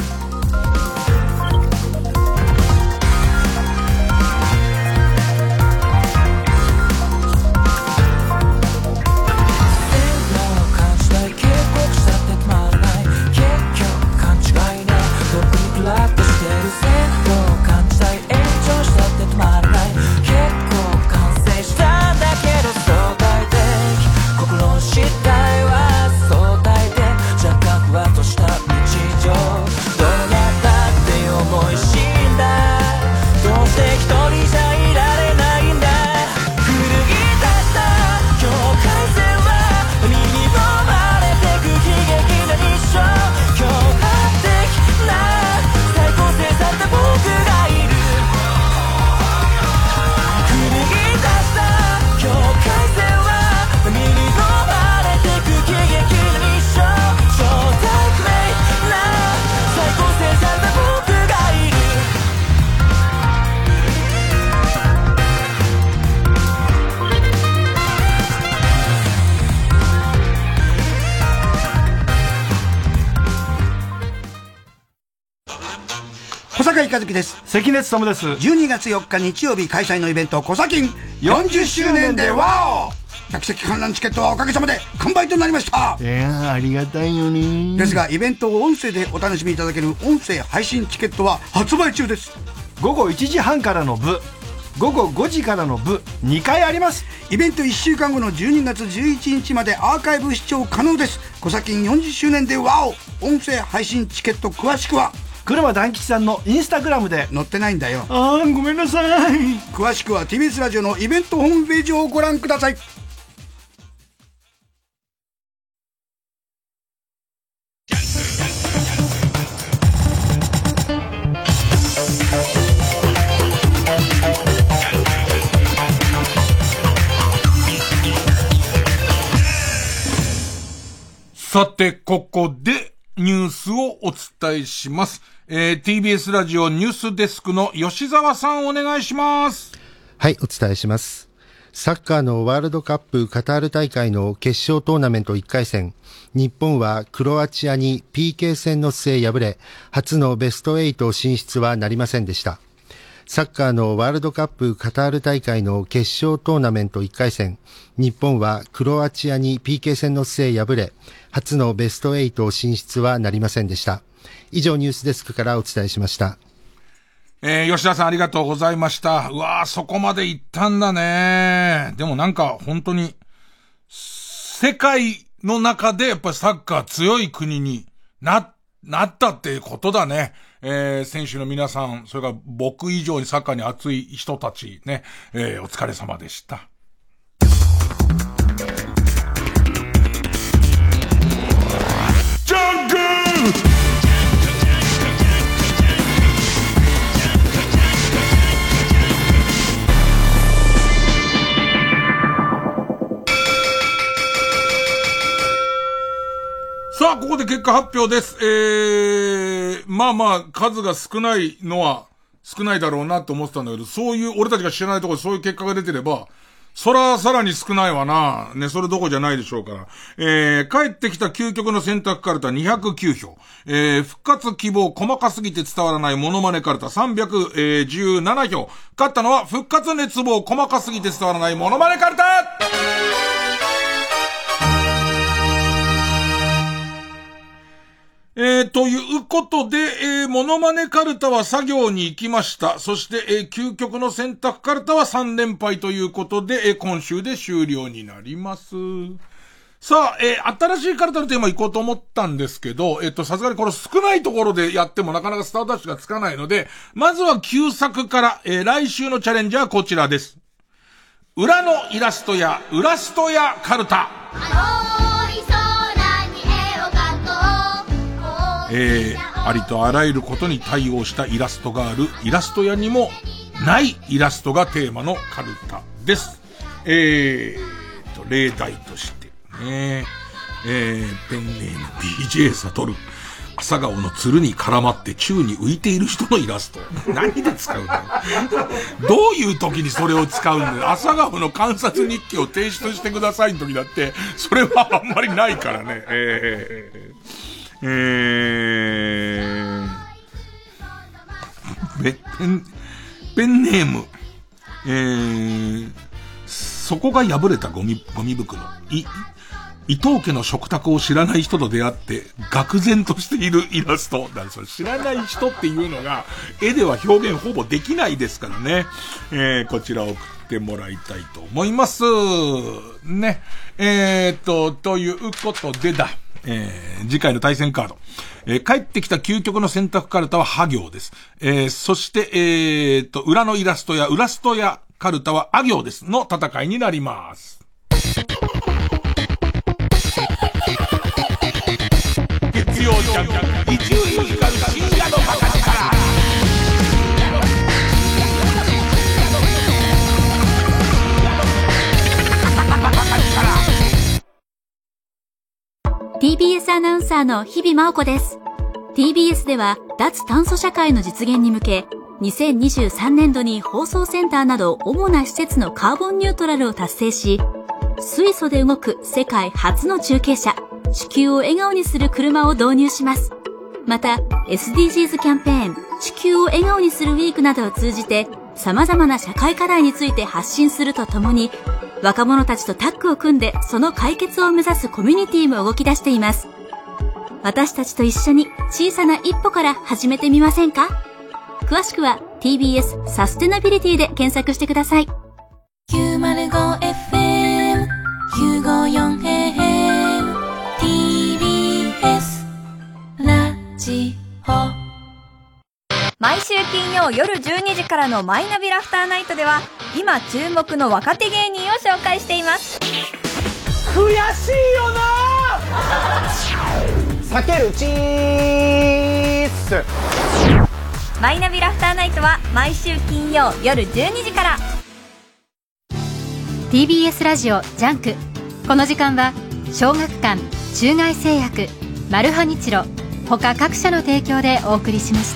小坂井和樹です。 関根勤です。 じゅうにがつよっか日曜日開催のイベント小崎よんじゅっしゅうねんでワオ、客席観覧チケットはおかげさまで完売となりました。 いやありがたいよね。 ですがイベントを音声でお楽しみいただける音声配信チケットは発売中です。 ごごいちじはんからの部、ごごごじからの部にかいあります。 イベントいっしゅうかんごのじゅうにがつじゅういちにちまでアーカイブ視聴可能です。小崎よんじゅっしゅうねんでワオ、音声配信チケット詳しくは車団吉さんのインスタグラムで。 載ってないんだよ。 あーごめんなさい。 詳しくは ティービーエス ラジオのイベントホームページをご覧ください。 さて、ここでニュースをお伝えします。えー、ティービーエス ラジオニュースデスクの吉沢さんお願いします。 はい、お伝えします。サッカーのワールドカップカタール大会の決勝トーナメントいっかい戦、日本はクロアチアに ピーケー 戦の末敗れ、初のベストはち進出はなりませんでした。サッカーのワールドカップカタール大会の決勝トーナメントいっかい戦、日本はクロアチアに ピーケー 戦の末敗れ、初のベストはち進出はなりませんでした。以上ニュースデスクからお伝えしました。 えー、吉田さんありがとうございました。うわー、そこまで行ったんだね。でもなんか本当に、世界の中でやっぱりサッカー強い国にな、なったっていうことだね。えー、選手の皆さん、それから僕以上にサッカーに熱い人たちね、えー、お疲れ様でした。ジャンクさあ、ここで結果発表です。えー、まあまあ、数が少ないのは少ないだろうなと思ってたんだけど、そういう、俺たちが知らないところでそういう結果が出てれば、そらさらに少ないわな。ね、それどこじゃないでしょうから。えー、帰ってきた究極の選択カルタにひゃくきゅうひょう。えー、復活希望細かすぎて伝わらないモノマネカルタさんびゃくじゅうななひょう。勝ったのは復活熱望細かすぎて伝わらないモノマネカルタえー、ということで、えー、モノマネカルタは作業に行きました。そして、えー、究極の選択カルタはさん連敗ということで、えー、今週で終了になります。さあ、えー、新しいカルタのテーマ行こうと思ったんですけど、えっと、さすがにこれ少ないところでやってもなかなかスタートダッシュがつかないので、まずは旧作から、えー、来週のチャレンジはこちらです。裏のイラストや、ウラストやカルタ。えー、ありとあらゆることに対応したイラストがあるイラスト屋にもないイラストがテーマのカルタです。えーと、例題としてね、えー、ペンネーム ビージェー サトル。 朝顔のつるに絡まって宙に浮いている人のイラスト。何で使うんだよ。どういう時にそれを使うんだよ。朝顔の観察日記を提出してくださいの時だって、それはあんまりないからね。えー、えー、ペン、ペンネーム、えー、そこが破れたゴミ、ゴミ袋。い、伊藤家の食卓を知らない人と出会って、愕然としているイラスト。だからそれ知らない人っていうのが、絵では表現ほぼできないですからね。えー、こちらを送ってもらいたいと思います。ね。えーっと、ということでだ。えー、次回の対戦カード。えー、帰ってきた究極の選択カルタはハ行です。えー、そして、えーっと、裏のイラストや、ウラストやカルタはア行です。の戦いになります。月曜ジャンク、一流ミュージカル深夜のバカ力。 ティービーエス アナウンサーの日々真央子です。ティービーエス では脱炭素社会の実現に向け、にせんにじゅうさんねんどに放送センターなど主な施設のカーボンニュートラルを達成し、水素で動く世界初の中継車、地球を笑顔にする車を導入します。また エスディージーズ キャンペーン、地球を笑顔にするウィークなどを通じて様々な社会課題について発信するとともに、若者たちとタッグを組んでその解決を目指すコミュニティも動き出しています。私たちと一緒に小さな一歩から始めてみませんか？詳しくは ティービーエス サステナビリティで検索してください。 きゅうまるごエフエムきゅうごよんエーエム ティービーエス ラジオ。 毎週金曜夜じゅうにじからのマイナビラフターナイトでは、今注目の若手芸人を紹介しています。 悔しいよな避けるチース。 マイナビラフターナイトは毎週金曜夜じゅうにじから。 ティービーエス ラジオジャンク。この時間は小学館、中外製薬、マルハニチロ他各社の提供でお送りしました。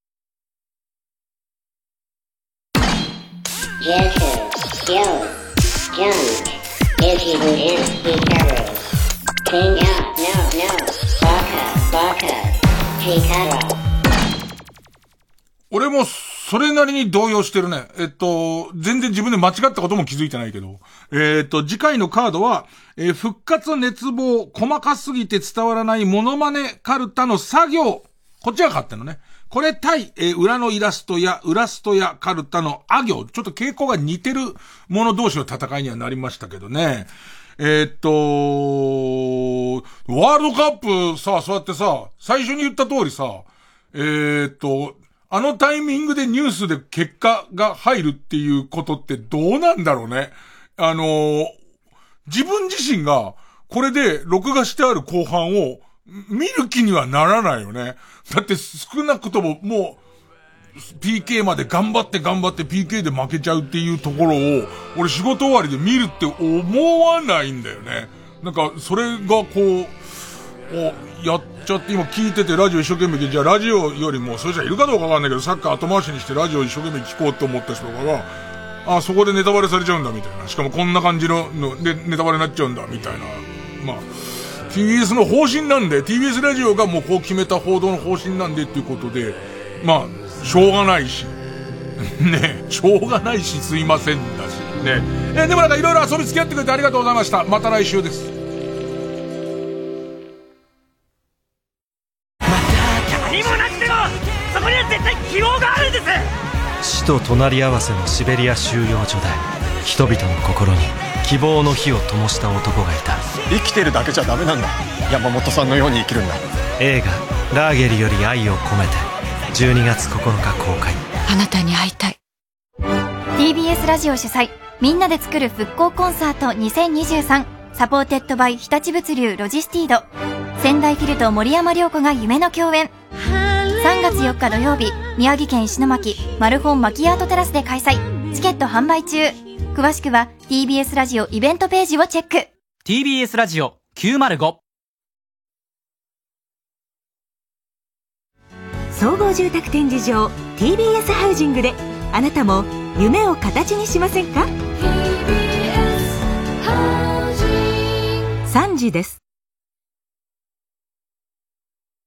俺もそれなりに動揺してるね。えっと、全然自分で間違ったことも気づいてないけど。えっと、次回のカードは、えー、復活熱望、細かすぎて伝わらないモノマネカルタの作業。こっちが勝ってんのね。これ対、えー、裏のイラストや、ウラストやカルタのあ行。ちょっと傾向が似てるもの同士の戦いにはなりましたけどね。えー、っと、ワールドカップさ、そうやってさ、最初に言った通りさ、えー、っと、あのタイミングでニュースで結果が入るっていうことってどうなんだろうね。あのー、自分自身がこれで録画してある後半を見る気にはならないよね。だって少なくとももう ピーケー まで頑張って頑張って ピーケー で負けちゃうっていうところを俺仕事終わりで見るって思わないんだよね。なんかそれがこうおやっちゃって今聞いててラジオ一生懸命聞いて、じゃあラジオよりもそれじゃいるかどうかわかんないけどサッカー後回しにしてラジオ一生懸命聞こうと思った人があそこでネタバレされちゃうんだみたいな、しかもこんな感じののでネタバレになっちゃうんだみたいな、まあ ティービーエス の方針なんで ティービーエス ラジオがもうこう決めた報道の方針なんでっていうことでまあしょうがないしねしょうがないしすいませんだしねえでもなんかいろいろ遊び付き合ってくれてありがとうございました。また来週です。 何もなくてもそこには絶対希望があるんです。 死と隣り合わせのシベリア収容所で人々の心に希望の火を灯した男がいた。 生きてるだけじゃダメなんだ。山本さんのように生きるんだ。 映画ラーゲリより愛を込めてじゅうにがつここのか公開。 あなたに会いたい。 ティービーエス ラジオ主催みんなで作る復興コンサートにせんにじゅうさん、サポーテッドバイ日立物流ロジスティード。仙台フィルと森山良子が夢の共演。さんがつよっか土曜日、宮城県石巻マルホンマキアートテラスで開催。チケット販売中。詳しくは ティービーエス ラジオイベントページをチェック。 ティービーエス ラジオきゅうまるご総合住宅展示場 ティービーエス ハウジングであなたも夢を形にしませんか？さんじです。